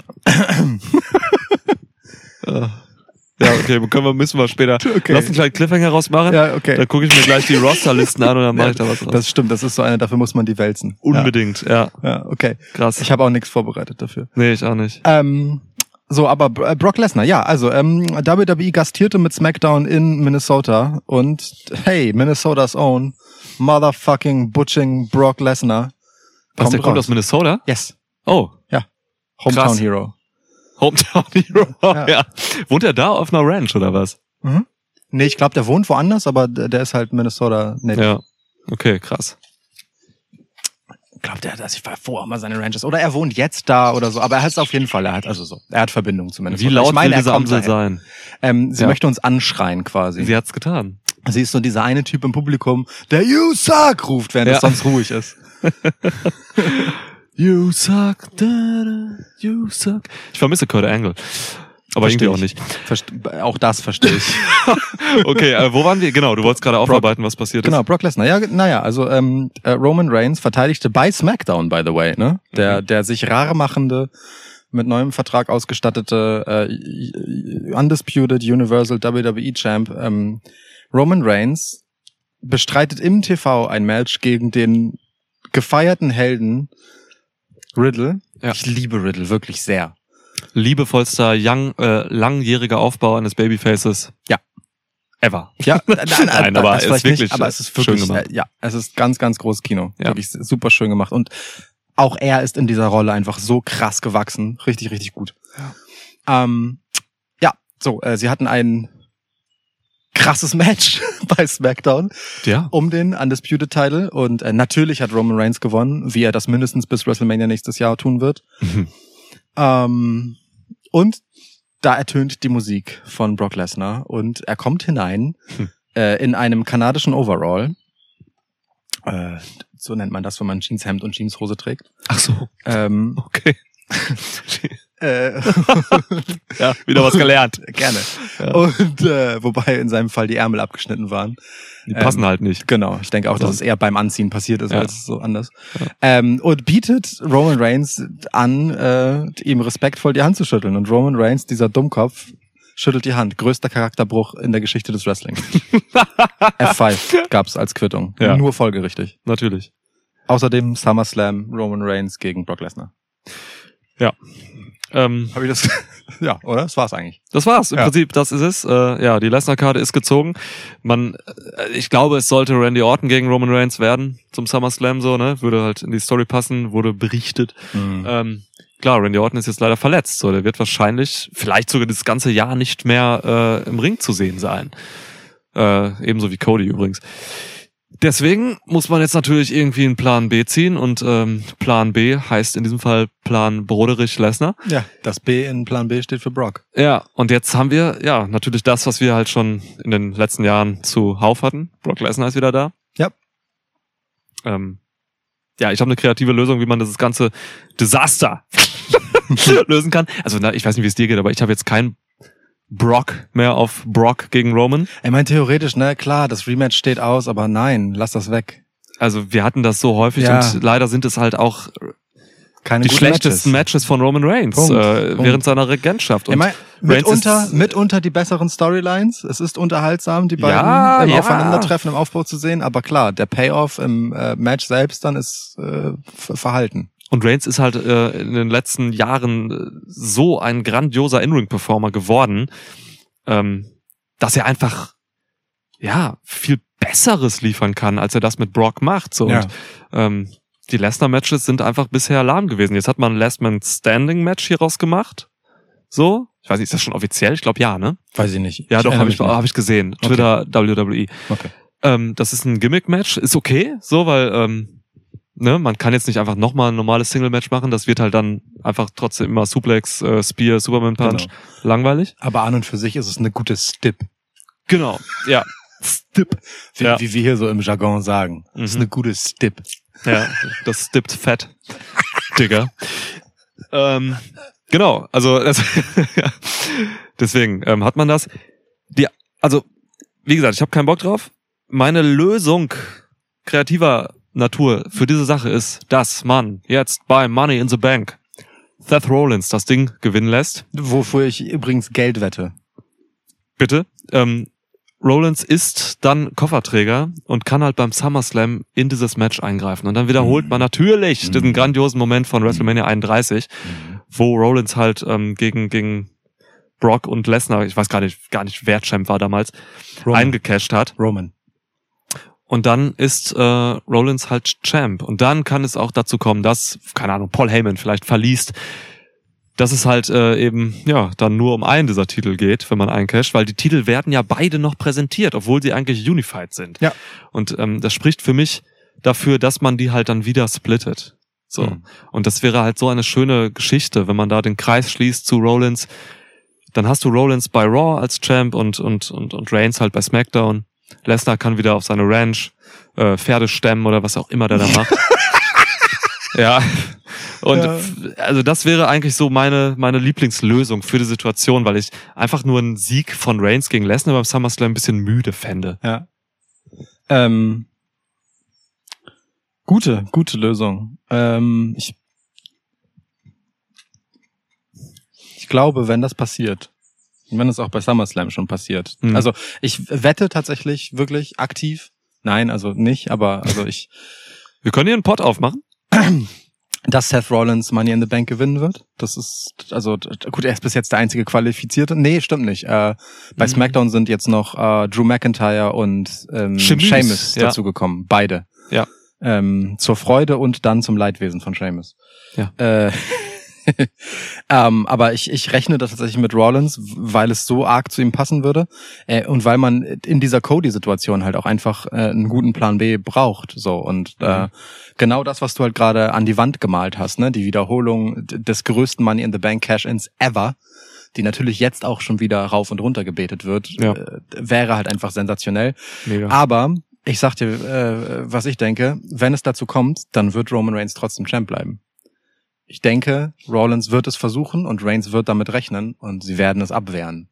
okay, müssen wir später. Okay. Lass einen kleinen Cliffhanger rausmachen. Ja, okay. Dann gucke ich mir gleich die Rosterlisten an und dann mache ich da was raus. Das stimmt, das ist so eine, dafür muss man die wälzen. Unbedingt, ja. Ja, okay. Krass. Ich habe auch nichts vorbereitet dafür. Nee, ich auch nicht. So, aber Brock Lesnar, ja, also WWE gastierte mit SmackDown in Minnesota und hey, Minnesotas own motherfucking butching Brock Lesnar. Was, der kommt aus Minnesota? Yes. Oh. Ja. Hometown Krass. Hero. Hometown Hero, ja. Wohnt er da auf einer Ranch oder was? Mhm. Nee, ich glaube, der wohnt woanders, aber der ist halt Minnesota native. Ja. Okay, krass. Ich glaube, der hat vorher mal seine Ranches. Oder er wohnt jetzt da oder so. Aber er hat es auf jeden Fall. Er hat Verbindung zumindest. Wie laut will diese Amsel sein? Sie möchte uns anschreien quasi. Sie hat's getan. Sie ist so dieser eine Typ im Publikum, der You suck ruft, während es sonst ruhig ist. You suck, you suck. Ich vermisse Kurt Angle. Aber irgendwie auch nicht. Auch das verstehe ich. Okay, wo waren wir? Genau, du wolltest gerade aufarbeiten, was passiert ist. Genau, Brock Lesnar. Ja, naja, also Roman Reigns verteidigte bei SmackDown, by the way, ne? Der sich rar machende, mit neuem Vertrag ausgestattete Undisputed Universal WWE Champ Roman Reigns bestreitet im TV ein Match gegen den gefeierten Helden Riddle. Ja. Ich liebe Riddle wirklich sehr. Liebevollster, langjähriger Aufbau eines Babyfaces. Ja. Ever. Ja, nein, aber es ist wirklich, nicht, aber es ist wirklich schön gemacht. Ja, es ist ganz, ganz großes Kino. Ja. Wirklich super schön gemacht. Und auch er ist in dieser Rolle einfach so krass gewachsen. Richtig, richtig gut. Ja, sie hatten ein krasses Match bei SmackDown um den Undisputed Title und natürlich hat Roman Reigns gewonnen, wie er das mindestens bis WrestleMania nächstes Jahr tun wird. Und da ertönt die Musik von Brock Lesnar und er kommt hinein in einem kanadischen Overall. So nennt man das, wenn man Jeanshemd und Jeanshose trägt. Ach so. Okay. Ja, wieder was gelernt. Gerne. Ja. Und wobei in seinem Fall die Ärmel abgeschnitten waren. Die passen halt nicht. Genau. Ich denke auch, dass es eher beim Anziehen passiert ist, als so anders. Ja. Und bietet Roman Reigns an, ihm respektvoll die Hand zu schütteln. Und Roman Reigns, dieser Dummkopf, schüttelt die Hand. Größter Charakterbruch in der Geschichte des Wrestling. F5 gab's als Quittung. Ja. Nur folgerichtig. Natürlich. Außerdem SummerSlam Roman Reigns gegen Brock Lesnar. Ja. Habe ich das? Ja, oder? Das war's eigentlich. Das war's. Im Prinzip, das ist es. Die Lesnar-Karte ist gezogen. Ich glaube, es sollte Randy Orton gegen Roman Reigns werden zum SummerSlam so, ne? Würde halt in die Story passen, wurde berichtet. Klar, Randy Orton ist jetzt leider verletzt. So, der wird wahrscheinlich, vielleicht sogar das ganze Jahr nicht mehr im Ring zu sehen sein. Ebenso wie Cody übrigens. Deswegen muss man jetzt natürlich irgendwie einen Plan B ziehen und Plan B heißt in diesem Fall Plan Broderich Lesnar. Ja, das B in Plan B steht für Brock. Ja, und jetzt haben wir natürlich das, was wir halt schon in den letzten Jahren zuhauf hatten. Brock Lesnar ist wieder da. Ja. Ich habe eine kreative Lösung, wie man das ganze Desaster lösen kann. Also ich weiß nicht, wie es dir geht, aber ich habe jetzt keinen Brock mehr auf Brock gegen Roman. Ich meine, theoretisch, ne, klar, das Rematch steht aus, aber nein, lass das weg. Also wir hatten das so häufig und leider sind es halt auch keine die schlechtesten Matches von Roman Reigns während seiner Regentschaft. Und mitunter die besseren Storylines. Es ist unterhaltsam, die beiden im Aufeinandertreffen, im Aufbau zu sehen, aber klar, der Payoff im Match selbst dann ist verhalten. Und Reigns ist halt in den letzten Jahren so ein grandioser In-Ring-Performer geworden, dass er einfach viel Besseres liefern kann, als er das mit Brock macht. So. Ja. Und die Lesnar-Matches sind einfach bisher lahm gewesen. Jetzt hat man ein Last-Man-Standing-Match hier rausgemacht. So. Ich weiß nicht, ist das schon offiziell? Ich glaube, ja, ne? Weiß ich nicht. Ja, doch, hab ich gesehen. Okay. Twitter, WWE. Okay. Das ist ein Gimmick-Match. Ist okay, so, weil man kann jetzt nicht einfach nochmal ein normales Single-Match machen. Das wird halt dann einfach trotzdem immer Suplex, Spear, Superman-Punch. Genau. Langweilig. Aber an und für sich ist es eine gute Stip. Genau, ja. Stip. Wie wir hier so im Jargon sagen. Mhm. Das ist eine gute Stip. Ja, das stippt fett. Digga. Genau, also deswegen hat man das. Also, wie gesagt, ich habe keinen Bock drauf. Meine Lösung kreativer Natur für diese Sache ist, dass man jetzt bei Money in the Bank Seth Rollins das Ding gewinnen lässt. Wofür ich übrigens Geld wette. Bitte. Rollins ist dann Kofferträger und kann halt beim SummerSlam in dieses Match eingreifen. Und dann wiederholt man natürlich diesen grandiosen Moment von WrestleMania 31, wo Rollins halt gegen Brock und Lesnar, ich weiß gar nicht, wer Champ war damals, eingecasht hat. Roman. Und dann ist Rollins halt Champ. Und dann kann es auch dazu kommen, dass, keine Ahnung, Paul Heyman vielleicht verliest, dass es halt eben dann nur um einen dieser Titel geht, wenn man eincasht, weil die Titel werden ja beide noch präsentiert, obwohl sie eigentlich unified sind. Ja. Und das spricht für mich dafür, dass man die halt dann wieder splittet. So. Und das wäre halt so eine schöne Geschichte, wenn man da den Kreis schließt zu Rollins. Dann hast du Rollins bei Raw als Champ und Reigns halt bei SmackDown. Lesnar kann wieder auf seine Ranch Pferde stemmen oder was auch immer der da macht. Ja. Und also das wäre eigentlich so meine Lieblingslösung für die Situation, weil ich einfach nur einen Sieg von Reigns gegen Lesnar beim SummerSlam ein bisschen müde fände. Ja. Gute Lösung. Ich glaube, wenn das passiert, und wenn es auch bei SummerSlam schon passiert, also ich wette tatsächlich wirklich aktiv, nein, also nicht, aber Wir können hier einen Pot aufmachen. Dass Seth Rollins Money in the Bank gewinnen wird. Das ist, also gut, er ist bis jetzt der einzige Qualifizierte. Nee, stimmt nicht. Bei SmackDown sind jetzt noch Drew McIntyre und Sheamus dazu gekommen. Beide. Ja. Zur Freude und dann zum Leidwesen von Sheamus. Ja. Aber ich rechne das tatsächlich mit Rollins, weil es so arg zu ihm passen würde und weil man in dieser Cody-Situation halt auch einfach einen guten Plan B braucht. So und genau das, was du halt gerade an die Wand gemalt hast, ne, die Wiederholung des größten Money in the Bank Cash-ins ever, die natürlich jetzt auch schon wieder rauf und runter gebetet wird, wäre halt einfach sensationell. Mega. Aber ich sag dir, was ich denke, wenn es dazu kommt, dann wird Roman Reigns trotzdem Champ bleiben. Ich denke, Rollins wird es versuchen und Reigns wird damit rechnen und sie werden es abwehren.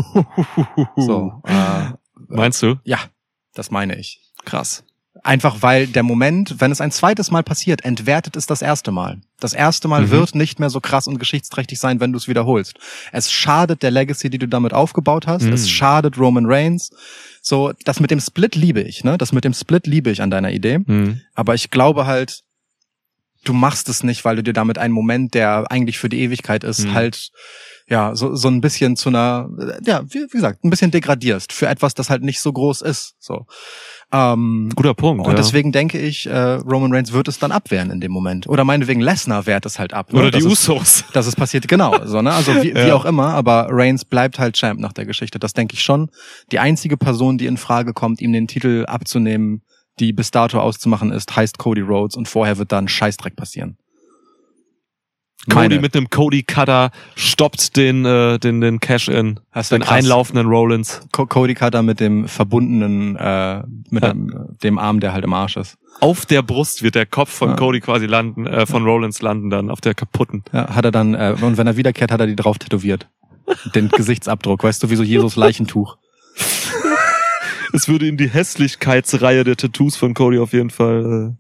So, meinst du? Ja, das meine ich. Krass. Einfach weil der Moment, wenn es ein zweites Mal passiert, entwertet es das erste Mal. Das erste Mal wird nicht mehr so krass und geschichtsträchtig sein, wenn du es wiederholst. Es schadet der Legacy, die du damit aufgebaut hast. Es schadet Roman Reigns. So, das mit dem Split liebe ich, ne? Das mit dem Split liebe ich an deiner Idee. Aber ich glaube halt, du machst es nicht, weil du dir damit einen Moment, der eigentlich für die Ewigkeit ist, halt, ja, so ein bisschen zu einer, ja, wie gesagt, ein bisschen degradierst für etwas, das halt nicht so groß ist, so. Guter Punkt. Und deswegen denke ich, Roman Reigns wird es dann abwehren in dem Moment. Oder meinetwegen Lesnar wehrt es halt ab. Ne? Oder die Usos. Das ist passiert, genau. So, ne? Also wie auch immer, aber Reigns bleibt halt Champ nach der Geschichte. Das denke ich schon. Die einzige Person, die in Frage kommt, ihm den Titel abzunehmen, die bis dato auszumachen ist, heißt Cody Rhodes und vorher wird da ein Scheißdreck passieren. Cody mit einem Cody-Cutter stoppt den Cash-In, den einlaufenden Rollins. Cody-Cutter mit dem verbundenen, dem Arm, der halt im Arsch ist. Auf der Brust wird der Kopf von Cody quasi landen, von Rollins landen dann, auf der kaputten. Ja, hat er dann, und wenn er wiederkehrt, hat er die drauf tätowiert. Den Gesichtsabdruck, weißt du, wie so Jesus Leichentuch. Es würde in die Hässlichkeitsreihe der Tattoos von Cody auf jeden Fall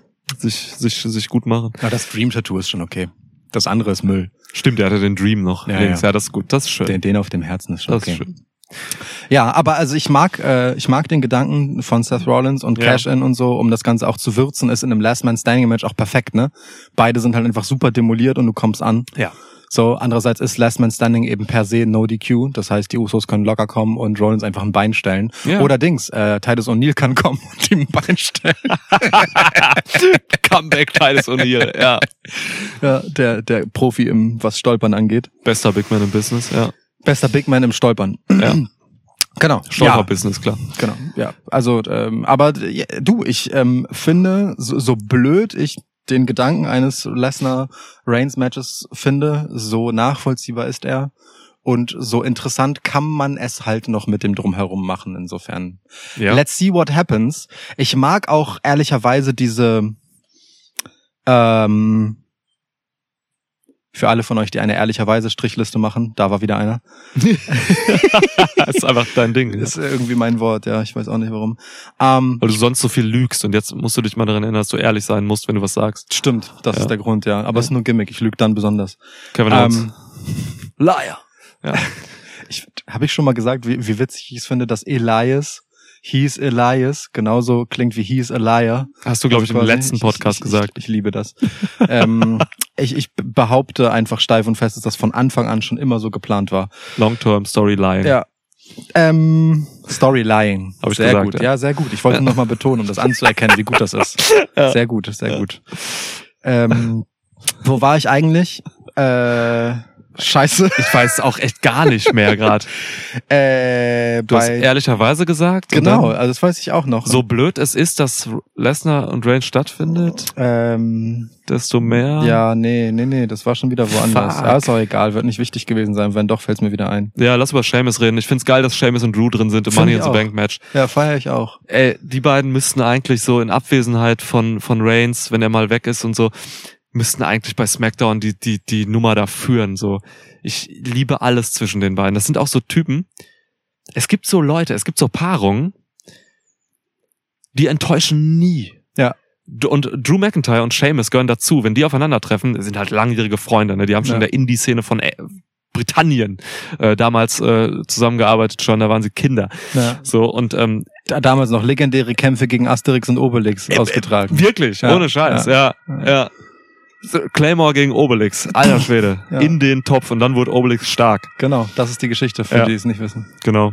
sich gut machen. Ja, das Dream-Tattoo ist schon okay. Das andere ist Müll. Stimmt, der hatte den Dream noch. Ja, das ist gut, das ist schön. Den auf dem Herzen ist schon okay. Das ist schön. Ja, aber also ich mag den Gedanken von Seth Rollins und Cash-In und so, um das Ganze auch zu würzen, ist in einem Last-Man-Standing-Match auch perfekt, ne? Beide sind halt einfach super demoliert und du kommst an. Ja. So, andererseits ist Last Man Standing eben per se no DQ. Das heißt, die Usos können locker kommen und Rollins einfach ein Bein stellen. Ja. Oder Titus O'Neil kann kommen und ihm ein Bein stellen. Comeback Titus O'Neil, ja. Ja, der Profi im, was Stolpern angeht. Bester Big Man im Business, ja. Bester Big Man im Stolpern. Ja. Genau. Stolper-Business, klar. Genau, ja. Also, aber ich finde, so blöd ich den Gedanken eines Lesnar-Reigns-Matches finde, so nachvollziehbar ist er und so interessant kann man es halt noch mit dem Drumherum machen, insofern. Ja. Let's see what happens. Ich mag auch ehrlicherweise diese für alle von euch, die eine ehrlicherweise Strichliste machen, da war wieder einer. Das ist einfach dein Ding. Ist irgendwie mein Wort, ja, ich weiß auch nicht warum. Weil du sonst so viel lügst und jetzt musst du dich mal daran erinnern, dass du ehrlich sein musst, wenn du was sagst. Stimmt, das ist der Grund, ja. Aber es ist nur Gimmick, ich lüge dann besonders. Kevin Owens. Liar. Ja. Habe ich schon mal gesagt, wie witzig ich es finde, dass He's Elias genauso klingt wie He's a Liar. Hast du, glaube ich, im letzten Podcast gesagt. Ich liebe das. Ich behaupte einfach steif und fest, dass das von Anfang an schon immer so geplant war. Long-Term Storyline. Ja. Storyline. Hab ich sehr gesagt, gut. ja. Ja, sehr gut. Ich wollte nochmal betonen, um das anzuerkennen, wie gut das ist. Ja. Sehr gut, sehr gut. Wo war ich eigentlich? Scheiße. Ich weiß auch echt gar nicht mehr gerade. Du hast ehrlicherweise gesagt. Genau, also das weiß ich auch noch. So blöd es ist, dass Lesnar und Reigns stattfindet, desto mehr. Ja, nee, das war schon wieder woanders. Fuck. Ja, ist auch egal, wird nicht wichtig gewesen sein. Wenn doch, fällt's mir wieder ein. Ja, lass über Sheamus reden. Ich find's geil, dass Sheamus und Drew drin sind im Money in the Bank Match. Ja, feiere ich auch. Die beiden müssten eigentlich so in Abwesenheit von Reigns, wenn er mal weg ist und so, müssten eigentlich bei SmackDown die Nummer da führen, so. Ich liebe alles zwischen den beiden. Das sind auch so Typen. Es gibt so Leute, es gibt so Paarungen, die enttäuschen nie. Ja. Und Drew McIntyre und Sheamus gehören dazu. Wenn die aufeinandertreffen, sind halt langjährige Freunde, ne? Die haben schon in der Indie-Szene von Britannien damals zusammengearbeitet schon, da waren sie Kinder. Ja. So, und damals noch legendäre Kämpfe gegen Asterix und Obelix ausgetragen. Wirklich, ohne Scheiß, ja. Claymore gegen Obelix, alter Schwede, in den Topf und dann wurde Obelix stark. Genau, das ist die Geschichte, für die es nicht wissen. Genau.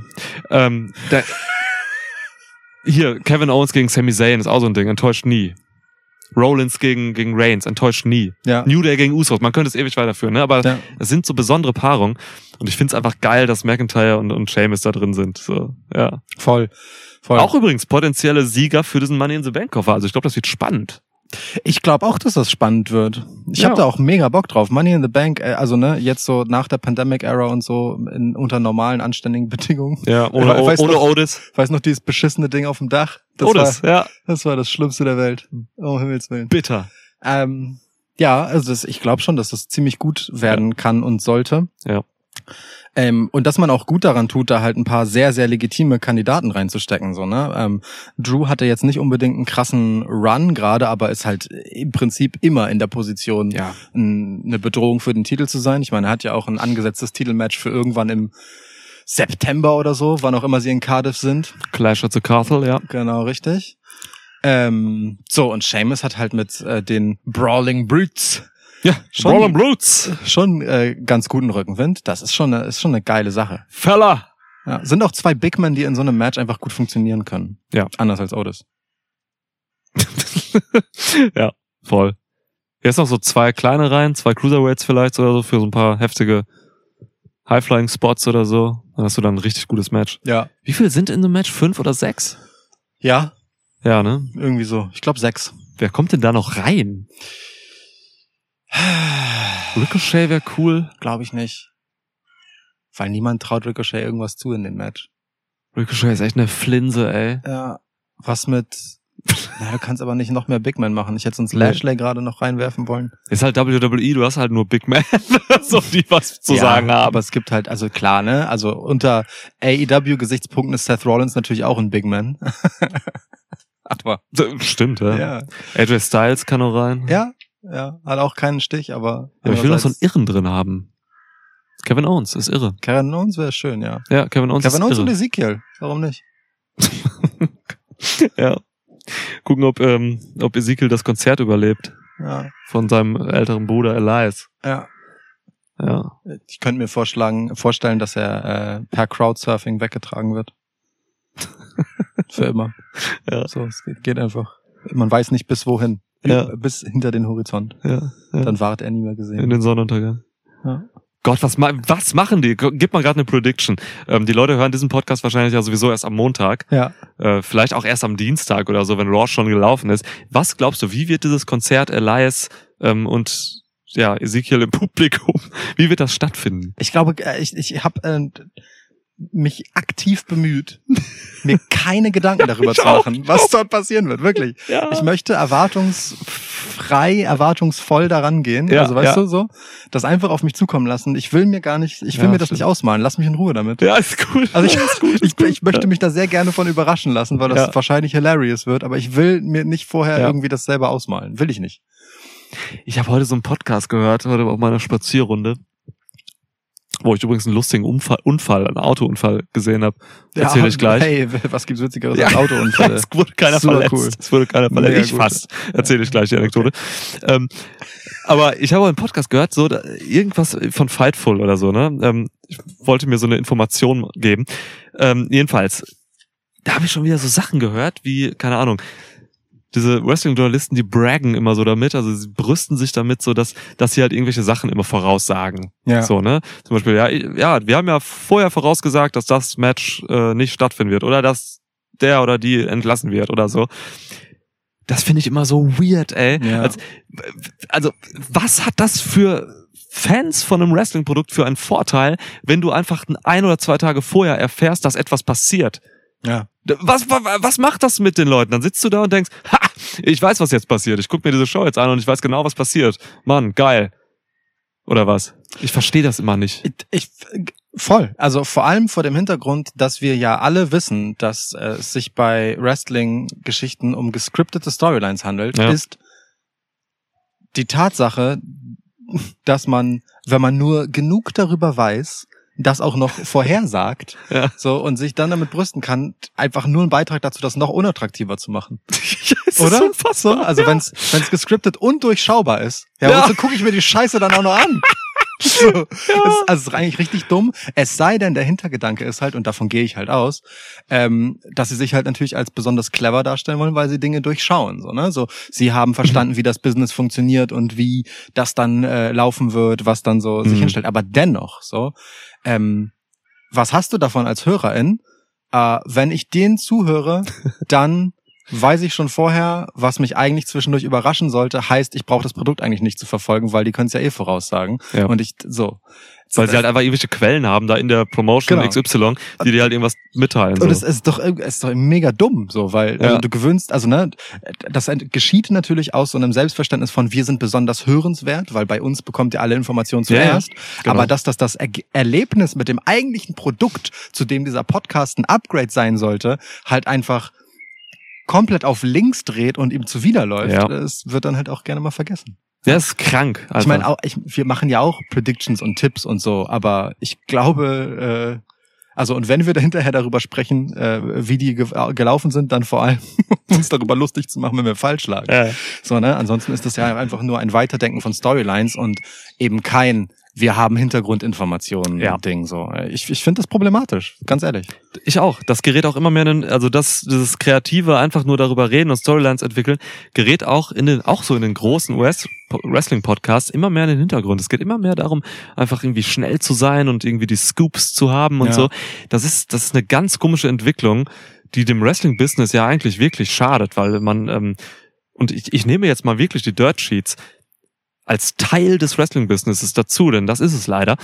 Hier, Kevin Owens gegen Sami Zayn ist auch so ein Ding, enttäuscht nie. Rollins gegen Reigns, enttäuscht nie. Ja. New Day gegen Usos, man könnte es ewig weiterführen, ne? Aber es sind so besondere Paarungen und ich find's einfach geil, dass McIntyre und Sheamus da drin sind. So, ja. Voll. Auch übrigens potenzielle Sieger für diesen Money in the Bank Koffer, also ich glaube, das wird spannend. Ich glaube auch, dass das spannend wird. Ich habe da auch mega Bock drauf. Money in the Bank, also ne, jetzt so nach der Pandemic-Era und so unter normalen, anständigen Bedingungen. Ja, ohne Otis. Weißt noch dieses beschissene Ding auf dem Dach? Das war das Schlimmste der Welt. Oh, Himmels Willen. Bitter. Ja, also ich glaube schon, dass das ziemlich gut werden kann und sollte. Ja. Und dass man auch gut daran tut, da halt ein paar sehr, sehr legitime Kandidaten reinzustecken, so, ne? Drew hatte jetzt nicht unbedingt einen krassen Run gerade, aber ist halt im Prinzip immer in der Position, eine Bedrohung für den Titel zu sein. Ich meine, er hat ja auch ein angesetztes Titelmatch für irgendwann im September oder so, wann auch immer sie in Cardiff sind. Clash at the Castle, ja. Genau, richtig. So, und Sheamus hat halt mit den Brawling Brutes Brawling Brutes schon ganz guten Rückenwind. Das ist schon eine geile Sache. Fella! Ja, sind auch zwei Big Men, die in so einem Match einfach gut funktionieren können. Ja. Anders als Otis. Ja, voll. Jetzt noch so zwei kleine Reihen, zwei Cruiserweights vielleicht oder so für so ein paar heftige High-Flying-Spots oder so. Dann hast du dann ein richtig gutes Match. Ja. Wie viel sind in dem Match? 5 oder 6? Ja. Ja, ne? Irgendwie so. Ich glaube 6. Wer kommt denn da noch rein? Ricochet wäre cool. Glaube ich nicht. Weil niemand traut Ricochet irgendwas zu in dem Match. Ricochet ist echt eine Flinse, ey. Ja. Was mit... Na, du kannst aber nicht noch mehr Big Man machen. Ich hätte sonst Lashley gerade noch reinwerfen wollen. Ist halt WWE, du hast halt nur Big Man, so die was zu sagen haben. Aber es gibt halt, also klar, ne? Also unter AEW-Gesichtspunkten ist Seth Rollins natürlich auch ein Big Man. Aber stimmt, ja. AJ Styles kann noch rein. Ja, hat auch keinen Stich, aber... Ja, aber ich will noch so einen Irren drin haben. Kevin Owens ist irre. Kevin Owens wäre schön, ja. Ja, Kevin Owens Kevin ist Owens irre. und Ezekiel, warum nicht? Ja. Gucken, ob Ezekiel das Konzert überlebt. Ja. Von seinem älteren Bruder Elias. Ja. Ja. Ich könnte mir vorstellen, dass er per Crowdsurfing weggetragen wird. Für immer. Ja. So, es geht einfach. Man weiß nicht bis wohin. Ja. Bis hinter den Horizont. Ja. Dann ward er nie mehr gesehen. In den Sonnenuntergang. Ja. Gott, was machen die? Gib mal gerade eine Prediction. Die Leute hören diesen Podcast wahrscheinlich ja sowieso erst am Montag. Ja. Vielleicht auch erst am Dienstag oder so, wenn Raw schon gelaufen ist. Was glaubst du, wie wird dieses Konzert Elias und Ezekiel im Publikum, wie wird das stattfinden? Ich glaube, ich habe mich aktiv bemüht, mir keine Gedanken darüber zu machen, was dort passieren wird, wirklich. Ja. Ich möchte erwartungsvoll daran gehen, Ja, also weißt ja. du, so, das einfach auf mich zukommen lassen. Ich will mir das stimmt. nicht ausmalen, lass mich in Ruhe damit. Ja, ist gut. Also ich möchte mich da sehr gerne von überraschen lassen, weil das wahrscheinlich hilarious wird, aber ich will mir nicht vorher irgendwie das selber ausmalen. Will ich nicht. Ich habe heute so einen Podcast gehört, heute auf meiner Spazierrunde, wo ich übrigens einen lustigen einen Autounfall gesehen habe. Erzähle ich gleich. Hey, was gibt's Witzigeres als Autounfälle? Es wurde keiner Super verletzt. cool. Es wurde keiner verletzt. Mega Ich gut. fast. Erzähle ich gleich die Anekdote. Aber ich habe einen Podcast gehört, so irgendwas von Fightful oder so, ne? Ich wollte mir so eine Information geben. Jedenfalls, da habe ich schon wieder so Sachen gehört, wie, keine Ahnung, diese Wrestling-Journalisten, die braggen immer so damit, also sie brüsten sich damit so, dass sie halt irgendwelche Sachen immer voraussagen. Ja. So, ne? Zum Beispiel, wir haben ja vorher vorausgesagt, dass das Match nicht stattfinden wird oder dass der oder die entlassen wird oder so. Das finde ich immer so weird, ey. Ja. Also, was hat das für Fans von einem Wrestling-Produkt für einen Vorteil, wenn du einfach 1 oder 2 Tage vorher erfährst, dass etwas passiert? Ja. Was macht das mit den Leuten? Dann sitzt du da und denkst, ich weiß, was jetzt passiert. Ich gucke mir diese Show jetzt an und ich weiß genau, was passiert. Mann, geil. Oder was? Ich verstehe das immer nicht. Voll. Also vor allem vor dem Hintergrund, dass wir ja alle wissen, dass es sich bei Wrestling-Geschichten um gescriptete Storylines handelt, ist die Tatsache, dass man, wenn man nur genug darüber weiß, das auch noch vorhersagt, so, und sich dann damit brüsten kann, einfach nur einen Beitrag dazu, das noch unattraktiver zu machen. Das oder? Ist unfassbar. So, also wenn's gescriptet und durchschaubar ist, wozu gucke ich mir die Scheiße dann auch noch an? So. Das ist eigentlich richtig dumm. Es sei denn, der Hintergedanke ist halt, und davon gehe ich halt aus, dass sie sich halt natürlich als besonders clever darstellen wollen, weil sie Dinge durchschauen. So, ne? So, sie haben verstanden, wie das Business funktioniert und wie das dann laufen wird, was dann so sich hinstellt. Aber dennoch, so, was hast du davon als Hörerin? Wenn ich denen zuhöre, dann weiß ich schon vorher, was mich eigentlich zwischendurch überraschen sollte, heißt, ich brauche das Produkt eigentlich nicht zu verfolgen, weil die können es ja voraussagen. Ja. Und weil sie halt einfach irgendwelche Quellen haben da in der Promotion XY, die dir halt irgendwas mitteilen. Und so. es ist doch mega dumm, so, weil also du gewöhnst, also ne, das geschieht natürlich aus so einem Selbstverständnis von, wir sind besonders hörenswert, weil bei uns bekommt ihr alle Informationen zuerst. Genau. Aber dass das Erlebnis mit dem eigentlichen Produkt, zu dem dieser Podcast ein Upgrade sein sollte, halt einfach komplett auf links dreht und ihm zuwiderläuft, das wird dann halt auch gerne mal vergessen. Ja, ist krank. Also. Ich meine, wir machen ja auch Predictions und Tipps und so, aber ich glaube, und wenn wir da hinterher darüber sprechen, wie die gelaufen sind, dann vor allem uns darüber lustig zu machen, wenn wir falsch lagen. Ja. So, ne? Ansonsten ist das ja einfach nur ein Weiterdenken von Storylines und eben kein wir haben Hintergrundinformationen Ding, so. Ich finde das problematisch, ganz ehrlich. Ich auch. Das gerät auch immer mehr dieses kreative, einfach nur darüber reden und Storylines entwickeln, gerät auch in den großen Wrestling-Podcasts immer mehr in den Hintergrund. Es geht immer mehr darum, einfach irgendwie schnell zu sein und irgendwie die Scoops zu haben und so. Das ist eine ganz komische Entwicklung, die dem Wrestling-Business ja eigentlich wirklich schadet, weil man, und ich nehme jetzt mal wirklich die Dirt Sheets als Teil des Wrestling-Businesses dazu, denn das ist es leider.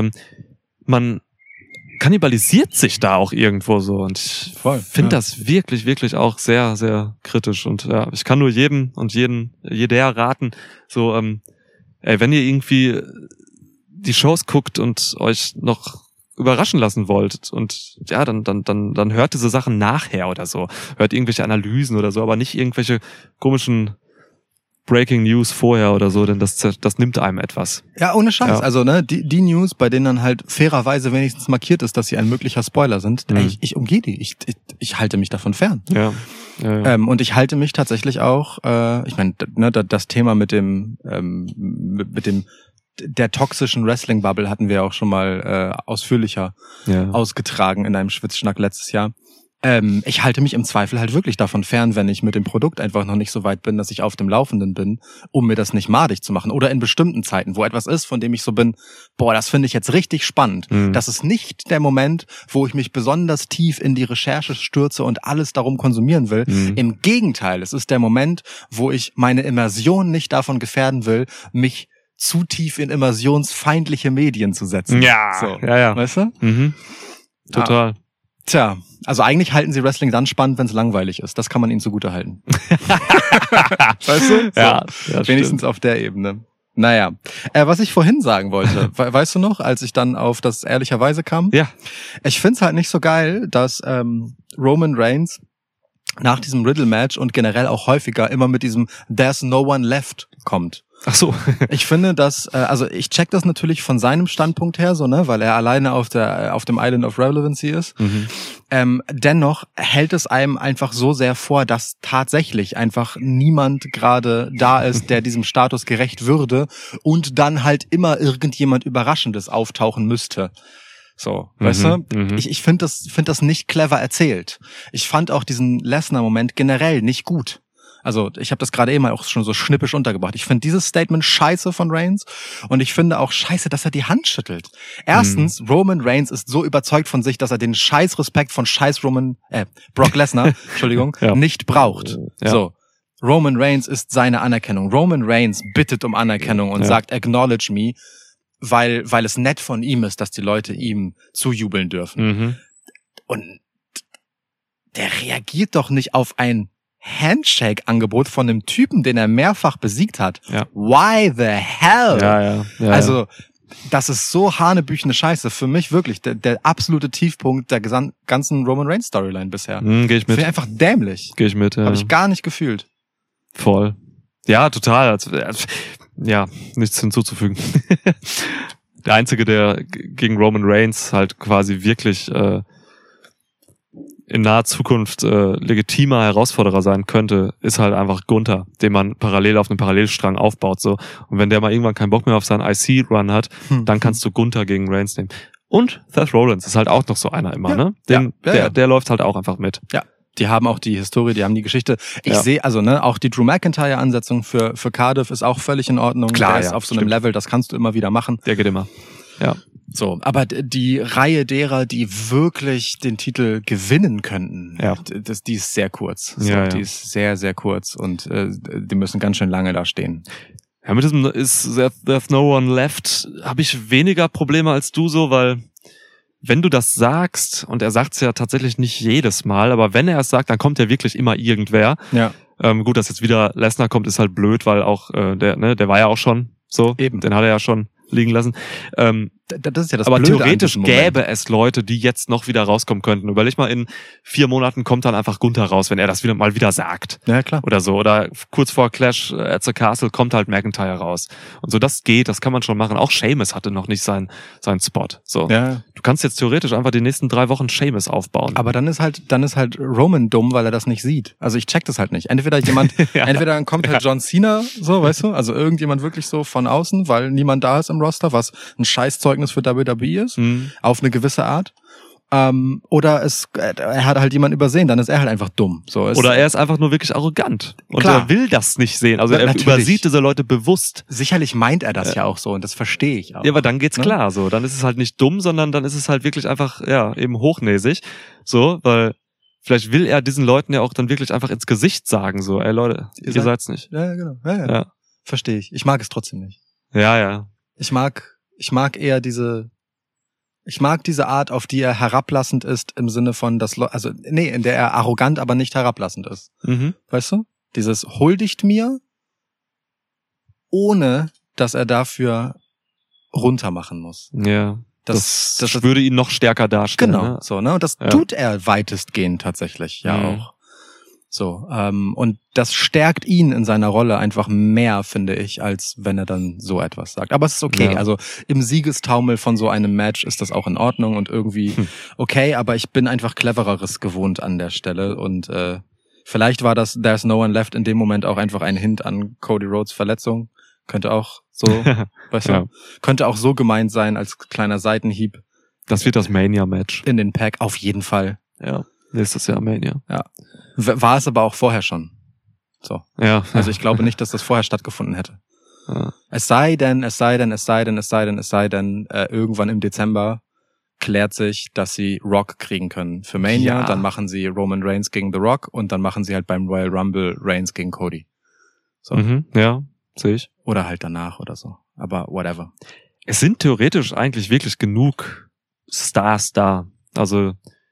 Man kannibalisiert sich da auch irgendwo so und ich finde das wirklich, wirklich auch sehr, sehr kritisch und ich kann nur jedem und jeder raten, so, wenn ihr irgendwie die Shows guckt und euch noch überraschen lassen wollt und dann hört diese Sachen nachher oder so, hört irgendwelche Analysen oder so, aber nicht irgendwelche komischen Breaking News vorher oder so, denn das nimmt einem etwas. Ja, ohne Scheiß. Ja. Also, ne, die News, bei denen dann halt fairerweise wenigstens markiert ist, dass sie ein möglicher Spoiler sind, ich umgehe die. Ich halte mich davon fern. Ja. Und ich halte mich tatsächlich auch, ich meine, ne, das Thema mit dem der toxischen Wrestling-Bubble hatten wir auch schon mal ausführlicher ausgetragen in einem Schwitzschnack letztes Jahr. Ich halte mich im Zweifel halt wirklich davon fern, wenn ich mit dem Produkt einfach noch nicht so weit bin, dass ich auf dem Laufenden bin, um mir das nicht madig zu machen. Oder in bestimmten Zeiten, wo etwas ist, von dem ich so bin, boah, das finde ich jetzt richtig spannend. Das ist nicht der Moment, wo ich mich besonders tief in die Recherche stürze und alles darum konsumieren will. Im Gegenteil, es ist der Moment, wo ich meine Immersion nicht davon gefährden will, mich zu tief in immersionsfeindliche Medien zu setzen. Ja, so. ja. Weißt du? Total. Tja, also eigentlich halten sie Wrestling dann spannend, wenn es langweilig ist. Das kann man ihnen zugute halten. Weißt du? So. Ja, wenigstens auf der Ebene. Naja, was ich vorhin sagen wollte, weißt du noch, als ich dann auf das ehrlicherweise kam? Ja. Ich find's halt nicht so geil, dass Roman Reigns nach diesem Riddle-Match und generell auch häufiger immer mit diesem There's no one left kommt. Ach so. Ich finde, dass, also ich check das natürlich von seinem Standpunkt her, so, ne, weil er alleine auf dem Island of Relevancy ist. Dennoch hält es einem einfach so sehr vor, dass tatsächlich einfach niemand gerade da ist, der diesem Status gerecht würde und dann halt immer irgendjemand Überraschendes auftauchen müsste. So, weißt du? Ich finde das nicht clever erzählt. Ich fand auch diesen Lesnar-Moment generell nicht gut. Also ich habe das gerade eben auch schon so schnippisch untergebracht. Ich finde dieses Statement scheiße von Reigns und ich finde auch scheiße, dass er die Hand schüttelt. Erstens, Roman Reigns ist so überzeugt von sich, dass er den Scheiß-Respekt von Brock Lesnar, Entschuldigung, nicht braucht. Ja. So. Roman Reigns ist seine Anerkennung. Roman Reigns bittet um Anerkennung und sagt, acknowledge me, weil es nett von ihm ist, dass die Leute ihm zujubeln dürfen. Und der reagiert doch nicht auf ein Handshake-Angebot von einem Typen, den er mehrfach besiegt hat. Ja. Why the hell? Ja. Also, das ist so hanebüchene Scheiße. Für mich wirklich der absolute Tiefpunkt der ganzen Roman Reigns Storyline bisher. Geh ich mit. Finde ich einfach dämlich. Geh ich mit, ja. Habe ich gar nicht gefühlt. Voll. Ja, total. Ja, nichts hinzuzufügen. Der Einzige, der gegen Roman Reigns halt quasi wirklich in naher Zukunft legitimer Herausforderer sein könnte, ist halt einfach Gunther, den man parallel auf einem Parallelstrang aufbaut. So. Und wenn der mal irgendwann keinen Bock mehr auf seinen IC-Run hat, dann kannst du Gunther gegen Reigns nehmen. Und Seth Rollins ist halt auch noch so einer immer, ne? Der läuft halt auch einfach mit. Ja. Die haben auch die Historie, die haben die Geschichte. Ich sehe, also ne, auch die Drew McIntyre-Ansetzung für Cardiff ist auch völlig in Ordnung. Klar, der ist auf so einem Level, das kannst du immer wieder machen. Der geht immer. Ja. So, aber die Reihe derer, die wirklich den Titel gewinnen könnten, die ist sehr kurz. So, die ist sehr, sehr kurz und die müssen ganz schön lange da stehen. Ja, mit diesem There's no one left habe ich weniger Probleme als du so, weil wenn du das sagst, und er sagt es ja tatsächlich nicht jedes Mal, aber wenn er es sagt, dann kommt ja wirklich immer irgendwer. Ja. Gut, dass jetzt wieder Lesnar kommt, ist halt blöd, weil auch der war ja auch schon so. Eben. Den hat er ja schon liegen lassen. Das ist ja das aber Blöde theoretisch gäbe es Leute, die jetzt noch wieder rauskommen könnten. Überleg mal, in 4 Monaten kommt dann einfach Gunther raus, wenn er das mal wieder sagt. Ja, klar. Oder so. Oder kurz vor Clash at the Castle kommt halt McIntyre raus. Und so, das geht, das kann man schon machen. Auch Sheamus hatte noch nicht seinen Spot. So. Ja. Du kannst jetzt theoretisch einfach die nächsten 3 Wochen Sheamus aufbauen. Aber dann ist halt Roman dumm, weil er das nicht sieht. Also ich check das halt nicht. Entweder dann kommt halt John Cena, so, weißt du, also irgendjemand wirklich so von außen, weil niemand da ist im Roster, was ein Scheißzeugnis für WWE ist, auf eine gewisse Art. Oder er hat halt jemanden übersehen, dann ist er halt einfach dumm. So, oder er ist einfach nur wirklich arrogant. Und klar. er will das nicht sehen. Also er natürlich. übersieht diese Leute bewusst. Sicherlich meint er das ja auch so und das verstehe ich auch. Ja, aber dann geht's klar so. Dann ist es halt nicht dumm, sondern dann ist es halt wirklich einfach, eben hochnäsig. So, weil vielleicht will er diesen Leuten ja auch dann wirklich einfach ins Gesicht sagen, so, ey Leute, ihr seid's nicht. Ja, genau. Ja. Verstehe ich. Ich mag es trotzdem nicht. Ja. Ich mag eher diese Art, auf die er herablassend ist, im Sinne von, in der er arrogant, aber nicht herablassend ist. Weißt du? Dieses huldigt mir, ohne, dass er dafür runtermachen muss. Ja. Das würde ihn noch stärker darstellen. Genau, ne? so, ne? Und das tut er weitestgehend tatsächlich, auch. So, und das stärkt ihn in seiner Rolle einfach mehr, finde ich, als wenn er dann so etwas sagt. Aber es ist okay, also im Siegestaumel von so einem Match ist das auch in Ordnung und irgendwie okay, aber ich bin einfach Clevereres gewohnt an der Stelle und vielleicht war das There's No One Left in dem Moment auch einfach ein Hint an Cody Rhodes Verletzung. Könnte auch so, weißt du, könnte auch so gemeint sein als kleiner Seitenhieb. Das wird das Mania-Match. In den Pack, auf jeden Fall. Ja, nächstes Jahr Mania. Ja. War es aber auch vorher schon. So. Ja. Also ich glaube nicht, dass das vorher stattgefunden hätte. Ja. Es sei denn, irgendwann im Dezember klärt sich, dass sie Rock kriegen können für Mania. Ja. Dann machen sie Roman Reigns gegen The Rock und dann machen sie halt beim Royal Rumble Reigns gegen Cody. So. Ja, sehe ich. Oder halt danach oder so. Aber whatever. Es sind theoretisch eigentlich wirklich genug Stars da. Also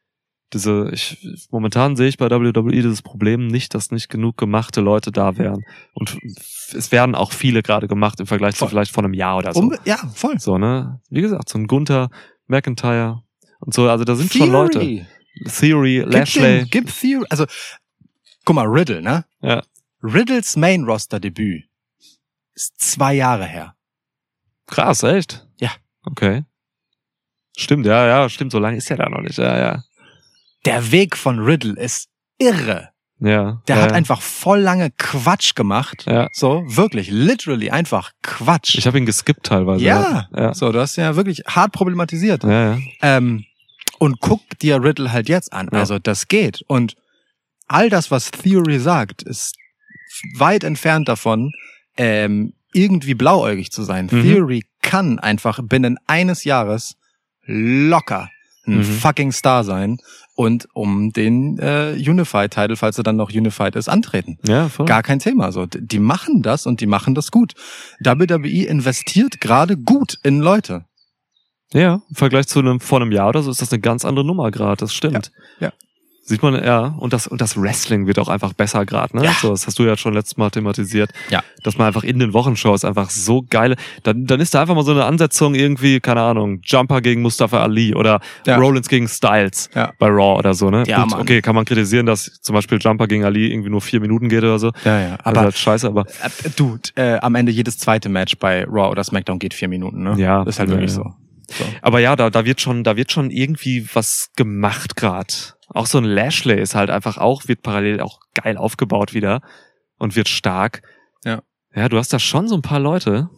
momentan sehe ich bei WWE dieses Problem nicht, dass nicht genug gemachte Leute da wären. Und es werden auch viele gerade gemacht im Vergleich zu vielleicht vor einem Jahr oder so. Ja, voll. So, ne? Wie gesagt, so ein Gunther, McIntyre und so. Also da sind schon Leute. Theory, Lashley. Gib Theory. Also, guck mal, Riddle, ne? Ja. Riddles Main-Roster-Debüt ist 2 Jahre her. Krass, echt? Ja. Okay. Stimmt, ja, stimmt. So lange ist er da noch nicht. Ja. Der Weg von Riddle ist irre. Ja. Der hat einfach voll lange Quatsch gemacht. Ja. So, wirklich, literally einfach Quatsch. Ich habe ihn geskippt teilweise. Ja. So, du hast ja wirklich hart problematisiert. Ja. Und guck dir Riddle halt jetzt an. Ja. Also, das geht. Und all das, was Theory sagt, ist weit entfernt davon, irgendwie blauäugig zu sein. Theory kann einfach binnen eines Jahres locker ein fucking Star sein und um den Unified-Title, falls er dann noch Unified ist, antreten. Ja, voll. Gar kein Thema. So, die machen das und die machen das gut. WWE investiert gerade gut in Leute. Ja, im Vergleich zu vor einem Jahr oder so ist das eine ganz andere Nummer gerade. Das stimmt. Ja. Sieht man, ja, und das Wrestling wird auch einfach besser gerade, ne? Ja. So, das hast du ja schon letztes Mal thematisiert. Ja. Dass man einfach in den Wochenshows einfach so geile, dann ist da einfach mal so eine Ansetzung irgendwie, keine Ahnung, Jumper gegen Mustafa Ali oder Rollins gegen Styles bei Raw oder so, ne? Ja, gut, Mann. okay, kann man kritisieren, dass zum Beispiel Jumper gegen Ali irgendwie nur 4 Minuten geht oder so. Ja. Aber halt scheiße, aber. Am Ende jedes zweite Match bei Raw oder SmackDown geht 4 Minuten, ne? Ja. Ist halt wirklich so. Aber ja, da wird schon irgendwie was gemacht gerade. Auch so ein Lashley ist halt einfach wird parallel auch geil aufgebaut wieder und wird stark. Ja. Ja, du hast da schon so ein paar Leute.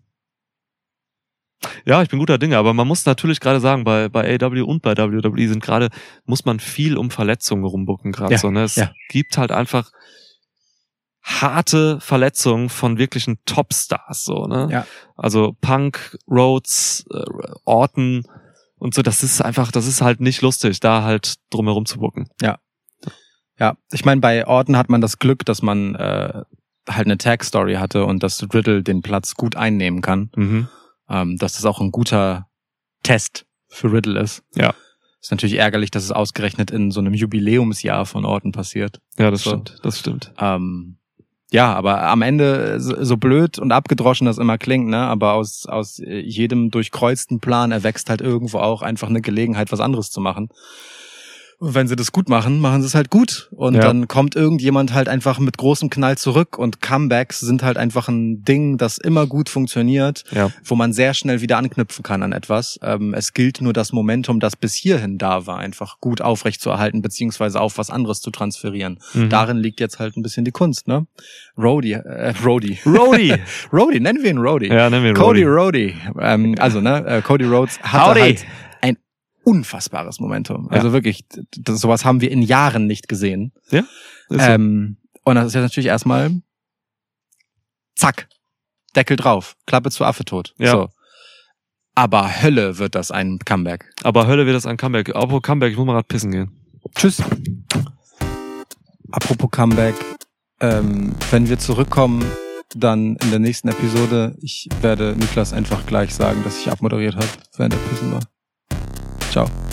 Ja, ich bin guter Dinge, aber man muss natürlich gerade sagen, bei AEW und bei WWE muss man viel um Verletzungen rumbucken gerade so, ne? Es gibt halt einfach harte Verletzungen von wirklichen Topstars, so, ne? Ja. Also Punk, Rhodes, Orton und so, das ist halt nicht lustig, da halt drumherum zu bucken. Ja. Ja, ich meine, bei Orton hat man das Glück, dass man halt eine Tag-Story hatte und dass Riddle den Platz gut einnehmen kann. Dass das auch ein guter Test für Riddle ist. Ja. Ist natürlich ärgerlich, dass es ausgerechnet in so einem Jubiläumsjahr von Orton passiert. Ja, das stimmt. Ja, aber am Ende, so blöd und abgedroschen das immer klingt, ne, aber aus jedem durchkreuzten Plan erwächst halt irgendwo auch einfach eine Gelegenheit, was anderes zu machen. Und wenn sie das gut machen, machen sie es halt gut. Und dann kommt irgendjemand halt einfach mit großem Knall zurück und Comebacks sind halt einfach ein Ding, das immer gut funktioniert, wo man sehr schnell wieder anknüpfen kann an etwas. Es gilt nur das Momentum, das bis hierhin da war, einfach gut aufrechtzuerhalten, beziehungsweise auf was anderes zu transferieren. Darin liegt jetzt halt ein bisschen die Kunst, ne? Roddy. Roddy, nennen wir ihn Roddy. Ja, nennen wir ihn Cody Roddy. Cody Rhodes hatte halt ein unfassbares Momentum. Also wirklich, sowas haben wir in Jahren nicht gesehen. Ja. Und das ist ja natürlich erstmal zack, Deckel drauf, Klappe zu Affe tot. Ja. So. Aber Hölle wird das ein Comeback. Apropos Comeback, ich muss mal grad pissen gehen. Tschüss. Apropos Comeback, wenn wir zurückkommen, dann in der nächsten Episode, ich werde Niklas einfach gleich sagen, dass ich abmoderiert habe, während er pissen war. Ciao.